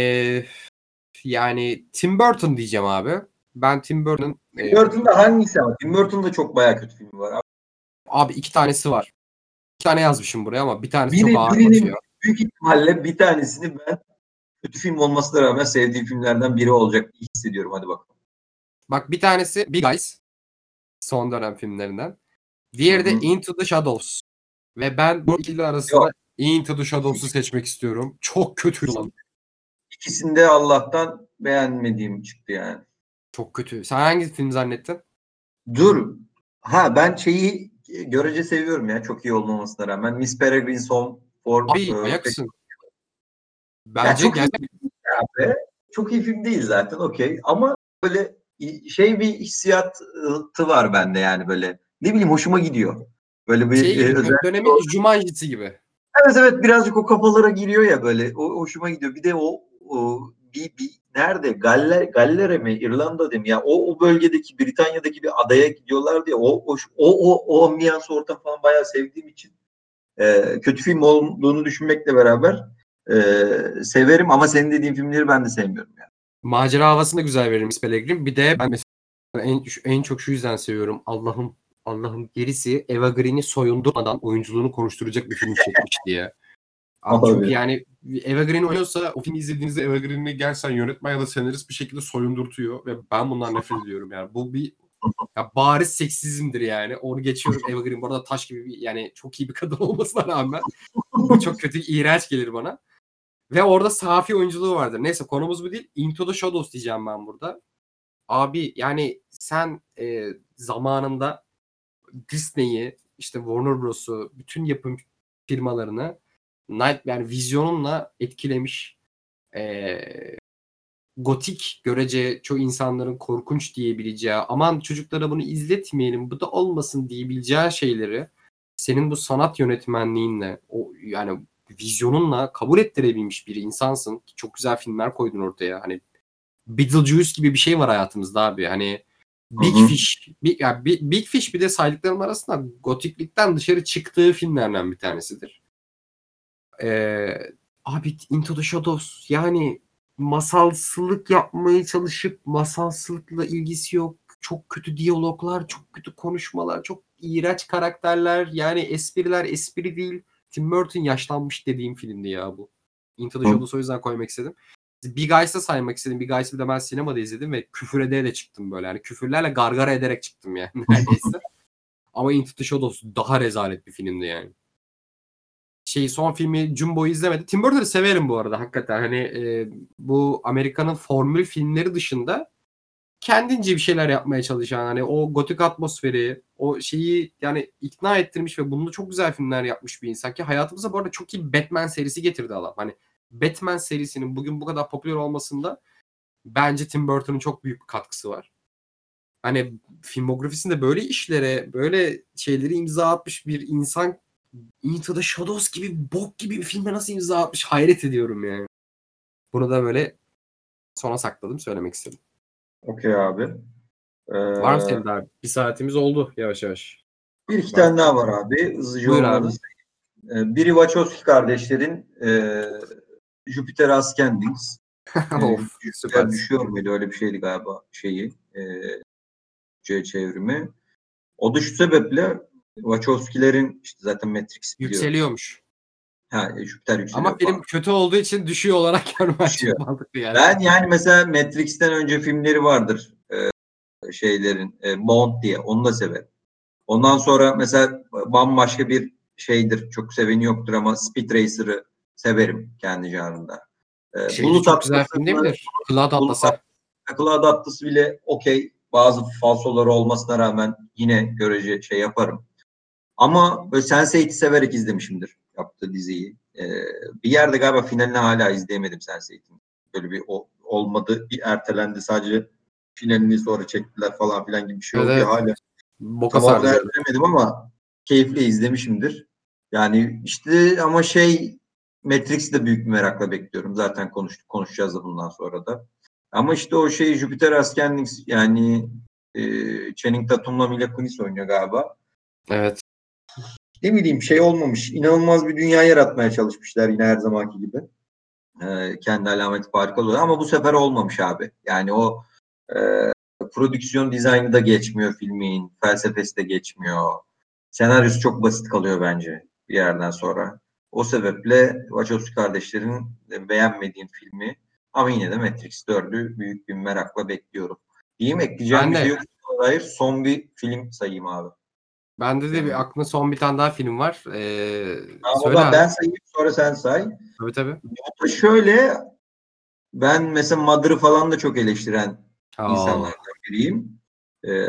[SPEAKER 2] yani Tim Burton diyeceğim abi. Ben Tim Burton'ın
[SPEAKER 1] Tim
[SPEAKER 2] e,
[SPEAKER 1] Burton'da hangisi ama? Tim Burton'da çok bayağı kötü filmi var. Abi.
[SPEAKER 2] abi iki tanesi var. İki tane yazmışım buraya ama bir tanesi çok
[SPEAKER 1] Biri,
[SPEAKER 2] ağır
[SPEAKER 1] birinin
[SPEAKER 2] basıyor.
[SPEAKER 1] büyük ihtimalle bir tanesini ben kötü film olmasına rağmen sevdiğim filmlerden biri olacak diye hissediyorum. Hadi bakalım.
[SPEAKER 2] Bak bir tanesi Big Eyes. Son dönem filmlerinden.
[SPEAKER 1] Hı
[SPEAKER 2] Diğeri de
[SPEAKER 1] hı.
[SPEAKER 2] Into the Shadows. Ve ben
[SPEAKER 3] Bu ikili arasında
[SPEAKER 1] Yok.
[SPEAKER 3] Into the Shadows'u seçmek istiyorum. Çok kötü lan.
[SPEAKER 1] İkisinde Allah'tan beğenmediğim çıktı yani.
[SPEAKER 2] Çok kötü. Sen hangi film zannettin?
[SPEAKER 1] Dur. Ha ben şeyi görece seviyorum ya çok iyi olmamasına rağmen. Miss Peregrine's Home for
[SPEAKER 2] Abi
[SPEAKER 1] e,
[SPEAKER 2] ayaksın.
[SPEAKER 1] ya
[SPEAKER 2] Bence
[SPEAKER 1] çok iyi
[SPEAKER 2] gerçekten
[SPEAKER 1] film abi. Çok iyi film değil zaten okey. Ama böyle şey bir hissiyatı var bende yani böyle. Ne bileyim hoşuma gidiyor. Böyle bir
[SPEAKER 2] şey
[SPEAKER 1] e,
[SPEAKER 2] gibi
[SPEAKER 1] özellikle
[SPEAKER 2] dönemin Jumanji'si gibi.
[SPEAKER 1] evet evet birazcık o kafalara giriyor ya böyle. O hoşuma gidiyor. Bir de o, o bir, bir nerede? Galler Gallere mi? İrlanda'da mı? Ya o o bölgedeki Britanya'daki bir adaya gidiyorlar diye o o o o, o ambiyans ortam falan bayağı sevdiğim için e, kötü film olduğunu düşünmekle beraber e, severim ama senin dediğin filmleri ben de sevmiyorum yani.
[SPEAKER 2] Macera havasını da güzel verir Miss Peregrine. Bir de ben mesela en, en çok şu yüzden seviyorum. Allah'ım Allah'ım gerisi Eva Green'i soyundurmadan oyunculuğunu konuşturacak bir film çekmiş diye. Abi çok
[SPEAKER 1] Olabilir.
[SPEAKER 2] yani Eva Green oynuyorsa
[SPEAKER 3] O filmi izlediğinizde Eva Green'i gerçekten yönetmen ya da senarist bir şekilde soyundurtuyor ve ben bundan nefret ediyorum yani. Bu bir ya bariz seksizmdir yani. Onu geçiyorum. Eva Green bu arada taş gibi bir, yani çok iyi bir kadın olmasına rağmen bu çok kötü, iğrenç gelir bana. Ve orada safi oyunculuğu vardır. Neyse konumuz bu değil. Into the Shadows diyeceğim ben burada. Abi yani sen e, zamanında Disney'i, işte Warner Bros'u, bütün yapım firmalarını Night yani vizyonunla etkilemiş. E, gotik görece çoğu insanların korkunç diyebileceği, aman çocuklara bunu izletmeyelim, bu da olmasın diyebileceği şeyleri senin bu sanat yönetmenliğinle, o yani vizyonunla kabul ettirebilmiş bir insansın. Çok güzel filmler koydun ortaya. Hani Beetlejuice gibi bir şey var hayatımızda abi. Hani
[SPEAKER 1] Hı
[SPEAKER 2] Big
[SPEAKER 1] hı.
[SPEAKER 2] Fish, Big, yani Big Fish bir de saydıklarım arasında gotiklikten dışarı çıktığı filmlerden bir tanesidir. Ee, Abi Into the Shadows yani masalsılık yapmaya çalışıp masalsılıkla ilgisi yok. Çok kötü diyaloglar, çok kötü konuşmalar, çok iğrenç karakterler. Yani espriler espri değil. Tim Burton yaşlanmış dediğim filmdi ya bu. Into the
[SPEAKER 1] Hı.
[SPEAKER 2] Shadows'u o yüzden koymak istedim. Big Eyes'ı saymak istedim. Big Eyes'ı bir de ben sinemada izledim ve küfür ede de çıktım böyle. Yani küfürlerle gargara ederek çıktım yani neredeyse. Ama Into the Shadows daha rezalet bir filmdi yani. Şey son filmi Jumbo'yu izlemedi. Tim Burton'u severim bu arada hakikaten. Hani e, bu Amerika'nın formül filmleri dışında kendince bir şeyler yapmaya çalışan hani o gotik atmosferi, o şeyi yani ikna ettirmiş ve bununla çok güzel filmler yapmış bir insan ki hayatımıza bu arada çok iyi Batman serisi getirdi adam. Hani Batman serisinin bugün bu kadar popüler olmasında bence Tim Burton'un çok büyük bir katkısı var. Hani filmografisinde böyle işlere, böyle şeyleri imza atmış bir insan Into the Shadows gibi bok gibi bir filme nasıl imza atmış hayret ediyorum yani. Bunu da böyle sona sakladım söylemek istedim.
[SPEAKER 1] Okey abi. Ee,
[SPEAKER 2] Var mı senin daha? Bir saatimiz oldu yavaş yavaş.
[SPEAKER 1] bir iki
[SPEAKER 2] Var.
[SPEAKER 1] tane daha var abi. Hızlıca
[SPEAKER 2] Buyur
[SPEAKER 1] onları
[SPEAKER 2] abi.
[SPEAKER 1] da sayayım. Ee, biri Wachowski kardeşlerin e, Jupiter Ascending. E,
[SPEAKER 2] Of
[SPEAKER 1] Jüpiter
[SPEAKER 2] süper.
[SPEAKER 1] düşüyor muydu? Öyle bir şeydi galiba şeyi. E, C çevrimi. O da şu sebeple Wachowski'lerin işte zaten Matrix biliyoruz.
[SPEAKER 2] Yükseliyormuş.
[SPEAKER 1] Ha, Jüpiter yükseliyor
[SPEAKER 2] Ama film
[SPEAKER 1] falan.
[SPEAKER 2] kötü olduğu için düşüyor olarak görmen
[SPEAKER 1] Düşüyor.
[SPEAKER 2] çok mantıklı yani.
[SPEAKER 1] Ben yani mesela Matrix'ten önce filmleri vardır. E, şeylerin e, Bond diye. Onu da severim. Ondan sonra mesela bambaşka bir şeydir. Çok seveni yoktur ama Speed Racer'ı severim kendi janrında. E,
[SPEAKER 2] Şey de
[SPEAKER 1] Bulut
[SPEAKER 2] çok güzel
[SPEAKER 1] Atlas'ı
[SPEAKER 2] film değil midir? Cloud
[SPEAKER 1] Bulut
[SPEAKER 2] Atlas'a.
[SPEAKER 1] Cloud Atlas bile okey. Bazı falsoları olmasına rağmen yine görece şey yaparım. Ama böyle sense eight'i severek izlemişimdir yaptığı diziyi. Ee, bir yerde galiba finalini hala izleyemedim sense eight'in. Böyle bir o, olmadı. Bir ertelendi sadece finalini sonra çektiler falan filan gibi bir şey
[SPEAKER 2] Evet,
[SPEAKER 1] oldu ya
[SPEAKER 2] evet.
[SPEAKER 1] hala.
[SPEAKER 2] Boka
[SPEAKER 1] Tamamını
[SPEAKER 2] sardı.
[SPEAKER 1] ertelemedim ama keyifle izlemişimdir. Yani işte ama şey Matrix'i de büyük bir merakla bekliyorum. Zaten konuştuk, konuşacağız da bundan sonra da. Ama işte o şey Jupiter Ascending yani e, Channing Tatum'la Mila Kunis oynuyor galiba.
[SPEAKER 2] Evet.
[SPEAKER 1] Ne bileyim şey olmamış. İnanılmaz bir dünya yaratmaya çalışmışlar yine her zamanki gibi. Ee, kendi alameti farkı oluyor ama bu sefer olmamış abi. Yani o e, prodüksiyon dizaynı da geçmiyor filmin. Felsefesi de geçmiyor. Senaryosu çok basit kalıyor bence bir yerden sonra. O sebeple Wachowski kardeşlerin beğenmediğim filmi ama yine de Matrix dördü büyük bir merakla bekliyorum. Diyeyim ekleyeceğim
[SPEAKER 2] Ben
[SPEAKER 1] bir şey
[SPEAKER 2] de
[SPEAKER 1] yok. Hayır, son bir film sayayım abi.
[SPEAKER 2] bende de bir aklıma son bir tane daha film var. Ee,
[SPEAKER 1] Tamam, o
[SPEAKER 2] söyle
[SPEAKER 1] zaman
[SPEAKER 2] abi.
[SPEAKER 1] ben sayayım sonra sen say.
[SPEAKER 2] Tabii tabii.
[SPEAKER 1] Bu da şöyle ben mesela Mother'ı falan da çok eleştiren
[SPEAKER 2] Aa,
[SPEAKER 1] insanlardan biriyim. Ee,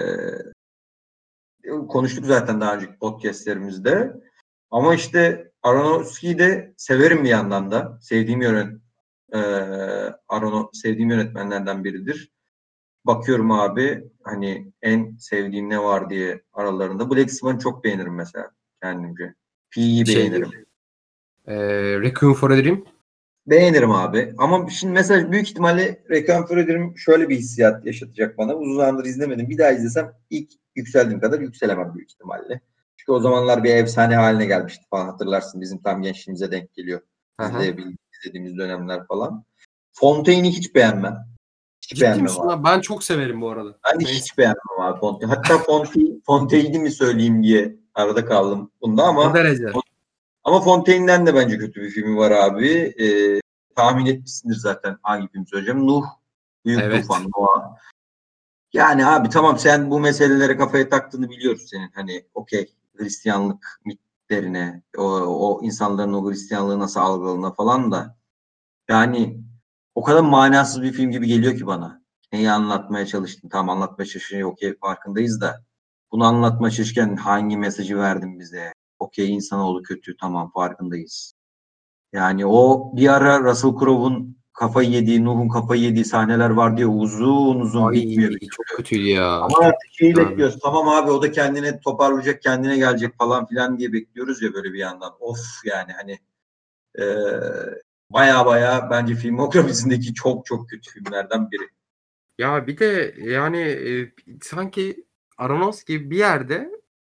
[SPEAKER 1] konuştuk zaten daha önceki podcastlerimizde. Ama işte Aronofsky'yi de severim bir yandan da. Sevdiğim yönet e, Arono sevdiğim yönetmenlerden biridir. Bakıyorum abi hani en sevdiğim ne var diye aralarında. Black Swan'ı çok beğenirim mesela kendimce. Pi'yi
[SPEAKER 2] şey
[SPEAKER 1] beğenirim.
[SPEAKER 2] e, Requiem for a Dream.
[SPEAKER 1] Beğenirim abi. Ama şimdi mesela büyük ihtimalle Requiem for a Dream şöyle bir hissiyat yaşatacak bana. Uzun zamandır izlemedim. Bir daha izlesem ilk yükseldiğim kadar yükselemem büyük ihtimalle. Çünkü o zamanlar bir efsane haline gelmişti falan hatırlarsın. Bizim tam gençliğimize denk geliyor.
[SPEAKER 2] Aha.
[SPEAKER 1] İzleyebildiğimiz, izlediğimiz dönemler falan. Fontaine'i hiç beğenmem. Hiç
[SPEAKER 2] Ciddi
[SPEAKER 1] beğenmem
[SPEAKER 2] misin
[SPEAKER 1] abi.
[SPEAKER 2] lan? Ben çok severim bu arada.
[SPEAKER 1] Ben de
[SPEAKER 2] Neyse.
[SPEAKER 1] hiç beğenmem abi Fontaine. Hatta Fontaine, Fontaine'i mi söyleyeyim diye arada kaldım bunda
[SPEAKER 2] O
[SPEAKER 1] ama
[SPEAKER 2] derece.
[SPEAKER 1] ama Fontaine'den de bence kötü bir filmi var abi. Ee, tahmin etmişsindir zaten hangi film söyleyeceğim. Nuh, Büyük
[SPEAKER 2] Evet.
[SPEAKER 1] Tufan, Noah. Yani abi tamam sen bu meselelere kafaya taktığını biliyoruz senin. Hani okey Hristiyanlık mitlerine, o, o insanların o Hristiyanlığı nasıl algıladığına falan da. Yani o kadar manasız bir film gibi geliyor ki bana. Neyi anlatmaya çalıştın? Tamam anlatmaya çalıştığın okey farkındayız da. Bunu anlatmaya çalışırken hangi mesajı verdin bize? Okey insanoğlu kötü tamam farkındayız. Yani o bir ara Russell Crowe'un kafayı yediği, Nuh'un kafayı yediği sahneler var diye uzun uzun bitmiyor.
[SPEAKER 2] Ay çok kötüydü ya.
[SPEAKER 1] Ama
[SPEAKER 2] Çok
[SPEAKER 1] artık şeyi
[SPEAKER 2] kötü abi.
[SPEAKER 1] bekliyoruz. Tamam abi o da kendine toparlayacak, kendine gelecek falan filan diye bekliyoruz ya böyle bir yandan. Of yani hani e, baya baya bence filmografisindeki çok çok kötü filmlerden biri.
[SPEAKER 2] Ya bir de yani e, sanki Aronofsky bir yerde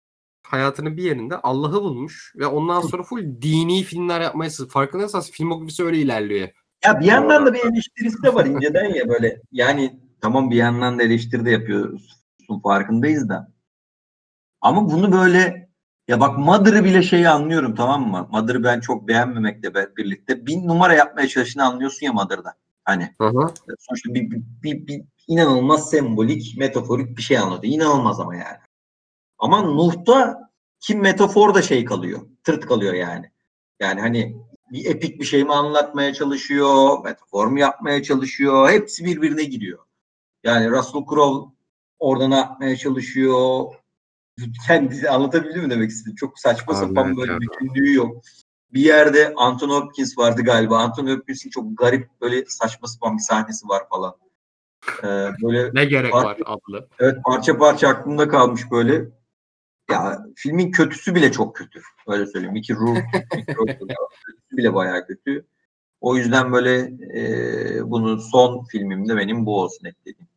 [SPEAKER 2] hayatının bir yerinde Allah'ı bulmuş ve ondan sonra full dini filmler yapmaya çalışıyor. Farkındaysanız filmografisi öyle ilerliyor.
[SPEAKER 1] Ya bir yandan da bir eleştirisi de var inceden ya böyle. Yani tamam bir yandan da eleştiri de yapıyorsun farkındayız da. Ama bunu böyle ya bak Mother'ı bile şeyi anlıyorum tamam mı? Mother'ı ben çok beğenmemekle birlikte bin numara yapmaya çalıştığını anlıyorsun ya Mother'da. Hani
[SPEAKER 2] Hı hı.
[SPEAKER 1] sonuçta bir, bir, bir, bir inanılmaz sembolik, metaforik bir şey anlatıyor. İnanılmaz ama yani. Ama Nuh'ta kim metafor da şey kalıyor. Tırt kalıyor yani. Yani hani bir epik bir şey mi anlatmaya çalışıyor, metafor mu yapmaya çalışıyor. Hepsi birbirine giriyor. Yani Russell Crowe oradan atmaya çalışıyor. Kendisi anlatabildim mi demek istedim? Çok saçma
[SPEAKER 2] Abi
[SPEAKER 1] sapan
[SPEAKER 2] evet
[SPEAKER 1] böyle
[SPEAKER 2] ya.
[SPEAKER 1] bütünlüğü yok. Bir yerde Anthony Hopkins vardı galiba. Anthony Hopkins'in çok garip böyle saçma sapan bir sahnesi var falan. Ee, böyle
[SPEAKER 2] Ne gerek var
[SPEAKER 1] parça,
[SPEAKER 2] adlı.
[SPEAKER 1] evet parça parça aklımda kalmış böyle. Ya filmin kötüsü bile çok kötü. Öyle söyleyeyim. Mickey Rourke, Mickey Rourke kötüsü bile bayağı kötü. O yüzden böyle e, bunu son filmimde benim bu olsun eklediğim.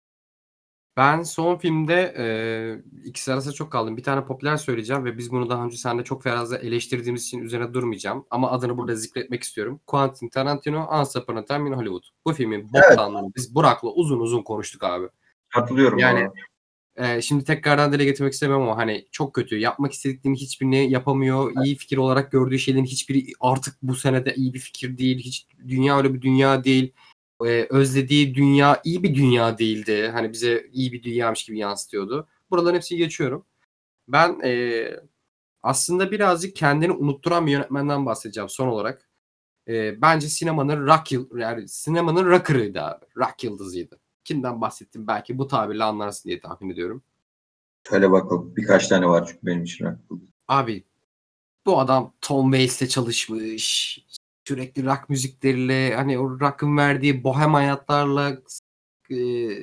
[SPEAKER 2] Ben son filmde e, ikisi arasında çok kaldım. Bir tane popüler söyleyeceğim ve biz bunu daha önce seninle çok fazla eleştirdiğimiz için üzerine durmayacağım. Ama adını burada zikretmek istiyorum. Quentin Tarantino, Once Upon a Time in Hollywood. Bu filmin
[SPEAKER 1] Evet.
[SPEAKER 2] boktanlığını biz Burak'la uzun uzun konuştuk abi.
[SPEAKER 1] Hatırlıyorum
[SPEAKER 2] Yani
[SPEAKER 1] onu.
[SPEAKER 2] e, şimdi tekrardan dile getirmek istemem ama hani çok kötü. Yapmak istediklerini hiçbirini yapamıyor. İyi fikir olarak gördüğü şeylerin hiçbiri artık bu senede iyi bir fikir değil. Hiç dünya öyle bir dünya değil. Ee, özlediği dünya iyi bir dünya değildi. Hani bize iyi bir dünyamış gibi yansıtıyordu. Buraların hepsini geçiyorum. Ben e, aslında birazcık kendini unutturan bir yönetmenden bahsedeceğim son olarak. E, bence sinemanın rock yıl, yani sinemanın rocker'ıydı abi. Rock yıldızıydı. Kimden bahsettim belki bu tabirle anlarsın diye tahmin ediyorum.
[SPEAKER 1] Şöyle bakalım. Birkaç tane var çünkü benim için aklımda.
[SPEAKER 2] Abi bu adam Tom Waits'le çalışmış. Sürekli rock müzikleriyle hani o rock'ın verdiği bohem hayatlarla e,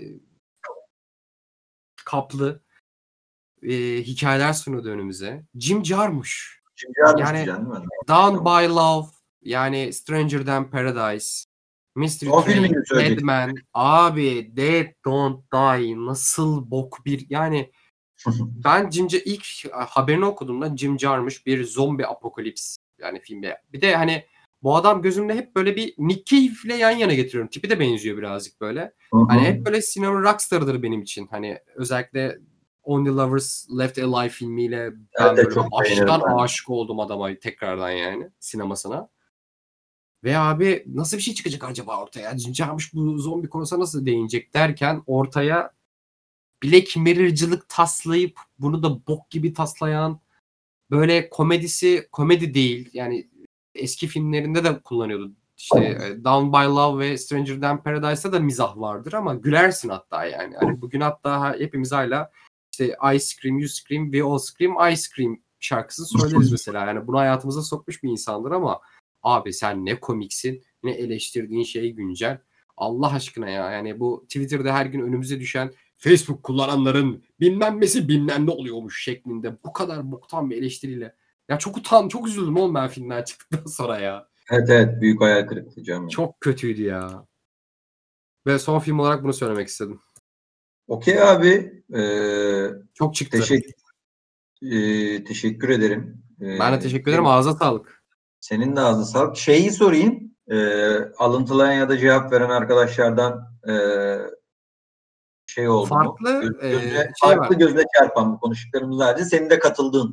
[SPEAKER 2] kaplı e, hikayeler sunuyordu önümüze. Jim Jarmusch.
[SPEAKER 1] Şimdi yarmış
[SPEAKER 2] Yani
[SPEAKER 1] diyeceksin değil mi?
[SPEAKER 2] Down by Love, yani Stranger Than Paradise, Mystery
[SPEAKER 1] Son
[SPEAKER 2] Train,
[SPEAKER 1] filmini söyleyeceksin.
[SPEAKER 2] Dead abi, Dead Don't Die nasıl bok bir yani ben Jim'ce ilk haberini okuduğumda Jim Jarmusch bir zombi apokalips yani filmde. Bir de hani bu adam gözümde hep böyle bir Nick Cave'le yan yana getiriyorum. Tipi de benziyor birazcık böyle. Hani hep böyle sinema rockstar'dır benim için. Hani özellikle Only Lovers Left Alive filmiyle ben
[SPEAKER 1] Evet,
[SPEAKER 2] böyle
[SPEAKER 1] çok
[SPEAKER 2] baştan
[SPEAKER 1] beğenirim ben.
[SPEAKER 2] aşık oldum adama tekrardan yani sinemasına. Ve abi nasıl bir şey çıkacak acaba ortaya? Jim Jarmusch bu zombi konusuna nasıl değinecek derken ortaya Black Mirror'cılık taslayıp bunu da bok gibi taslayan böyle komedisi komedi değil yani eski filmlerinde de kullanıyordu. İşte e, Down by Love ve Stranger Than Paradise'da da mizah vardır ama gülersin hatta yani. Hani bugün hatta hepimiz hala işte I Scream, You Scream, We All Scream, I Scream şarkısını söyleriz mesela. Yani bunu hayatımıza sokmuş bir insandır ama abi sen ne komiksin, ne eleştirdiğin şey güncel. Allah aşkına ya yani bu Twitter'da her gün önümüze düşen Facebook kullananların bilmem nesi bilmem ne oluyormuş şeklinde bu kadar boktan bir eleştiriyle. Ya çok utan, çok üzüldüm oğlum ben filmden çıktıktan sonra ya.
[SPEAKER 1] Evet evet büyük hayal kırıklığı canım.
[SPEAKER 2] Çok kötüydü ya. Ve son film olarak bunu söylemek istedim.
[SPEAKER 1] Okey abi. Ee,
[SPEAKER 2] Çok çıktı.
[SPEAKER 1] teşekkür e, teşekkür ederim. Ee,
[SPEAKER 2] Ben de teşekkür ederim.
[SPEAKER 1] benim-
[SPEAKER 2] Ağzına sağlık.
[SPEAKER 1] Senin de ağzına sağlık. Şeyi sorayım. Ee, alıntılayan ya da cevap veren arkadaşlardan e, şey oldu mu?
[SPEAKER 2] Farklı
[SPEAKER 1] Göz,
[SPEAKER 2] e,
[SPEAKER 1] gözüne,
[SPEAKER 2] şey var.
[SPEAKER 1] farklı gözle çarpan bu konuştuklarımız harici senin de katıldığın.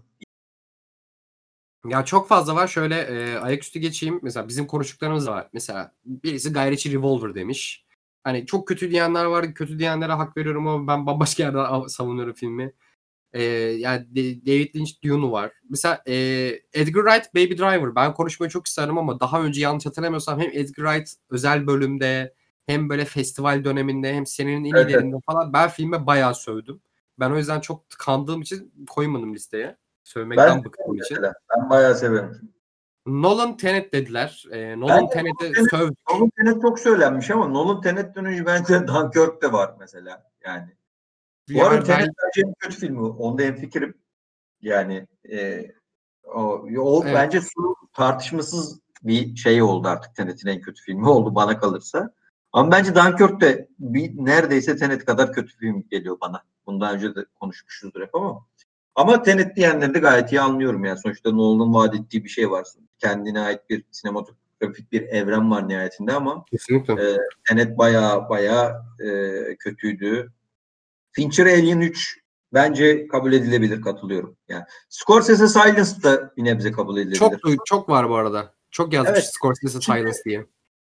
[SPEAKER 2] Ya çok fazla var. Şöyle e, ayaküstü geçeyim. Mesela bizim konuştuklarımız var. Mesela birisi gayriçi Revolver demiş. Hani çok kötü diyenler var. Kötü diyenlere hak veriyorum ama ben bambaşka yerden savunuyorum filmi. Ee, yani David Lynch Dune'u var. Mesela e, Edgar Wright Baby Driver. Ben konuşmayı çok isterim ama daha önce yanlış hatırlamıyorsam hem Edgar Wright özel bölümde hem böyle festival döneminde hem senenin en
[SPEAKER 1] Evet,
[SPEAKER 2] iyilerinde falan ben filme bayağı sövdüm. Ben o yüzden çok tıkandığım için koymadım listeye.
[SPEAKER 1] Ben
[SPEAKER 2] Sövmekten bıktığım için.
[SPEAKER 1] mesela ben bayağı severim.
[SPEAKER 2] Nolan Tenet dediler. Ee, Nolan
[SPEAKER 1] Bence
[SPEAKER 2] Tenet'e
[SPEAKER 1] Tenet,
[SPEAKER 2] sövdük.
[SPEAKER 1] Nolan Tenet çok söylenmiş ama Nolan Tenet'ten önce bence Dunkirk de var mesela. Yani. Bu arada
[SPEAKER 2] Yani
[SPEAKER 1] Tenet
[SPEAKER 2] ben,
[SPEAKER 1] bence en kötü filmi. Onda hemfikirim. Yani e, o, o
[SPEAKER 2] evet.
[SPEAKER 1] bence su tartışmasız bir şey oldu artık. Tenet'in en kötü filmi oldu bana kalırsa. Ama bence Dunkirk de bir, neredeyse Tenet kadar kötü film geliyor bana. Bundan önce de konuşmuşuzdur hep ama. Ama Tenet diyenleri de gayet iyi anlıyorum yani. Sonuçta Nolan'ın vaat ettiği bir şey var. Kendine ait bir sinematografik bir evren var nihayetinde ama
[SPEAKER 2] Kesinlikle.
[SPEAKER 1] e, Tenet baya baya e, kötüydü. Fincher Alien üç bence kabul edilebilir, katılıyorum. Yani Scorsese Silence da bir nebze kabul edilebilir.
[SPEAKER 2] Çok çok var bu arada. Çok yazmış
[SPEAKER 1] Evet.
[SPEAKER 2] Scorsese
[SPEAKER 1] Çünkü-
[SPEAKER 2] Silence diye.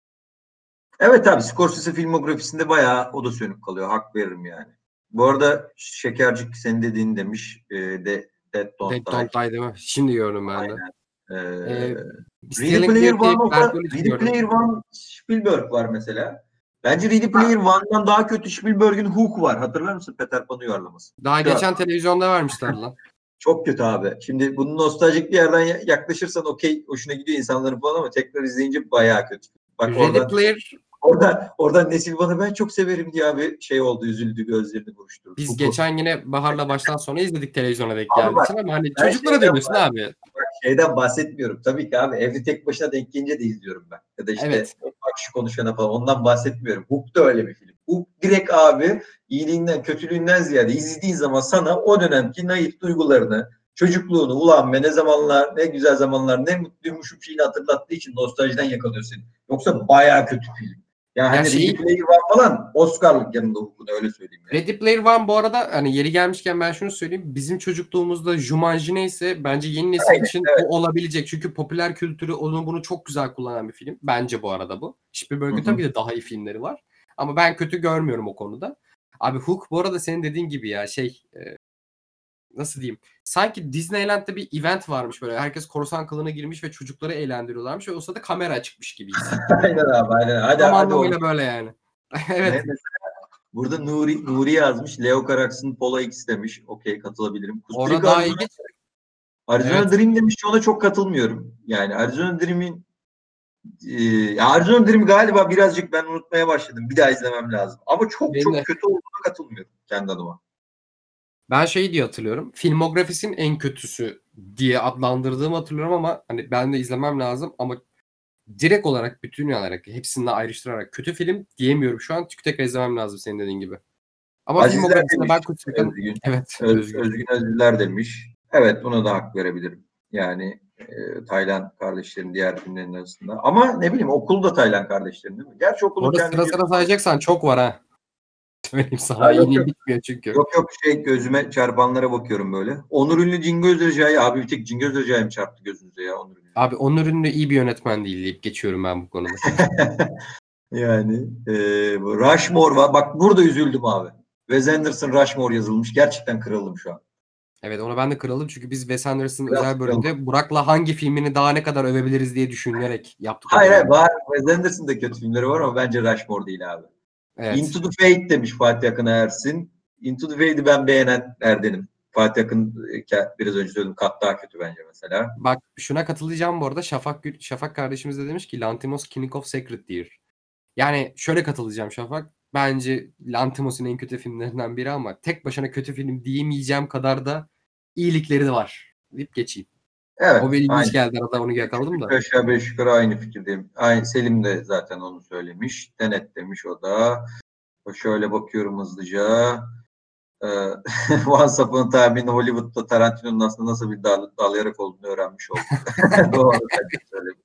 [SPEAKER 1] Evet abi, Scorsese filmografisinde bayağı o da sönük kalıyor. Hak veririm yani. Bu arada Şekercik senin dediğini demiş. E, de Dead Don't
[SPEAKER 2] Dead
[SPEAKER 1] Die.
[SPEAKER 2] Don't Die değil mi? Şimdi gördüm ben de.
[SPEAKER 1] Aynen. Ee,
[SPEAKER 2] Ee,
[SPEAKER 1] Ready
[SPEAKER 2] Stealing
[SPEAKER 1] Player
[SPEAKER 2] Beauty,
[SPEAKER 1] One of
[SPEAKER 2] Bad
[SPEAKER 1] the,
[SPEAKER 2] Bunny
[SPEAKER 1] Ready
[SPEAKER 2] gördüm.
[SPEAKER 1] Player One Spielberg var mesela. Bence Ready Player One'dan daha kötü Spielberg'in Hook var. Hatırlar mısın Peter Pan'ı uyarlaması?
[SPEAKER 2] Daha
[SPEAKER 1] Şu
[SPEAKER 2] geçen
[SPEAKER 1] an
[SPEAKER 2] televizyonda vermişler lan.
[SPEAKER 1] çok kötü abi. Şimdi bunun nostaljik bir yerden ya- yaklaşırsan okey, hoşuna gidiyor insanların falan ama tekrar izleyince bayağı kötü. Bak
[SPEAKER 2] Ready
[SPEAKER 1] oradan,
[SPEAKER 2] Player
[SPEAKER 1] oradan, oradan Nesil bana ben çok severim diye abi şey oldu, üzüldü, gözlerini buruşturdu.
[SPEAKER 2] biz
[SPEAKER 1] Hook'u.
[SPEAKER 2] geçen yine Bahar'la baştan sona izledik televizyona denk
[SPEAKER 1] Abi
[SPEAKER 2] geldiği
[SPEAKER 1] bak,
[SPEAKER 2] için ama hani
[SPEAKER 1] ben
[SPEAKER 2] çocuklara
[SPEAKER 1] şeyden
[SPEAKER 2] dönüyorsun abi.
[SPEAKER 1] Bak şeyden bahsetmiyorum. Tabii ki abi evde tek başına denk gelince de izliyorum ben. Ya da işte
[SPEAKER 2] Evet.
[SPEAKER 1] bak şu konuşana falan, ondan bahsetmiyorum. Hook da öyle bir film. Hook direkt abi iyiliğinden kötülüğünden ziyade izlediğin zaman sana o dönemki naif duygularını, çocukluğunu, ulan be ne zamanlar, ne güzel zamanlar, ne mutluymuşum şeyini hatırlattığı için nostaljiden yakalıyor seni. Yoksa bayağı kötü film. Yani
[SPEAKER 2] Ya
[SPEAKER 1] hani
[SPEAKER 2] şey-
[SPEAKER 1] Ready Player One falan Oscar'lık yanında Hook'un, öyle söyleyeyim yani.
[SPEAKER 2] Ready Player One bu arada hani yeri gelmişken ben şunu söyleyeyim. Bizim çocukluğumuzda Jumanji neyse bence yeni nesil
[SPEAKER 1] Aynen,
[SPEAKER 2] için
[SPEAKER 1] evet.
[SPEAKER 2] o olabilecek. Çünkü popüler kültürü onu bunu çok güzel kullanan bir film. Bence bu arada bu. Spielberg'in
[SPEAKER 1] Hı hı.
[SPEAKER 2] tabii de daha iyi filmleri var. Ama ben kötü görmüyorum o konuda. Abi Hook bu arada senin dediğin gibi ya şey e, nasıl diyeyim? Sanki Disneyland'de bir event varmış böyle. Herkes korsan kılığına girmiş ve çocukları eğlendiriyorlarmış ve o sırada kamera açıkmış gibi hissettim.
[SPEAKER 1] Aynen abi, aynen. Hadi
[SPEAKER 2] Tam
[SPEAKER 1] hadi oğlum.
[SPEAKER 2] anlamıyla böyle yani.
[SPEAKER 1] Ne
[SPEAKER 2] Evet.
[SPEAKER 1] mesela burada Nuri Nuri yazmış. Leo Carax'ın Pola X demiş. Okey, katılabilirim.
[SPEAKER 2] Orada
[SPEAKER 1] Kustrika
[SPEAKER 2] daha
[SPEAKER 1] Arizona,
[SPEAKER 2] ilginç.
[SPEAKER 1] Arizona
[SPEAKER 2] Evet.
[SPEAKER 1] Dream demiş. Ona çok katılmıyorum. Yani Arizona Dream'in e, Arizona Dream galiba birazcık ben unutmaya başladım. Bir daha izlemem lazım. Ama çok
[SPEAKER 2] Benim de.
[SPEAKER 1] çok kötü olduğuna katılmıyorum kendi adıma.
[SPEAKER 2] Ben şey diye hatırlıyorum. Filmografisinin en kötüsü diye adlandırdığımı hatırlıyorum ama hani ben de izlemem lazım ama direkt olarak bütün olarak hepsinden ayrıştırarak kötü film diyemiyorum şu an. Çünkü tekrar izlemem lazım senin dediğin gibi. Ama
[SPEAKER 1] Azizler
[SPEAKER 2] filmografisinde
[SPEAKER 1] demiş.
[SPEAKER 2] ben Kutsak'ın
[SPEAKER 1] Özgün.
[SPEAKER 2] evet
[SPEAKER 1] Öz,
[SPEAKER 2] Özgür.
[SPEAKER 1] Özgün Özgürler demiş. Evet, buna da hak verebilirim. Yani e, Taylan kardeşlerin diğer filmlerin arasında. Ama ne bileyim, Okul da Taylan kardeşlerin değil mi? Gerçi Okul'un
[SPEAKER 2] Orada
[SPEAKER 1] kendi
[SPEAKER 2] sıra
[SPEAKER 1] bir...
[SPEAKER 2] sıra sayacaksan çok var ha. Söyleyeyim sana.
[SPEAKER 1] Ha, yok,
[SPEAKER 2] Yine
[SPEAKER 1] yok.
[SPEAKER 2] bitmiyor çünkü.
[SPEAKER 1] Yok yok, şey, gözüme çarpanlara bakıyorum böyle. Onur Ünlü, Cingöz Recai. Abi bir tek Cingöz Recai mi çarptı gözünüze ya, Onur Ünlü?
[SPEAKER 2] Abi Onur Ünlü iyi bir yönetmen değil deyip geçiyorum ben bu konuda.
[SPEAKER 1] Yani e, Rushmore var. Bak burada üzüldüm abi. Wes Anderson Rushmore yazılmış. Gerçekten kırıldım şu an.
[SPEAKER 2] Evet ona ben de kırıldım çünkü biz Wes Anderson'ın
[SPEAKER 1] Biraz
[SPEAKER 2] özel bölümde Burak'la hangi filmini daha ne kadar övebiliriz diye düşünerek yaptık o
[SPEAKER 1] Hayır hayır,
[SPEAKER 2] bölümü.
[SPEAKER 1] var. Wes Anderson'da kötü filmleri var ama bence Rushmore değil abi.
[SPEAKER 2] Evet.
[SPEAKER 1] Into the Fate demiş Fatih Akın Ersin. Into the Fate'i ben beğenenlerdenim. Fatih Akın e, biraz önce söyledim, kat daha kötü bence mesela.
[SPEAKER 2] Bak şuna katılacağım bu arada. Şafak Gül- Şafak kardeşimiz de demiş ki Lanthimos King of Secret Deer. Yani şöyle katılacağım Şafak. Bence Lanthimos'un en kötü filmlerinden biri ama tek başına kötü film diyemeyeceğim kadar da iyilikleri de var. Deyip geçeyim.
[SPEAKER 1] Evet,
[SPEAKER 2] O beni ilginç
[SPEAKER 1] aynı.
[SPEAKER 2] geldi arada onu yakaladım da.
[SPEAKER 1] Üç aşağı beş yukarı aynı fikirdeyim. Aynı, Selim de zaten onu söylemiş. Tenet demiş o da. Şöyle bakıyorum hızlıca. Ee, Once Upon a Time in Hollywood'da Tarantino'nun aslında nasıl bir dal, dalayarak olduğunu öğrenmiş olduk. Doğru bence söylemiş.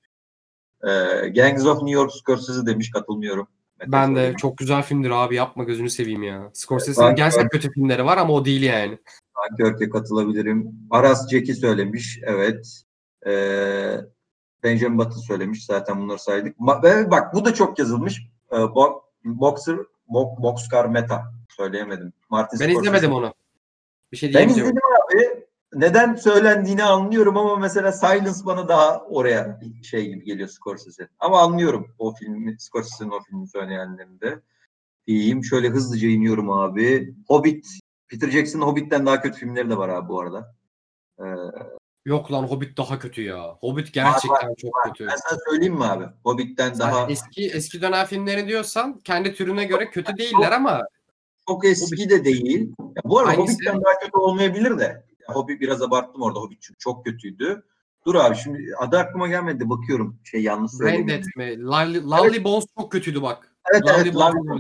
[SPEAKER 1] Ee, Gangs of New York Scorsese demiş, katılmıyorum. Mete
[SPEAKER 2] Ben de
[SPEAKER 1] söylemiş.
[SPEAKER 2] çok güzel filmdir abi yapma gözünü seveyim ya. Scorsese'nin
[SPEAKER 1] Dunkirk,
[SPEAKER 2] gerçekten kötü filmleri var ama o değil yani.
[SPEAKER 1] Dunkirk'e katılabilirim. Aras Ceki söylemiş. Evet. Ee, Benjamin Button söylemiş. Zaten bunları saydık. Ma- ve bak bu da çok yazılmış. Ee, bo- Boxer, bo- Boxcar Meta. Söyleyemedim. Martin
[SPEAKER 2] Ben
[SPEAKER 1] Scorsese.
[SPEAKER 2] izlemedim onu. Bir şey
[SPEAKER 1] Ben
[SPEAKER 2] diyemeyeceğim.
[SPEAKER 1] izledim abi. Neden söylendiğini anlıyorum ama mesela Silence bana daha oraya şey gibi geliyor, Scorsese. Ama anlıyorum o filmi, Scorsese'nin o filmi söyleyenlerinde. İyiyim. Şöyle hızlıca iniyorum abi. Hobbit. Peter Jackson'ın Hobbit'ten daha kötü filmleri de var abi bu arada. Ee,
[SPEAKER 2] Yok lan Hobbit daha kötü ya. Hobbit
[SPEAKER 1] var,
[SPEAKER 2] gerçekten
[SPEAKER 1] var,
[SPEAKER 2] çok
[SPEAKER 1] var.
[SPEAKER 2] kötü.
[SPEAKER 1] Ben sana söyleyeyim mi abi? Hobbit'ten
[SPEAKER 2] Sen
[SPEAKER 1] daha
[SPEAKER 2] eski eski dönem filmleri diyorsan kendi türüne göre kötü değiller ama
[SPEAKER 1] çok eski de değil. Ya bu arada
[SPEAKER 2] aynısı
[SPEAKER 1] Hobbit'ten daha kötü olmayabilir de. Ya Hobbit biraz abarttım orada. Hobbit çünkü çok kötüydü. Dur abi, şimdi adı aklıma gelmedi. Bakıyorum, şey yanlış söylemeyeyim.
[SPEAKER 2] Braindead mi? Lovely, Lovely Bones çok kötüydü bak.
[SPEAKER 1] Evet
[SPEAKER 2] Lovely
[SPEAKER 1] evet,
[SPEAKER 2] Bones
[SPEAKER 1] Lovely
[SPEAKER 2] olabilir.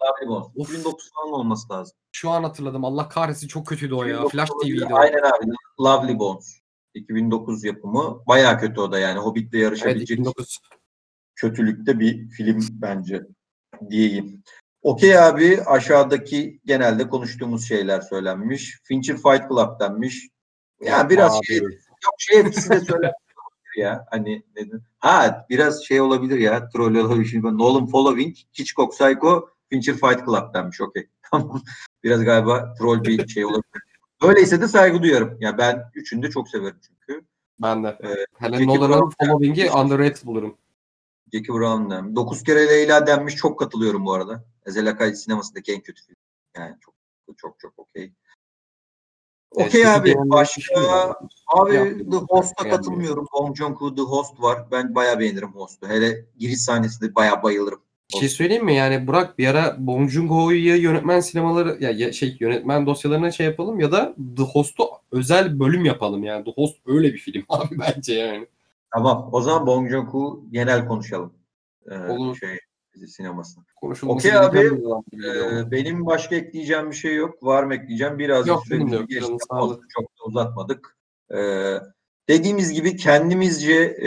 [SPEAKER 1] Lovely Bones.
[SPEAKER 2] Of.
[SPEAKER 1] iki bin dokuz falan olması lazım.
[SPEAKER 2] Şu an hatırladım. Allah kahretsin çok kötüydü o ya. Flash
[SPEAKER 1] iki bin dokuz
[SPEAKER 2] T V'ydi o.
[SPEAKER 1] Aynen abi. Lovely Bones. iki bin dokuz yapımı. Bayağı kötü o da yani. Hobbit'le
[SPEAKER 2] Evet
[SPEAKER 1] yarışabilecek
[SPEAKER 2] iki bin dokuz.
[SPEAKER 1] kötülükte bir film bence diyeyim. Okey abi, aşağıdaki genelde konuştuğumuz şeyler söylenmiş. Fincher Fight Club denmiş. Ya
[SPEAKER 2] Yapma
[SPEAKER 1] biraz
[SPEAKER 2] abi.
[SPEAKER 1] şey, yok şey etkisi de söylenmiş ya. Hani neden? Ha biraz şey olabilir ya. Troll olabilir. Şimdi Nolan Following, Hitchcock Psycho, Fincher Fight Club denmiş. Okey. Tamam. Biraz galiba troll bir şey olabilir. Öyleyse de saygı duyarım. Ya ben üçünü de çok severim çünkü.
[SPEAKER 2] Ben de.
[SPEAKER 1] Ee,
[SPEAKER 2] Hele
[SPEAKER 1] Jackie
[SPEAKER 2] Nolan'ın
[SPEAKER 1] Brown
[SPEAKER 2] Following'i
[SPEAKER 1] denmiş.
[SPEAKER 2] underrated bulurum.
[SPEAKER 1] Jackie Brown denmiş. Dokuz kere Leyla denmiş. Çok katılıyorum bu arada. Ezel Akay sinemasındaki en kötü film. Yani çok çok çok okey.
[SPEAKER 2] Evet,
[SPEAKER 1] Okey
[SPEAKER 2] kötü
[SPEAKER 1] abi.
[SPEAKER 2] diyenler
[SPEAKER 1] Başka
[SPEAKER 2] düşünüyor.
[SPEAKER 1] abi
[SPEAKER 2] Yapmıyor.
[SPEAKER 1] The Host'a
[SPEAKER 2] Yani.
[SPEAKER 1] katılmıyorum. Bong Joon-ho The Host var. Ben bayağı beğenirim Host'u. Hele giriş sahnesinde bayağı bayılırım.
[SPEAKER 2] Bir şey söyleyeyim mi? Yani Burak bir ara Bong Joon-ho'yu yönetmen sinemaları ya, ya şey yönetmen dosyalarına şey yapalım ya da The Host'u özel bölüm yapalım yani. The Host öyle bir film abi bence yani.
[SPEAKER 1] Tamam. O zaman Bong Joon-ho genel konuşalım. Ee,
[SPEAKER 2] Olur.
[SPEAKER 1] Şey dizisi
[SPEAKER 2] Konuşulması
[SPEAKER 1] Okey abi.
[SPEAKER 2] gereken bir alan gibi geliyor bana.
[SPEAKER 1] Ee, benim başka ekleyeceğim bir şey yok. Var mı ekleyeceğim? Birazcık
[SPEAKER 2] Yok benim de
[SPEAKER 1] süremizi
[SPEAKER 2] yok.
[SPEAKER 1] geçti.
[SPEAKER 2] Canın
[SPEAKER 1] Olsun,
[SPEAKER 2] sağlık.
[SPEAKER 1] çok da uzatmadık. Ee, dediğimiz gibi kendimizce e,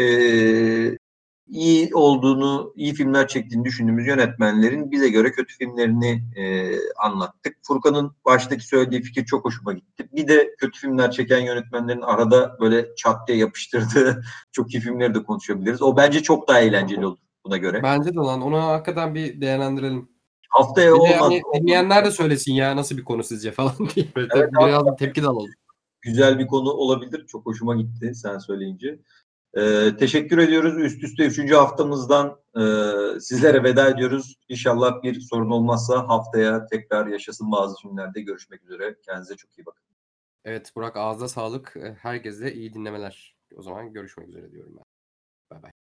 [SPEAKER 1] iyi olduğunu, iyi filmler çektiğini düşündüğümüz yönetmenlerin bize göre kötü filmlerini e, anlattık. Furkan'ın baştaki söylediği fikir çok hoşuma gitti. Bir de kötü filmler çeken yönetmenlerin arada böyle çat diye yapıştırdığı çok iyi filmleri de konuşabiliriz. O bence çok daha eğlenceli olur buna göre.
[SPEAKER 2] Bence de lan. Onu hakikaten bir değerlendirelim.
[SPEAKER 1] Haftaya
[SPEAKER 2] Bir de
[SPEAKER 1] olmaz.
[SPEAKER 2] hani dinleyenler de söylesin ya nasıl bir konu sizce falan diye. Böyle
[SPEAKER 1] Evet,
[SPEAKER 2] biraz da tepki de alalım.
[SPEAKER 1] Güzel bir konu olabilir. Çok hoşuma gitti sen söyleyince. Ee, teşekkür ediyoruz. Üst üste üçüncü haftamızdan e, sizlere veda ediyoruz. İnşallah bir sorun olmazsa haftaya tekrar yaşasın bazı filmlerde görüşmek üzere. Kendinize çok iyi bakın.
[SPEAKER 2] Evet Burak ağzına sağlık. Herkese iyi dinlemeler. O zaman görüşmek üzere diyorum ben.